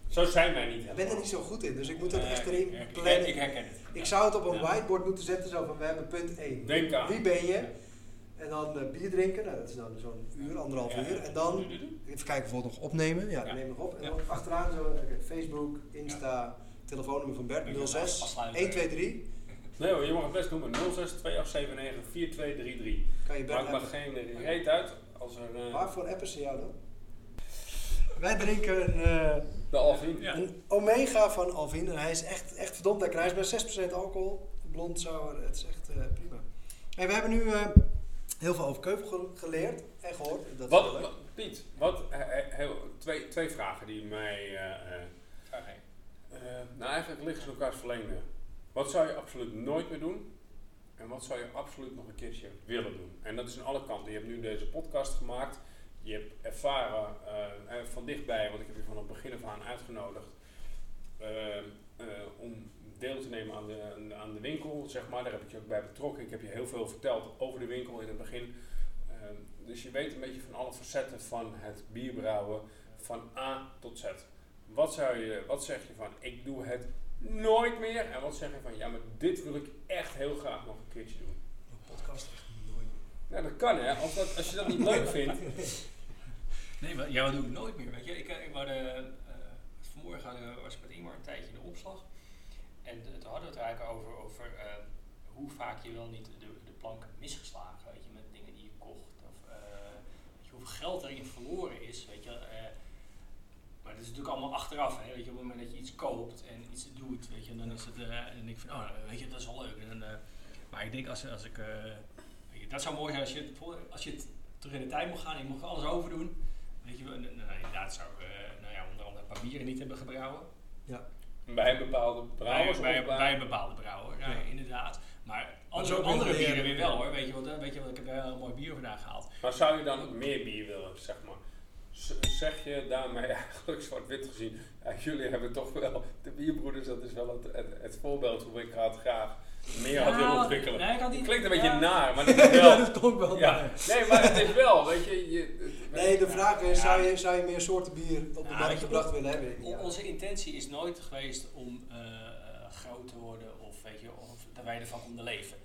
Zo zijn wij niet Ik helemaal. ben er niet zo goed in, dus ik moet het Uh, echt ik, erin ik, plannen. ik, ik herken het. Ik zou het op een Ja. whiteboard moeten zetten, zo van we hebben punt één. Denk aan. Wie ben je? En dan uh, bier drinken, nou, dat is dan zo'n uur, anderhalf Ja. uur. En dan, even kijken bijvoorbeeld nog opnemen. Ja, Ja. dan neem ik op. En Ja. dan achteraan zo, okay, Facebook, Insta, telefoonnummer van Bert, nul zes Afsluiten. een twee drie. Nee hoor, je mag het best noemen. nul zes twee acht zeven negen vier twee drie drie. Kan je Bert Maakt maar appen. geen reet uit als er... Uh, Waarvoor appen ze jou dan? Wij drinken een, uh, de Alvin. Ja. een Omega van Alvin. En hij is echt, echt verdomd lekker. Hij is bij zes procent alcohol, blond, sour. Het is echt uh, prima. Hey, we hebben nu uh, heel veel over Keuvel ge- geleerd en gehoord. Dat is Wat, heel leuk. wat, Piet, wat, uh, heel, twee, twee vragen die mij... Uh, uh, Vraag één. uh, nou, eigenlijk liggen ze in elkaars verlengde. Wat zou je absoluut nooit meer doen? En wat zou je absoluut nog een keertje willen doen? En dat is aan alle kanten. Je hebt nu deze podcast gemaakt. Je hebt ervaren uh, van dichtbij, want ik heb je van het begin af aan uitgenodigd, uh, uh, om deel te nemen aan de, aan de winkel, zeg maar. Daar heb ik je ook bij betrokken. Ik heb je heel veel verteld over de winkel in het begin. Uh, dus je weet een beetje van alle facetten van het bierbrouwen, van A tot Z. Wat, zou je, wat zeg je van, ik doe het nooit meer? En wat zeg je van, ja, maar dit wil ik echt heel graag nog een keertje doen? Een podcast echt nooit. Nou, dat kan hè. Als, dat, als je dat niet leuk vindt. Nee, maar, ja, dat doe ik nooit meer. Weet je, ik, ik wou de, uh, vanmorgen hadden, was ik met Ingmar een tijdje in de opslag. En de, toen hadden we het eigenlijk over, over uh, hoe vaak je wel niet de, de plank misgeslagen, weet je, met dingen die je kocht. Of uh, weet je, hoeveel geld erin verloren is, weet je. Uh, maar dat is natuurlijk allemaal achteraf, hè, weet je, op het moment dat je iets koopt en iets doet, weet je, dan is het, uh, en dan denk ik van, oh, weet je, dat is wel leuk. En dan, uh, maar ik denk als, als ik, uh, weet je, dat zou mooi zijn als je, als je het terug in de tijd mocht gaan en je mocht alles overdoen. Weet je, nou, nou, inderdaad zou ik, uh, nou ja, onder andere een paar bieren niet hebben gebrouwen. Ja. Bij een bepaalde brouwers? Bij, bij, of bij, bij een bepaalde brouwer, ja, Ja. inderdaad. Maar zo andere, ook andere weer bieren leren. weer wel hoor. Weet je, want, uh, weet je wat, ik heb wel een mooi bier vandaag gehaald. Maar zou je dan meer bier willen, zeg maar? Z- zeg je daarmee eigenlijk zwart-wit gezien, ja, jullie hebben toch wel, de bierbroeders, dat is wel het, het, het voorbeeld hoe ik had graag meer had willen ontwikkelen. Nee, ik had Het niet, klinkt een beetje ja. naar, maar dat is wel... Ja, dat klonk wel. Ja, nee, maar het is wel, weet je... je Nee, de Ja. vraag is, Ja. zou je, zou je meer soorten bier op de Ja, markt weet je, gebracht on- willen hebben? On- Ja. Onze intentie is nooit geweest om uh, uh, groot te worden of, weet je, of dat wij ervan konden leven.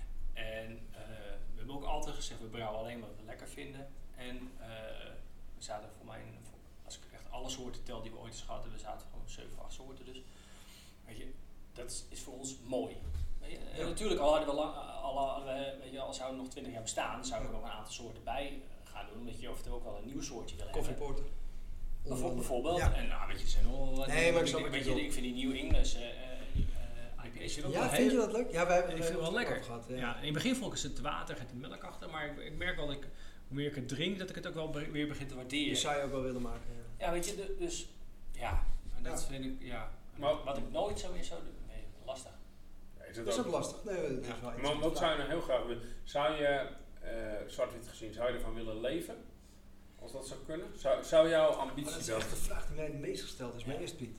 En uh, we hebben ook altijd gezegd, we brouwen alleen wat we lekker vinden. En uh, we zaten voor mij, als ik echt alle soorten tel die we ooit eens gehad hebben, we zaten gewoon zeven, acht soorten dus. Weet je, dat is, is voor ons mooi. Weet je, en Ja. natuurlijk, al hadden we lang, al, al, weet je, al zouden we nog twintig jaar bestaan, zouden we nog een aantal soorten bij uh, gaan doen. Omdat je of er ook wel een nieuw soortje wil hebben. Koffieporter. Bijvoorbeeld, bijvoorbeeld. Ja. En nou, weet je, er zijn wel wat- Nee, maar ik ik, snap weet wat je, je ik vind die New English uh, uh, I P A's vind ik ook Ja, wel vind je heel- dat leuk? Ja, wij hebben ik er vind het wel ook lekker. over gehad. Ja. Ja, in het begin vond ik het te waterig en te melk achter, maar ik, ik merk wel dat ik, hoe meer ik het drink, dat ik het ook wel be- weer begin te Die waarderen. zou je ook wel willen maken. Ja. Ja, weet je, de- dus ja, en dat Ja. vind ik, ja. Maar- Wat ik nooit zo weer zou doen, nee, lastig. Ja, is Dat het is ook ook, lastig. Nee, dat is Ja. wel iets maar om wat te zou je vragen. nou heel graag willen? Zou je, uh, zwart-wit gezien, zou je ervan willen leven? Als dat zou kunnen? Zou, zou jouw Maar ambitie dat is dan... echt de vraag die mij het meest gesteld is. Mij Ja. eerst Piet.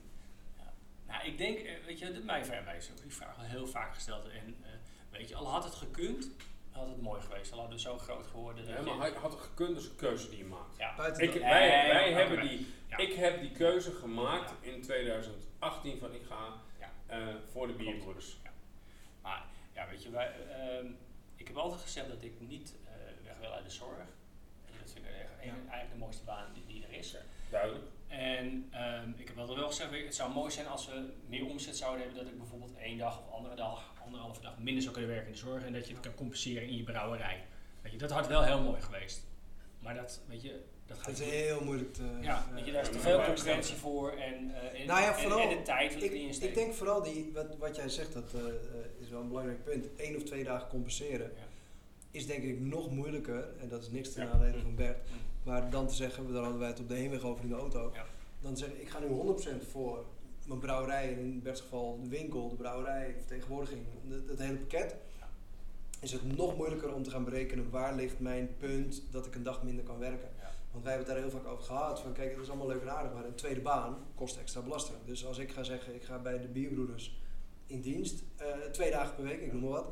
Nou, ik denk, eh, weet je, dit mij mij is ook die vraag wel heel vaak gesteld. En uh, weet je, al had het gekund, had het mooi geweest. Al hadden we zo groot geworden. Dat Ja, je- maar had- had het gekund, dus een keuze die je maakt. ja. Buiten Ik, dat- Nee, wij ja, wij ja, hebben oké. die, Ja. Ik heb die keuze gemaakt Ja. in twintig achttien van ik ga Ja. uh, voor de bierbroeders. Maar ja, weet je, wij, uh, ik heb altijd gezegd dat ik niet uh, weg wil uit de zorg. Dat vind ik echt, Ja. eigenlijk de mooiste baan die, die er is. Duidelijk. En um, ik heb altijd wel gezegd, het zou mooi zijn als we meer omzet zouden hebben, dat ik bijvoorbeeld één dag of andere dag, anderhalve dag minder zou kunnen werken in de zorg en dat je het kan compenseren in je brouwerij. Weet je, dat had wel heel mooi geweest. Maar dat, weet je, dat gaat Het is niet. heel moeilijk te... Ja, weet je, daar is Ja, te maar veel wij- concurrentie voor en, uh, en, Nou ja, en- vooral, en de tijd die Ik, erin ik steekt. denk vooral, die, wat, wat jij zegt, dat uh, uh, is wel een belangrijk punt. Eén of twee dagen compenseren Ja. is denk ik nog moeilijker. En dat is niks ten Ja. nadele van Bert. Mm. Maar dan te zeggen, daar hadden wij het op de heenweg over in de auto. Ja. Dan te zeggen, ik ga nu honderd procent voor mijn brouwerij. En in Bert's geval de winkel, de brouwerij, de vertegenwoordiging, het, het hele pakket. Ja. Is het nog moeilijker om te gaan berekenen waar ligt mijn punt dat ik een dag minder kan werken. Ja. Want wij hebben het daar heel vaak over gehad. Van kijk, het is allemaal leuk en aardig, maar een tweede baan kost extra belasting. Dus als ik ga zeggen, ik ga bij de bierbroeders in dienst, uh, twee dagen per week, ik noem maar wat.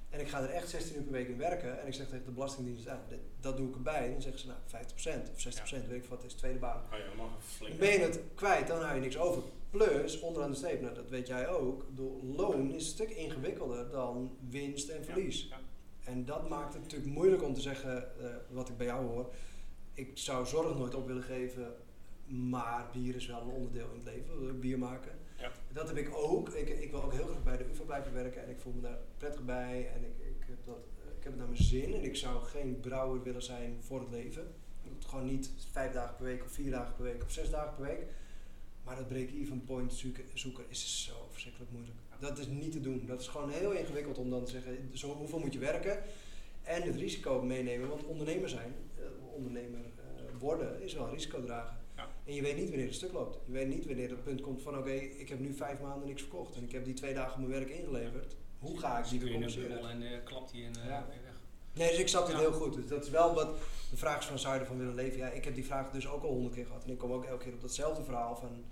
en ik ga er echt zestien uur per week in werken en ik zeg tegen de Belastingdienst, ah, dit, dat doe ik erbij. En dan zeggen ze, nou, vijftig procent of zestig procent, ja. weet ik wat, is de tweede baan. Oh ja, mag flink. Ben je het kwijt, dan hou je niks over. Plus, onderaan de streep, nou, dat weet jij ook, de loon is een stuk ingewikkelder dan winst en verlies. Ja, ja. En dat maakt het natuurlijk moeilijk om te zeggen, uh, wat ik bij jou hoor, ik zou zorg nooit op willen geven, maar bier is wel een onderdeel in het leven, bier maken. Ja. Dat heb ik ook. Ik, ik wil ook heel graag bij de U vA blijven werken en ik voel me daar prettig bij en ik, ik, heb, dat, ik heb het naar mijn zin en ik zou geen brouwer willen zijn voor het leven. Ik moet gewoon niet vijf dagen per week of vier dagen per week of zes dagen per week. Maar dat break-even point zoeken, zoeken is zo verschrikkelijk moeilijk. Dat is niet te doen. Dat is gewoon heel ingewikkeld om dan te zeggen, zo, hoeveel moet je werken en het risico meenemen. Want ondernemer zijn, uh, ondernemer uh, worden, is wel een risico dragen. Ja. En je weet niet wanneer het stuk loopt. Je weet niet wanneer het punt komt van oké, okay, ik heb nu vijf maanden niks verkocht en ik heb die twee dagen mijn werk ingeleverd. Hoe ga ik die weer compenseren? En uh, klapt die en uh, ja. weer weg. Nee, dus ik snap dit ja. heel goed. Dus dat is wel wat de vraag is van zou je ervan willen leven? Ja, ik heb die vraag dus ook al honderd keer gehad en ik kom ook elke keer op datzelfde verhaal van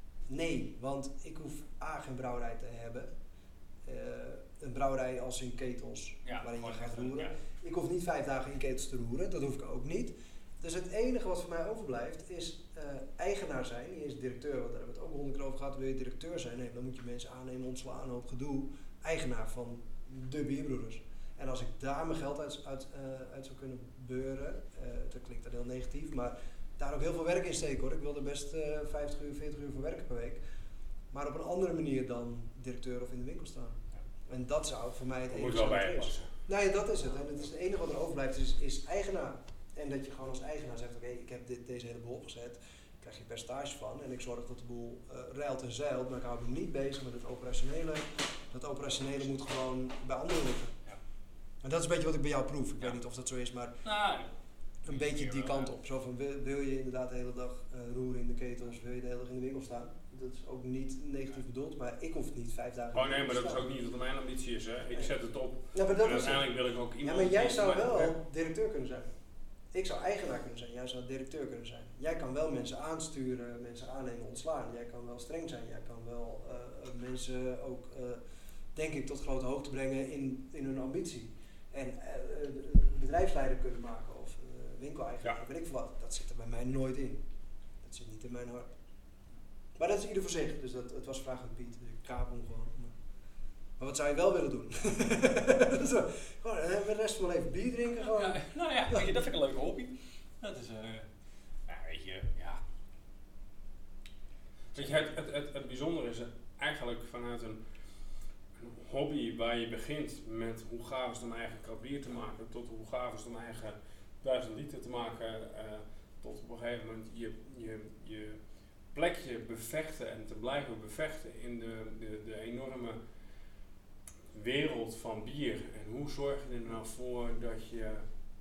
nee, want ik hoef A, geen brouwerij te hebben. Uh, een brouwerij als in ketels, ja, waarin je gaat roeren. Ja. Ik hoef niet vijf dagen in ketels te roeren, dat hoef ik ook niet. Dus het enige wat voor mij overblijft is uh, eigenaar zijn. Niet eens directeur, want daar hebben we het ook honderd keer over gehad. Wil je directeur zijn? Nee, dan moet je mensen aannemen, ontslaan, een hoop gedoe. Eigenaar van de bierbroeders. En als ik daar mijn geld uit, uit, uh, uit zou kunnen beuren, uh, dat klinkt dan heel negatief, maar daar ook heel veel werk in steken hoor. Ik wil er best uh, vijftig uur, veertig uur voor werken per week. Maar op een andere manier dan directeur of in de winkel staan. Ja. En dat zou voor mij het enige zijn. Moet wel bij passen. Nee, dat is het. En het is het enige wat er overblijft is, is eigenaar. En dat je gewoon als eigenaar zegt, oké, okay, ik heb dit, deze hele boel opgezet. Daar krijg je percentage van. En ik zorg dat de boel uh, ruilt en zeilt. Maar ik hou me niet bezig met het operationele. Dat operationele moet gewoon bij anderen liggen. Ja. En dat is een beetje wat ik bij jou proef. Ik ja. weet niet of dat zo is, maar nou, een beetje die kant op. Zo van, wil, wil je inderdaad de hele dag uh, roeren in de ketels? Wil je de hele dag in de winkel staan? Dat is ook niet negatief bedoeld, maar ik hoef niet vijf dagen. Oh nee, maar dat is ook niet wat mijn ambitie is. Hè. Ik zet het op. Ja, maar dat en uiteindelijk wil ik ook iemand. Ja, maar jij zou wel directeur kunnen zijn. Ik zou eigenaar kunnen zijn, jij zou directeur kunnen zijn. Jij kan wel mensen aansturen, mensen aannemen, ontslaan. Jij kan wel streng zijn, jij kan wel uh, mensen ook, uh, denk ik, tot grote hoogte brengen in, in hun ambitie. En uh, bedrijfsleider kunnen maken of uh, winkeleigenaar, ja. weet ik veel wat. Dat zit er bij mij nooit in. Dat zit niet in mijn hart. Maar dat is ieder voor zich, dus dat, het was vraag aan Piet, dus ik kaap hem gewoon. Maar wat zou je wel willen doen? Zo, gewoon de rest van mijn leven bier drinken gewoon. Ja, nou ja, weet je, dat vind ik een leuke hobby. Dat is, uh, ja, weet je, ja. Weet je, het, het, het, het bijzondere is eigenlijk vanuit een, een hobby waar je begint met hoe gaaf is het om eigen krat bier te maken, tot hoe gaaf is het om eigen duizend liter te maken, uh, tot op een gegeven moment je, je, je plekje bevechten en te blijven bevechten in de, de, de enorme wereld van bier. En hoe zorg je er nou voor dat je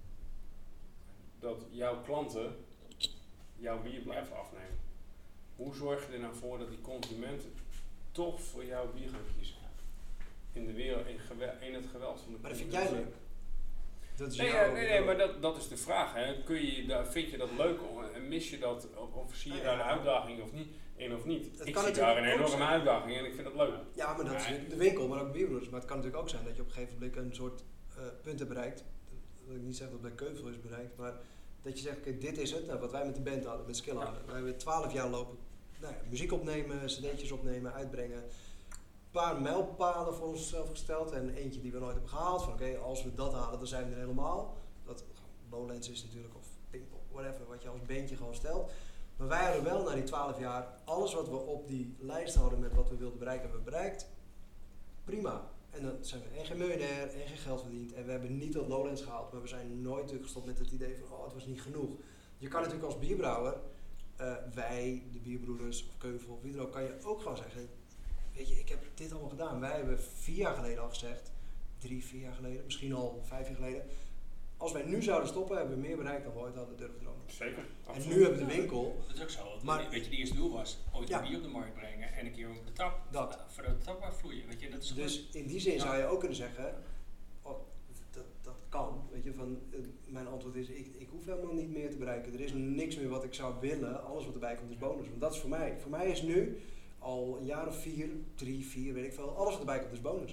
dat jouw klanten jouw bier blijven afnemen? Hoe zorg je er nou voor dat die consumenten toch voor jouw bier gaan kiezen? In de wereld, in, gewel, in het geweld van de Maar dat vind jij leuk? Dat is nee, ja, nee, nee, maar dat, dat is de vraag. Hè. Kun je, vind je dat leuk en mis je dat, of zie je daar een uitdaging of niet? In of niet. Het ik zie daar een enorme uitdaging en ik vind dat leuk. Ja, maar dat is de winkel, maar ook bierbroeders. Maar het kan natuurlijk ook zijn dat je op een gegeven moment een soort uh, punt hebt bereikt. Dat ik niet zeg dat bij Keuvel is bereikt, maar dat je zegt, okay, dit is het. Nou, wat wij met de band hadden, met Skill hadden. Ja. Wij hebben twaalf jaar lopen, nou ja, muziek opnemen, cd'tjes opnemen, uitbrengen. Een paar mijlpalen voor onszelf gesteld en eentje die we nooit hebben gehaald. Van oké, okay, als we dat halen, dan zijn we er helemaal. Dat Lowlands is natuurlijk, of Pinkpop, whatever, wat je als bandje gewoon stelt. Maar wij hadden wel na die twaalf jaar alles wat we op die lijst hadden met wat we wilden bereiken, hebben we bereikt. Prima. En dan zijn we en geen miljonair en geen geld verdiend. En we hebben niet dat Lowlands gehaald, maar we zijn nooit natuurlijk gestopt met het idee van oh, het was niet genoeg. Je kan natuurlijk als bierbrouwer, uh, wij, de bierbroeders of Keuvel of wie dan ook, kan je ook gewoon zeggen, weet je, ik heb dit allemaal gedaan. Wij hebben vier jaar geleden al gezegd, drie, vier jaar geleden, misschien al vijf jaar geleden. Als wij nu zouden stoppen, hebben we meer bereikt dan we ooit hadden durven dromen. Zeker. Absoluut. En nu hebben we de winkel. Dat is ook zo. Maar, weet je, die eerste doel was ooit ja. een bier op de markt brengen en een keer op de trap. Dat. Voor de trap waar vloeien. Weet je, dat is dus goed. In die zin ja. zou je ook kunnen zeggen, oh, dat, dat kan. Weet je, van, uh, mijn antwoord is, ik, ik hoef helemaal niet meer te bereiken. Er is niks meer wat ik zou willen. Alles wat erbij komt is bonus. Want dat is voor mij. Voor mij is nu al een jaar of vier, drie, vier, weet ik veel. Alles wat erbij komt is bonus.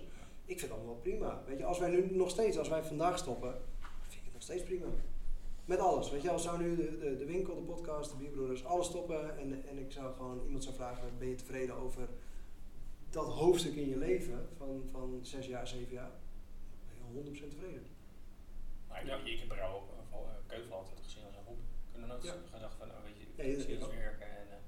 Ik vind het allemaal wel prima. Weet je, als wij nu nog steeds, als wij vandaag stoppen, vind ik het nog steeds prima. Met alles. Weet je, als zou nu de, de, de winkel, de podcast, de Bierbroeders, alles stoppen en, en ik zou gewoon iemand zou vragen, ben je tevreden over dat hoofdstuk in je leven van, van zes jaar, zeven jaar? Ben je honderd procent tevreden. Maar ik, ja. ik heb er al uh, Keuvel altijd gezien als een hobby. Ik heb er nooit ja. gedacht van, nou weet je, nee, ik zie werken en... Uh,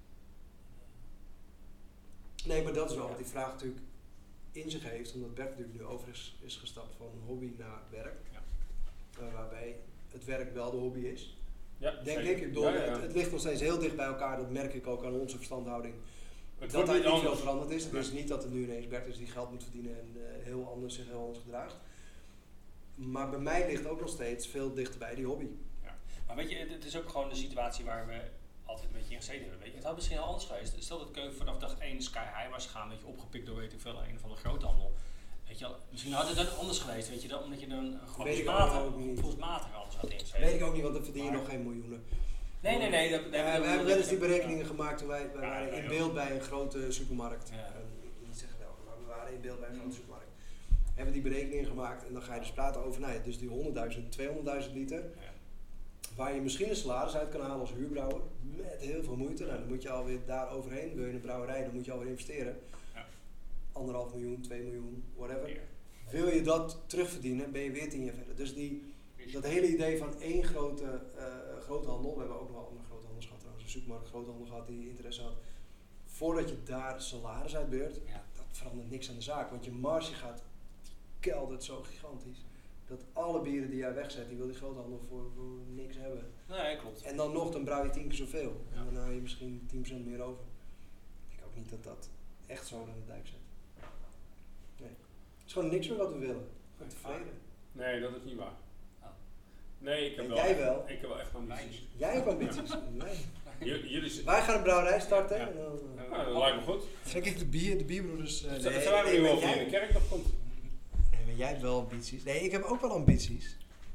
nee, maar dat is wel wat die vraag natuurlijk in zich heeft, omdat Bert natuurlijk nu over is, is gestapt van hobby naar werk. Ja. Uh, waarbij het werk wel de hobby is. Ja, denk ik, ik bedoel, ja, ja, ja. Het, het ligt nog steeds heel dicht bij elkaar, dat merk ik ook aan onze verstandhouding. Het dat daar niet anders. veel veranderd is. Het nee. is niet dat het nu ineens Bert is die geld moet verdienen en uh, heel anders zich heel anders gedraagt. Maar bij mij ligt ook nog steeds veel dichter bij die hobby. Ja. Maar weet je, het is ook gewoon de situatie waar we altijd een beetje in gezeten hebben. Weet je, het had misschien heel anders geweest. Stel dat Keuken vanaf dag één sky high was gegaan, weet je, opgepikt door weet ik veel, een van de groothandel. Weet je wel, misschien had het dan anders geweest, weet je dan, omdat je dan gevoelsmatig anders had ingezeten. Weet ik ook niet, want dan verdien je nog geen miljoenen. Nee, nee, nee. Dat, dat, ja, dat, we hebben wel eens die berekeningen ja. gemaakt toen wij, wij ja, waren in ja, beeld bij een grote supermarkt. Ja. Uh, niet zeggen welke, maar we waren in beeld bij een grote supermarkt. Hebben die berekeningen gemaakt en dan ga je dus praten over, nou ja, dus die honderdduizend, tweehonderdduizend liter. Ja. Waar je misschien een salaris uit kan halen als huurbrouwer, met heel veel moeite. Nou, dan moet je alweer daar overheen, wil je een brouwerij, dan moet je alweer investeren. Ja. Anderhalf miljoen, twee miljoen, whatever. Ja. Wil je dat terugverdienen, ben je weer tien jaar verder. Dus die, dat hele idee van één grote uh, groothandel, we hebben ook nog wel andere groothandels gehad trouwens, een supermarkt groothandel gehad die interesse had. Voordat je daar salaris uit beurt, ja. dat verandert niks aan de zaak. Want je marge gaat, die keldert zo gigantisch. Dat alle bieren die jij wegzet, die wil die groothandel voor, voor niks hebben. Nee, klopt. En dan nog, dan brouw je tien keer zoveel. Ja. En dan hou je misschien tien procent meer over. Ik denk ook niet dat dat echt zo aan de dijk zet. Nee. Het is gewoon niks meer wat we willen. Gewoon tevreden. Nee, dat is niet waar. Nee, ik heb en wel, jij wel? Ik heb wel echt ambities. Jij hebt ambities? Nee. J- jullie Wij gaan een brouwerij starten. Ja. En dan, uh, nou, dat lijkt me goed. Trek ik de, bier, de bierbroeders... Uh, nee, nee, zijn we nu wel in de kerk nog komt? Nee, maar jij hebt wel ambities. Nee, ik heb ook wel ambities.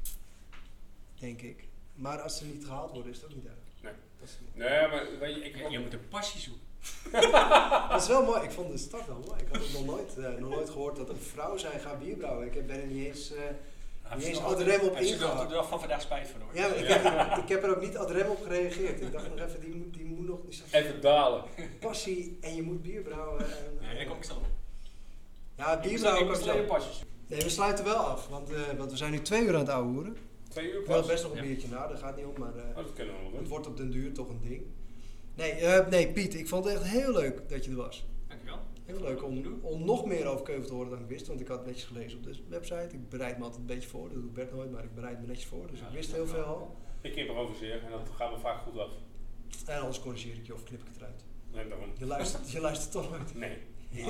Denk ik. Maar als ze niet gehaald worden, is dat ook niet duidelijk. Nee. Dat is niet. Nee, maar weet je... Ik je, je moet een passie zoeken. Dat is wel mooi. Ik vond de start wel mooi. Ik had het nog nooit, uh, nog nooit gehoord dat een vrouw zei, ga bier brouwen. Ik ben er niet eens... Uh, Ja, niet eens ad rem op ingehaald. ingehaald. Ik heb er de dag van vandaag spijt van hoor. Ja, maar ik, ja. Heb, ik heb er ook niet ad rem op gereageerd. Ik dacht nog even, die moet, die moet nog... Die even dalen. Passie en je moet bier brouwen. En, ja, daar kom ik zo op. Ja, bier brouwen kan zo. pasjes. Nee, we sluiten wel af, want, uh, want we zijn nu twee uur aan het ouwehoeren. Twee uur pas? Ik wil best nog een ja. biertje na, daar gaat niet om, maar uh, oh, dat kunnen we wel doen. Het wordt op den duur toch een ding. Nee, uh, nee, Piet, ik vond het echt heel leuk dat je er was. Dankjewel. Heel leuk om, om nog meer over Keuvel te horen dan ik wist, want ik had het netjes gelezen op de website. Ik bereid me altijd een beetje voor, dat doet Bert nooit, maar ik bereid me netjes voor, dus ja, ik wist heel veel al. Ik heb erover zeer en dat gaat me vaak goed af. En anders corrigeer ik je of knip ik het eruit. Nee, daarom. Je luistert, je luistert toch nooit? Nee. Oh,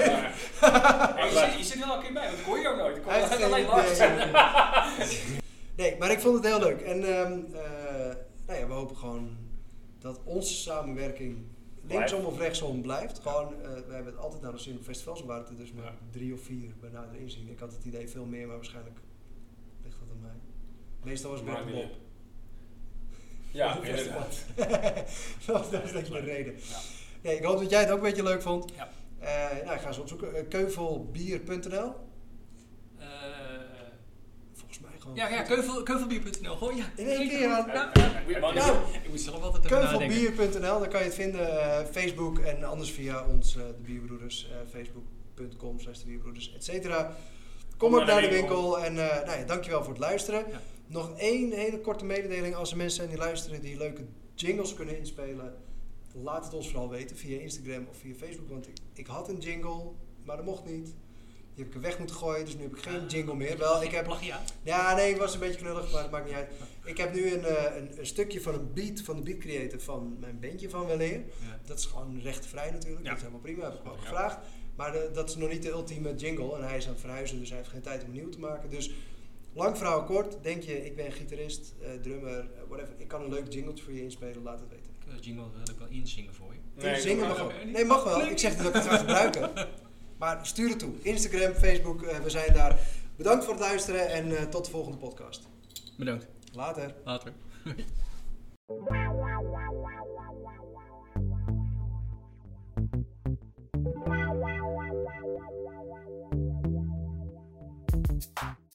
je, zit, je zit er wel een keer bij, want ik hoor je ook nooit. Ik hoor je alleen Lars. Nee, nee, maar ik vond het heel leuk. En um, uh, nou ja, we hopen gewoon dat onze samenwerking linksom of rechtsom blijft. Gewoon, uh, we hebben het altijd naar de zin op festivals, en waren het er dus maar ja. drie of vier bij nader inzien. Ik had het idee veel meer, maar waarschijnlijk ligt dat aan mij. Meestal was Bert Bob. Ja, inderdaad. dat was denk ik de reden. Ja. Nee, ik hoop dat jij het ook een beetje leuk vond. Ja. Uh, nou, ik ga eens opzoeken. Uh, keuvelbier punt n l uh, Volgens mij gewoon. Ja, ja keuvel, keuvelbier punt n l. Gewoon ja. In één keer aan. Ja, ja, ja. Nou, nou, ik moet zelf altijd keuvelbier punt n l, daar kan je het vinden. Uh, Facebook en anders via ons, uh, de Bierbroeders. Uh, Facebook punt com slash de Bierbroeders, et cetera. Kom, Kom ook naar de winkel. winkel. En uh, nou ja, dankjewel voor het luisteren. Ja. Nog één hele korte mededeling. Als er mensen zijn die luisteren die leuke jingles kunnen inspelen, laat het ons vooral weten via Instagram of via Facebook. Want ik, ik had een jingle, maar dat mocht niet. Die heb ik er weg moeten gooien, dus nu heb ik geen jingle meer. Wel, ik heb plagiaat. Ja, nee, het was een beetje knullig, maar dat maakt niet uit. Ik heb nu een, een, een stukje van een beat van de beat creator van mijn bandje van Weleer. Ja. Dat is gewoon rechtvrij natuurlijk, ja. Dat is helemaal prima, heb ik wel gevraagd. Maar de, dat is nog niet de ultieme jingle en hij is aan het verhuizen, dus hij heeft geen tijd om een nieuw te maken. Dus lang verhaal kort, denk je, ik ben gitarist, uh, drummer, uh, whatever. Ik kan een leuk jingletje voor je inspelen, laat het weten. Uh, jingle wil ik wel inzingen voor je. Nee, zingen mag ook. Nee, mag wel. Ik zeg niet dat ik het ga gebruiken. Maar stuur het toe. Instagram, Facebook, uh, we zijn daar. Bedankt voor het luisteren en uh, tot de volgende podcast. Bedankt. Later. Later.